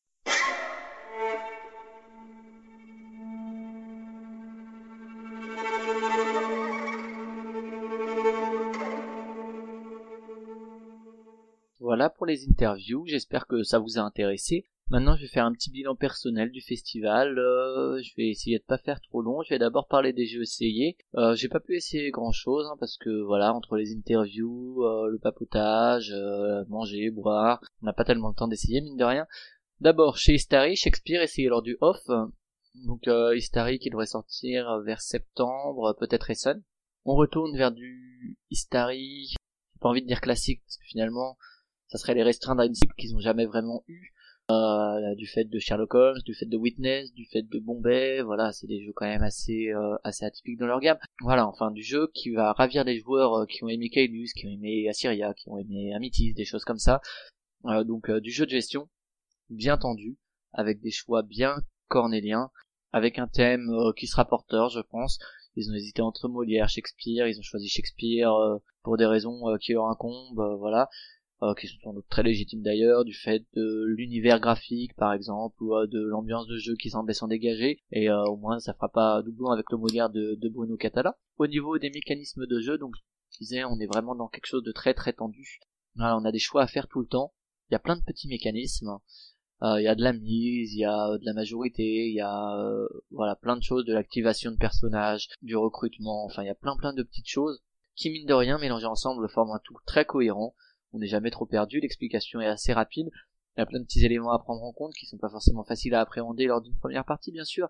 Voilà pour les interviews, j'espère que ça vous a intéressé. Maintenant, je vais faire un petit bilan personnel du festival. Euh, je vais essayer de pas faire trop long. Je vais d'abord parler des jeux essayés. Euh, j'ai pas pu essayer grand chose hein, parce que voilà, entre les interviews, euh, le papotage, euh, manger, boire, on n'a pas tellement le temps d'essayer mine de rien. D'abord chez Istari, Shakespeare essayé lors du off. Donc euh, Istari qui devrait sortir vers septembre, peut-être Essen. On retourne vers du Istari. J'ai pas envie de dire classique parce que finalement, ça serait les restreindre à une cible qu'ils ont jamais vraiment eu. Euh, du fait de Sherlock Holmes, du fait de Witness, du fait de Bombay, voilà, c'est des jeux quand même assez euh, assez atypiques dans leur gamme. Voilà, enfin du jeu qui va ravir des joueurs euh, qui ont aimé Kaelus, qui ont aimé Assyria, qui ont aimé Amitis, des choses comme ça. Euh, donc euh, du jeu de gestion bien tendu, avec des choix bien cornéliens, avec un thème euh, qui sera porteur, je pense. Ils ont hésité entre Molière, Shakespeare, ils ont choisi Shakespeare euh, pour des raisons euh, qui leur incombent, euh, voilà, euh, qui sont sans doute très légitimes d'ailleurs, du fait de l'univers graphique par exemple, ou euh, de l'ambiance de jeu qui semblait s'en dégager, et euh, au moins ça fera pas doublon avec le Molière de, de Bruno Catala. Au niveau des mécanismes de jeu, donc je disais, on est vraiment dans quelque chose de très très tendu. Voilà, on a des choix à faire tout le temps, il y a plein de petits mécanismes. Euh, il y a de la mise, il y a de la majorité, il y a euh, voilà plein de choses, de l'activation de personnages, du recrutement, enfin il y a plein plein de petites choses qui mine de rien mélangées ensemble forment un tout très cohérent. On n'est jamais trop perdu, l'explication est assez rapide, il y a plein de petits éléments à prendre en compte qui sont pas forcément faciles à appréhender lors d'une première partie bien sûr,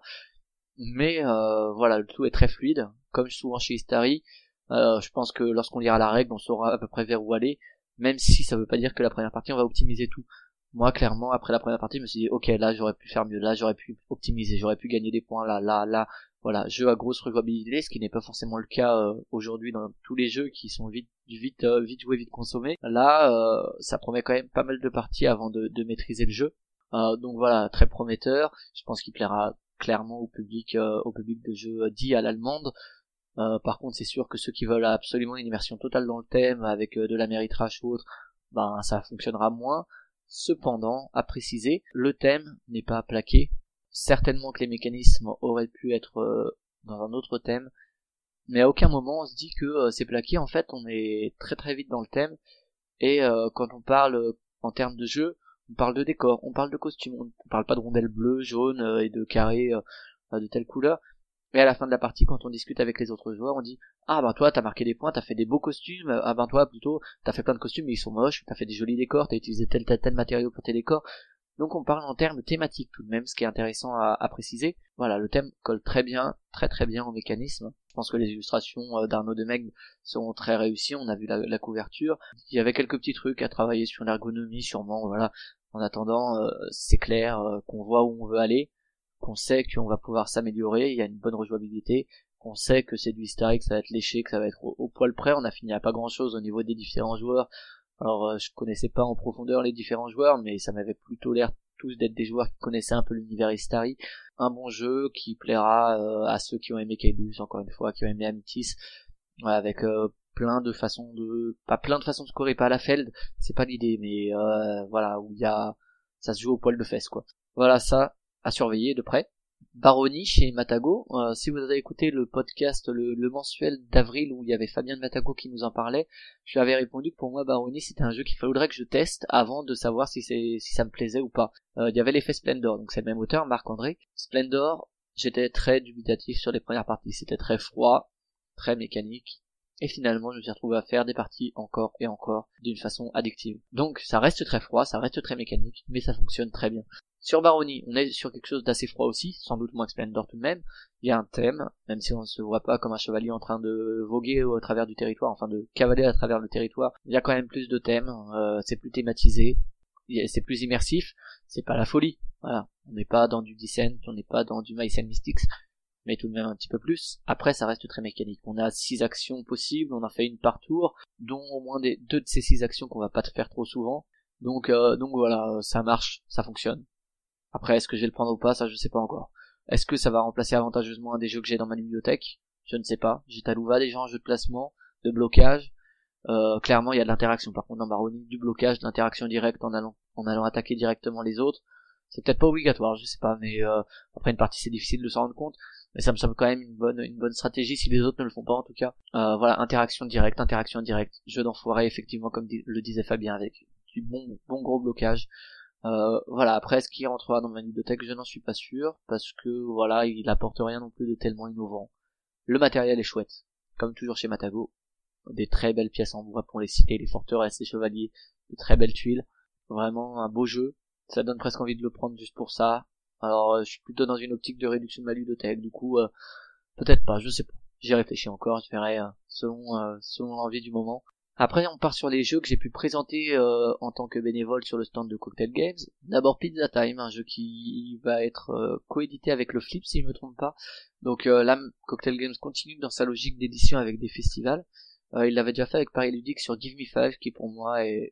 mais euh, voilà, le tout est très fluide, comme souvent chez Istari. Euh, je pense que lorsqu'on lira la règle on saura à peu près vers où aller, même si ça veut pas dire que la première partie on va optimiser tout. Moi, clairement, après la première partie, je me suis dit, ok, là, j'aurais pu faire mieux, là, j'aurais pu optimiser, j'aurais pu gagner des points, là, là, là, voilà, jeu à grosse rejouabilité, ce qui n'est pas forcément le cas euh, aujourd'hui dans tous les jeux qui sont vite, vite, euh, vite joués, vite consommés. Là, euh, ça promet quand même pas mal de parties avant de, de maîtriser le jeu. Euh, donc voilà, très prometteur. Je pense qu'il plaira clairement au public, euh, au public de jeux dit à l'allemande. Euh, par contre, c'est sûr que ceux qui veulent absolument une immersion totale dans le thème, avec euh, de la méritrage ou autre, ben ça fonctionnera moins. Cependant, à préciser, le thème n'est pas plaqué. Certainement que les mécanismes auraient pu être euh, dans un autre thème, mais à aucun moment on se dit que euh, c'est plaqué. En fait, on est très très vite dans le thème, et euh, quand on parle euh, en termes de jeu, on parle de décor, on parle de costumes, on parle pas de rondelles bleues, jaunes euh, et de carrés euh, de telle couleur. Et à la fin de la partie, quand on discute avec les autres joueurs, on dit « Ah ben toi, t'as marqué des points, t'as fait des beaux costumes, ah ben toi, plutôt, t'as fait plein de costumes mais ils sont moches, t'as fait des jolis décors, t'as utilisé tel tel tel matériau pour tes décors. » Donc on parle en termes thématiques tout de même, ce qui est intéressant à, à préciser. Voilà, le thème colle très bien, très très bien au mécanisme. Je pense que les illustrations d'Arnaud Demegn sont très réussies, on a vu la, la couverture. Il y avait quelques petits trucs à travailler sur l'ergonomie, sûrement, voilà. En attendant, euh, c'est clair euh, qu'on voit où on veut aller, qu'on sait qu'on va pouvoir s'améliorer, il y a une bonne rejouabilité, qu'on sait que c'est du historique, ça va être léché, que ça va être au, au poil près. On a fini à pas grand chose au niveau des différents joueurs. Alors euh, je connaissais pas en profondeur les différents joueurs, mais ça m'avait plutôt l'air tous d'être des joueurs qui connaissaient un peu l'univers Istari. Un bon jeu qui plaira euh, à ceux qui ont aimé Caylus, encore une fois, qui ont aimé Amitis, avec euh, plein de façons de... pas plein de façons de scorer, pas à la Feld, c'est pas l'idée, mais euh, voilà, où il y a... ça se joue au poil de fesses, quoi. Voilà, ça à surveiller de près. Baroni chez Matago, euh, si vous avez écouté le podcast, le, le mensuel d'avril où il y avait Fabien de Matago qui nous en parlait, je lui avais répondu que pour moi Baroni c'était un jeu qu'il faudrait que je teste avant de savoir si c'est si ça me plaisait ou pas. Euh, il y avait l'effet Splendor, donc c'est le même auteur, Marc-André. Splendor, j'étais très dubitatif sur les premières parties, c'était très froid, très mécanique, et finalement je me suis retrouvé à faire des parties encore et encore d'une façon addictive. Donc ça reste très froid, ça reste très mécanique, mais ça fonctionne très bien. Sur Baroni, on est sur quelque chose d'assez froid aussi, sans doute moins que Splendor tout de même. Il y a un thème, même si on ne se voit pas comme un chevalier en train de voguer au travers du territoire, enfin de cavaler à travers le territoire. Il y a quand même plus de thèmes, euh, c'est plus thématisé, c'est plus immersif, c'est pas la folie. Voilà, on n'est pas dans du Descent, on n'est pas dans du Mice and Mystics, mais tout de même un petit peu plus. Après, ça reste très mécanique. On a six actions possibles, on en fait une par tour, dont au moins des, deux de ces six actions qu'on va pas faire trop souvent. Donc, euh, donc voilà, ça marche, ça fonctionne. Après, est-ce que je vais le prendre ou pas, ça je sais pas encore. Est-ce que ça va remplacer avantageusement un des jeux que j'ai dans ma bibliothèque? Je ne sais pas. J'ai Talouva déjà en jeu de placement, de blocage. Euh, clairement, il y a de l'interaction. Par contre, dans Baroni, du blocage, de l'interaction directe en allant, en allant attaquer directement les autres. C'est peut-être pas obligatoire, je sais pas, mais euh, après une partie c'est difficile de s'en rendre compte. Mais ça me semble quand même une bonne, une bonne stratégie si les autres ne le font pas en tout cas. Euh, voilà, interaction directe, interaction directe. Jeu d'enfoiré, effectivement, comme dit, le disait Fabien, avec du bon, bon gros blocage. Euh, voilà, après est-ce qu'il rentrera dans ma bibliothèque, je n'en suis pas sûr, parce que voilà, il apporte rien non plus de tellement innovant. Le matériel est chouette, comme toujours chez Matago, des très belles pièces en bois pour les cités, les forteresses, les chevaliers, de très belles tuiles, vraiment un beau jeu, ça donne presque envie de le prendre juste pour ça. Alors euh, je suis plutôt dans une optique de réduction de ma ludothèque, du coup euh, peut-être pas, je sais pas, j'y réfléchis encore, je verrai euh, selon, euh, selon l'envie du moment. Après, on part sur les jeux que j'ai pu présenter euh, en tant que bénévole sur le stand de Cocktail Games. D'abord Pizza Time, un jeu qui va être euh, coédité avec le Flip, si je me trompe pas. Donc euh, là, Cocktail Games continue dans sa logique d'édition avec des festivals. Euh, il l'avait déjà fait avec Paris Ludique sur Give Me Five, qui pour moi est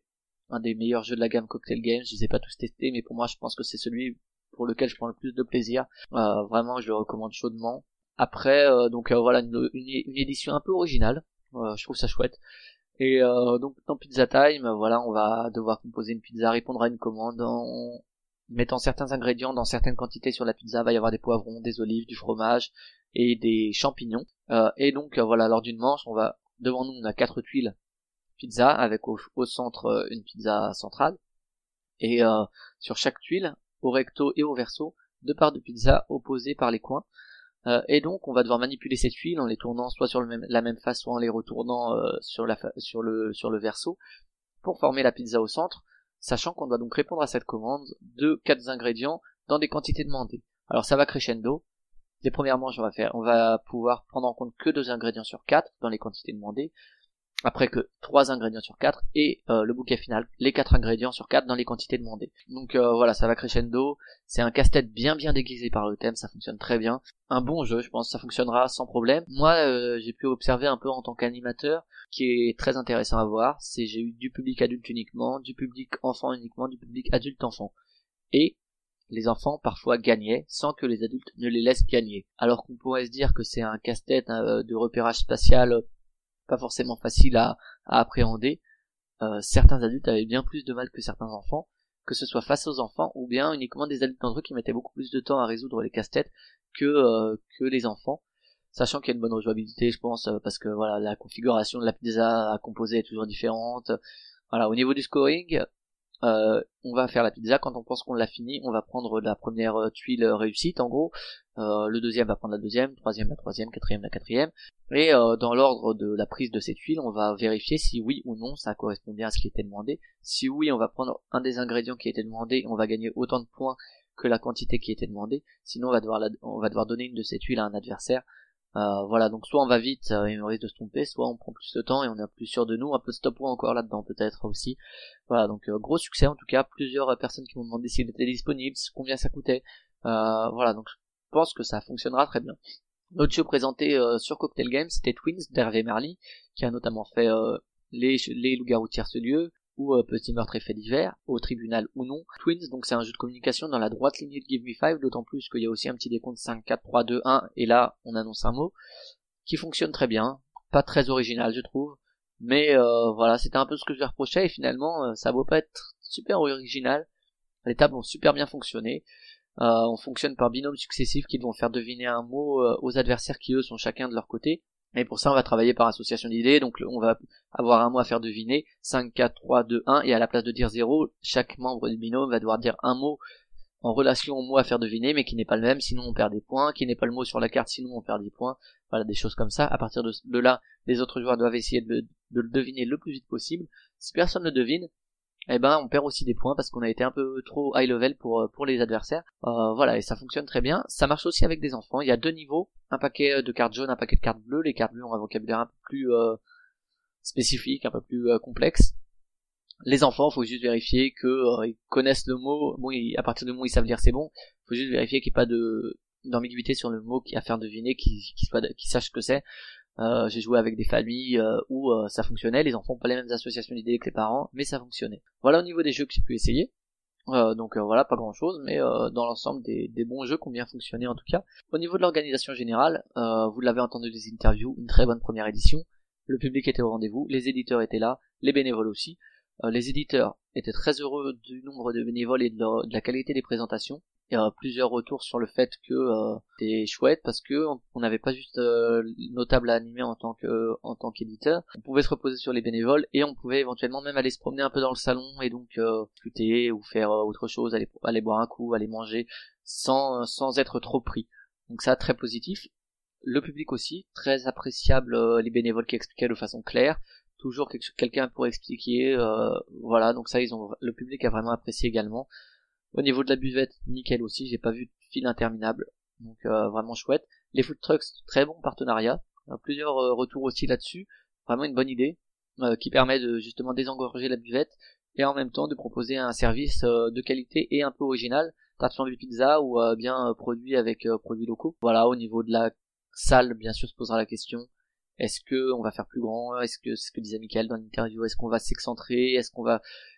un des meilleurs jeux de la gamme Cocktail Games. Je les ai pas tous testés, mais pour moi je pense que c'est celui pour lequel je prends le plus de plaisir. Euh, vraiment, je le recommande chaudement. Après, euh, donc euh, voilà, une, une, une édition un peu originale. Euh, je trouve ça chouette. Et euh, donc dans Pizza Time, voilà, on va devoir composer une pizza, répondre à une commande en mettant certains ingrédients dans certaines quantités sur la pizza. Il va y avoir des poivrons, des olives, du fromage et des champignons. Euh, et donc euh, voilà, lors d'une manche, on va devant nous, on a quatre tuiles pizza avec au, au centre euh, une pizza centrale. Et euh, sur chaque tuile, au recto et au verso, deux parts de pizza opposées par les coins. Euh, et donc on va devoir manipuler ces tuiles en les tournant soit sur le même, la même face, soit en les retournant euh, sur, la fa- sur, le, sur le verso pour former la pizza au centre, sachant qu'on doit donc répondre à cette commande de quatre ingrédients dans des quantités demandées. Alors ça va crescendo. Les premières manches on va faire, on va pouvoir prendre en compte que deux ingrédients sur quatre dans les quantités demandées. Après que trois ingrédients sur quatre et euh, le bouquet final, les quatre ingrédients sur quatre dans les quantités demandées. Donc euh, voilà, ça va crescendo, c'est un casse-tête bien bien déguisé par le thème, ça fonctionne très bien. Un bon jeu, je pense, ça fonctionnera sans problème. Moi, euh, j'ai pu observer un peu en tant qu'animateur, qui est très intéressant à voir, c'est j'ai eu du public adulte uniquement, du public enfant uniquement, du public adulte-enfant. Et les enfants parfois gagnaient sans que les adultes ne les laissent gagner. Alors qu'on pourrait se dire que c'est un casse-tête hein, de repérage spatial pas forcément facile à, à appréhender, euh, certains adultes avaient bien plus de mal que certains enfants, que ce soit face aux enfants ou bien uniquement des adultes d'entre eux qui mettaient beaucoup plus de temps à résoudre les casse-têtes que euh, que les enfants, sachant qu'il y a une bonne rejouabilité, je pense, euh, parce que voilà, la configuration de la pizza à composer est toujours différente. Voilà, au niveau du scoring, euh, on va faire la pizza, quand on pense qu'on l'a fini, on va prendre la première tuile réussite en gros, euh, le deuxième va prendre la deuxième, troisième la troisième, quatrième la quatrième, et euh, dans l'ordre de la prise de ces tuiles, on va vérifier si oui ou non ça correspond bien à ce qui était demandé. Si oui, on va prendre un des ingrédients qui était demandé, on va gagner autant de points que la quantité qui était demandée, sinon on va devoir, la, on va devoir donner une de ces tuiles à un adversaire. Euh, voilà, donc soit on va vite euh, et on risque de se tromper, soit on prend plus de temps et on est plus sûr de nous, un peu de stop encore là-dedans peut-être aussi. Voilà, donc euh, gros succès en tout cas, plusieurs euh, personnes qui m'ont demandé s'il était disponible, combien ça coûtait. Euh, voilà, donc je pense que ça fonctionnera très bien. L'autre jeu présenté euh, sur Cocktail Games, c'était Twins d'Hervé Merli, qui a notamment fait euh, les, les loups-garous tierce-lieu, ou euh, Petit meurtre et fait divers, au tribunal ou non. Twins, donc c'est un jeu de communication dans la droite lignée de Give Me Five, d'autant plus qu'il y a aussi un petit décompte cinq, quatre, trois, deux, un, et là on annonce un mot, qui fonctionne très bien, pas très original je trouve, mais euh, voilà, c'était un peu ce que je lui reprochais, et finalement euh, ça vaut pas être super original, les tables ont super bien fonctionné, euh, on fonctionne par binômes successifs qui vont faire deviner un mot euh, aux adversaires qui eux sont chacun de leur côté. Et pour ça, on va travailler par association d'idées, donc on va avoir un mot à faire deviner, cinq, quatre, trois, deux, un, et à la place de dire zéro, chaque membre du binôme va devoir dire un mot en relation au mot à faire deviner, mais qui n'est pas le même, sinon on perd des points, qui n'est pas le mot sur la carte, sinon on perd des points, voilà, des choses comme ça. À partir de, de là, les autres joueurs doivent essayer de, de le deviner le plus vite possible. Si personne ne le devine, eh ben on perd aussi des points parce qu'on a été un peu trop high level pour pour les adversaires. Euh, voilà, et ça fonctionne très bien. Ça marche aussi avec des enfants. Il y a deux niveaux, un paquet de cartes jaunes, un paquet de cartes bleues. Les cartes bleues ont un vocabulaire un peu plus euh, spécifique, un peu plus euh, complexe. Les enfants, faut juste vérifier que euh, ils connaissent le mot. Bon, ils, à partir du moment où ils savent lire, c'est bon. Faut juste vérifier qu'il n'y ait pas de d'ambiguïté sur le mot qui à faire deviner, qu'ils qui soit qui sachent ce que c'est. Euh, j'ai joué avec des familles euh, où euh, ça fonctionnait, les enfants n'ont pas les mêmes associations d'idées que les parents, mais ça fonctionnait. Voilà au niveau des jeux que j'ai pu essayer. Euh, donc euh, voilà, pas grand chose, mais euh, dans l'ensemble des, des bons jeux qui ont bien fonctionné en tout cas. Au niveau de l'organisation générale, euh, vous l'avez entendu des interviews, une très bonne première édition. Le public était au rendez-vous, les éditeurs étaient là, les bénévoles aussi. Euh, les éditeurs étaient très heureux du nombre de bénévoles et de, leur, de la qualité des présentations. Il y a plusieurs retours sur le fait que euh, c'était chouette parce que on n'avait pas juste euh, nos tables à animer en tant que en tant qu'éditeur. On pouvait se reposer sur les bénévoles et on pouvait éventuellement même aller se promener un peu dans le salon et donc euh, discuter ou faire euh, autre chose, aller aller boire un coup, aller manger sans sans être trop pris. Donc ça très positif. Le public aussi très appréciable, euh, les bénévoles qui expliquaient de façon claire. Toujours quelqu'un pour expliquer. Euh, voilà, donc ça ils ont le public a vraiment apprécié également. Au niveau de la buvette, nickel aussi, j'ai pas vu de fil interminable, donc euh, vraiment chouette. Les food trucks, très bon partenariat, euh, plusieurs euh, retours aussi là-dessus, vraiment une bonne idée, euh, qui permet de justement désengorger la buvette, et en même temps de proposer un service euh, de qualité et un peu original, tarte flambée pizza ou euh, bien euh, produit avec euh, produits locaux. Voilà, au niveau de la salle, bien sûr se posera la question, est-ce que on va faire plus grand, est-ce que c'est ce que disait Mickaël dans l'interview, est-ce qu'on va s'excentrer, est-ce qu'on va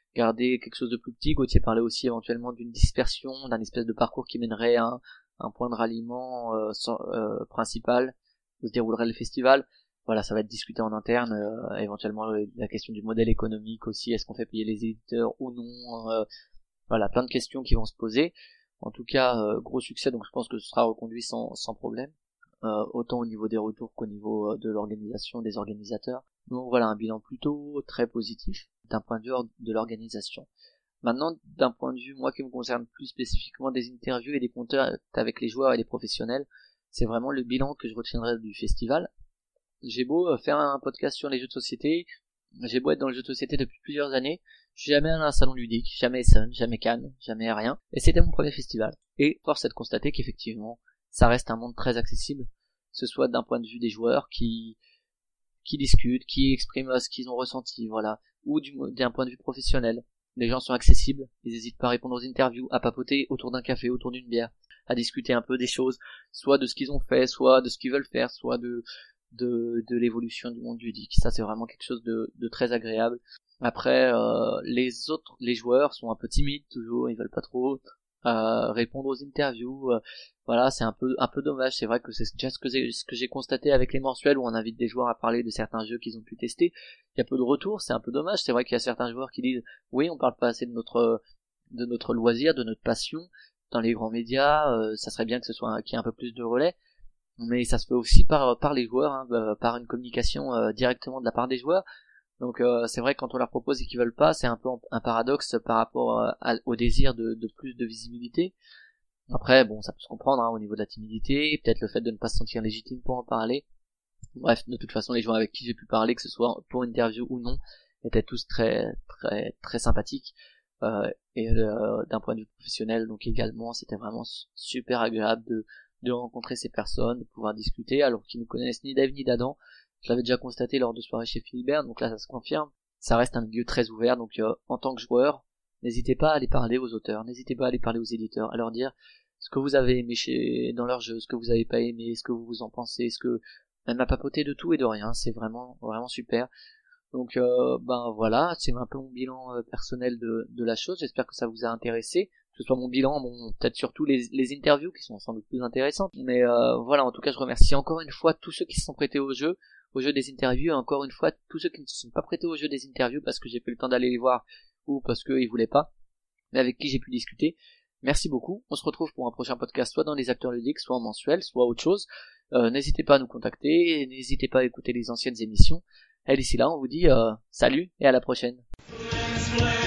garder quelque chose de plus petit. Gauthier parlait aussi éventuellement d'une dispersion, d'un espèce de parcours qui mènerait à un, un point de ralliement euh, sans, euh, principal où se déroulerait le festival. Voilà, ça va être discuté en interne, euh, éventuellement la question du modèle économique aussi, est-ce qu'on fait payer les éditeurs ou non, euh, voilà, plein de questions qui vont se poser. En tout cas, euh, gros succès, donc je pense que ce sera reconduit sans, sans problème, euh, autant au niveau des retours qu'au niveau de l'organisation, des organisateurs. Donc voilà, un bilan plutôt très positif d'un point de vue de l'organisation. Maintenant, d'un point de vue, moi qui me concerne plus spécifiquement des interviews et des contacts avec les joueurs et les professionnels, c'est vraiment le bilan que je retiendrai du festival. J'ai beau faire un podcast sur les jeux de société, j'ai beau être dans le jeu de société depuis plusieurs années, je suis jamais allé à un salon ludique, jamais Essen, jamais Cannes, jamais rien, et c'était mon premier festival. Et force est de constater qu'effectivement, ça reste un monde très accessible, que ce soit d'un point de vue des joueurs qui qui discutent, qui expriment ce qu'ils ont ressenti, voilà, ou du, d'un point de vue professionnel. Les gens sont accessibles, ils n'hésitent pas à répondre aux interviews, à papoter autour d'un café, autour d'une bière, à discuter un peu des choses, soit de ce qu'ils ont fait, soit de ce qu'ils veulent faire, soit de de, de l'évolution du monde ludique. Ça, c'est vraiment quelque chose de, de très agréable. Après, euh, les autres, les joueurs sont un peu timides toujours, ils veulent pas trop euh, répondre aux interviews. Euh, voilà, c'est un peu un peu dommage. C'est vrai que c'est déjà ce que j'ai, ce que j'ai constaté avec les mensuels où on invite des joueurs à parler de certains jeux qu'ils ont pu tester. Il y a peu de retours, c'est un peu dommage. C'est vrai qu'il y a certains joueurs qui disent oui, on parle pas assez de notre de notre loisir, de notre passion dans les grands médias. Euh, ça serait bien que ce soit un, qu'il y ait un peu plus de relais. Mais ça se fait aussi par par les joueurs, hein, par une communication euh, directement de la part des joueurs. Donc euh, c'est vrai que quand on leur propose et qu'ils veulent pas, c'est un peu un paradoxe par rapport euh, à, au désir de, de plus de visibilité. Après, bon, ça peut se comprendre hein, au niveau de la timidité, peut-être le fait de ne pas se sentir légitime pour en parler. Bref, de toute façon, les gens avec qui j'ai pu parler, que ce soit pour une interview ou non, étaient tous très très très sympathiques. Euh, et euh, d'un point de vue professionnel, donc également, c'était vraiment super agréable de de rencontrer ces personnes, de pouvoir discuter, alors qu'ils ne connaissent ni d'Ève ni d'Adam. Je l'avais déjà constaté lors de soirées chez Philibert, donc là ça se confirme. Ça reste un milieu très ouvert, donc euh, en tant que joueur, n'hésitez pas à aller parler aux auteurs, n'hésitez pas à aller parler aux éditeurs, à leur dire ce que vous avez aimé chez dans leur jeu, ce que vous avez pas aimé, ce que vous en pensez, ce que même à papoter de tout et de rien, c'est vraiment vraiment super. Donc euh, ben voilà, c'est un peu mon bilan euh, personnel de, de la chose, j'espère que ça vous a intéressé. Que ce soit mon bilan, bon, peut-être surtout les, les interviews qui sont sans doute plus intéressantes. Mais euh, voilà, en tout cas, je remercie encore une fois tous ceux qui se sont prêtés au jeu, au jeu des interviews, et encore une fois tous ceux qui ne se sont pas prêtés au jeu des interviews parce que j'ai pas eu le temps d'aller les voir ou parce qu'ils voulaient pas, mais avec qui j'ai pu discuter. Merci beaucoup. On se retrouve pour un prochain podcast, soit dans les acteurs ludiques, soit en mensuel, soit autre chose. Euh, n'hésitez pas à nous contacter, et n'hésitez pas à écouter les anciennes émissions. Et d'ici là, on vous dit euh, salut et à la prochaine.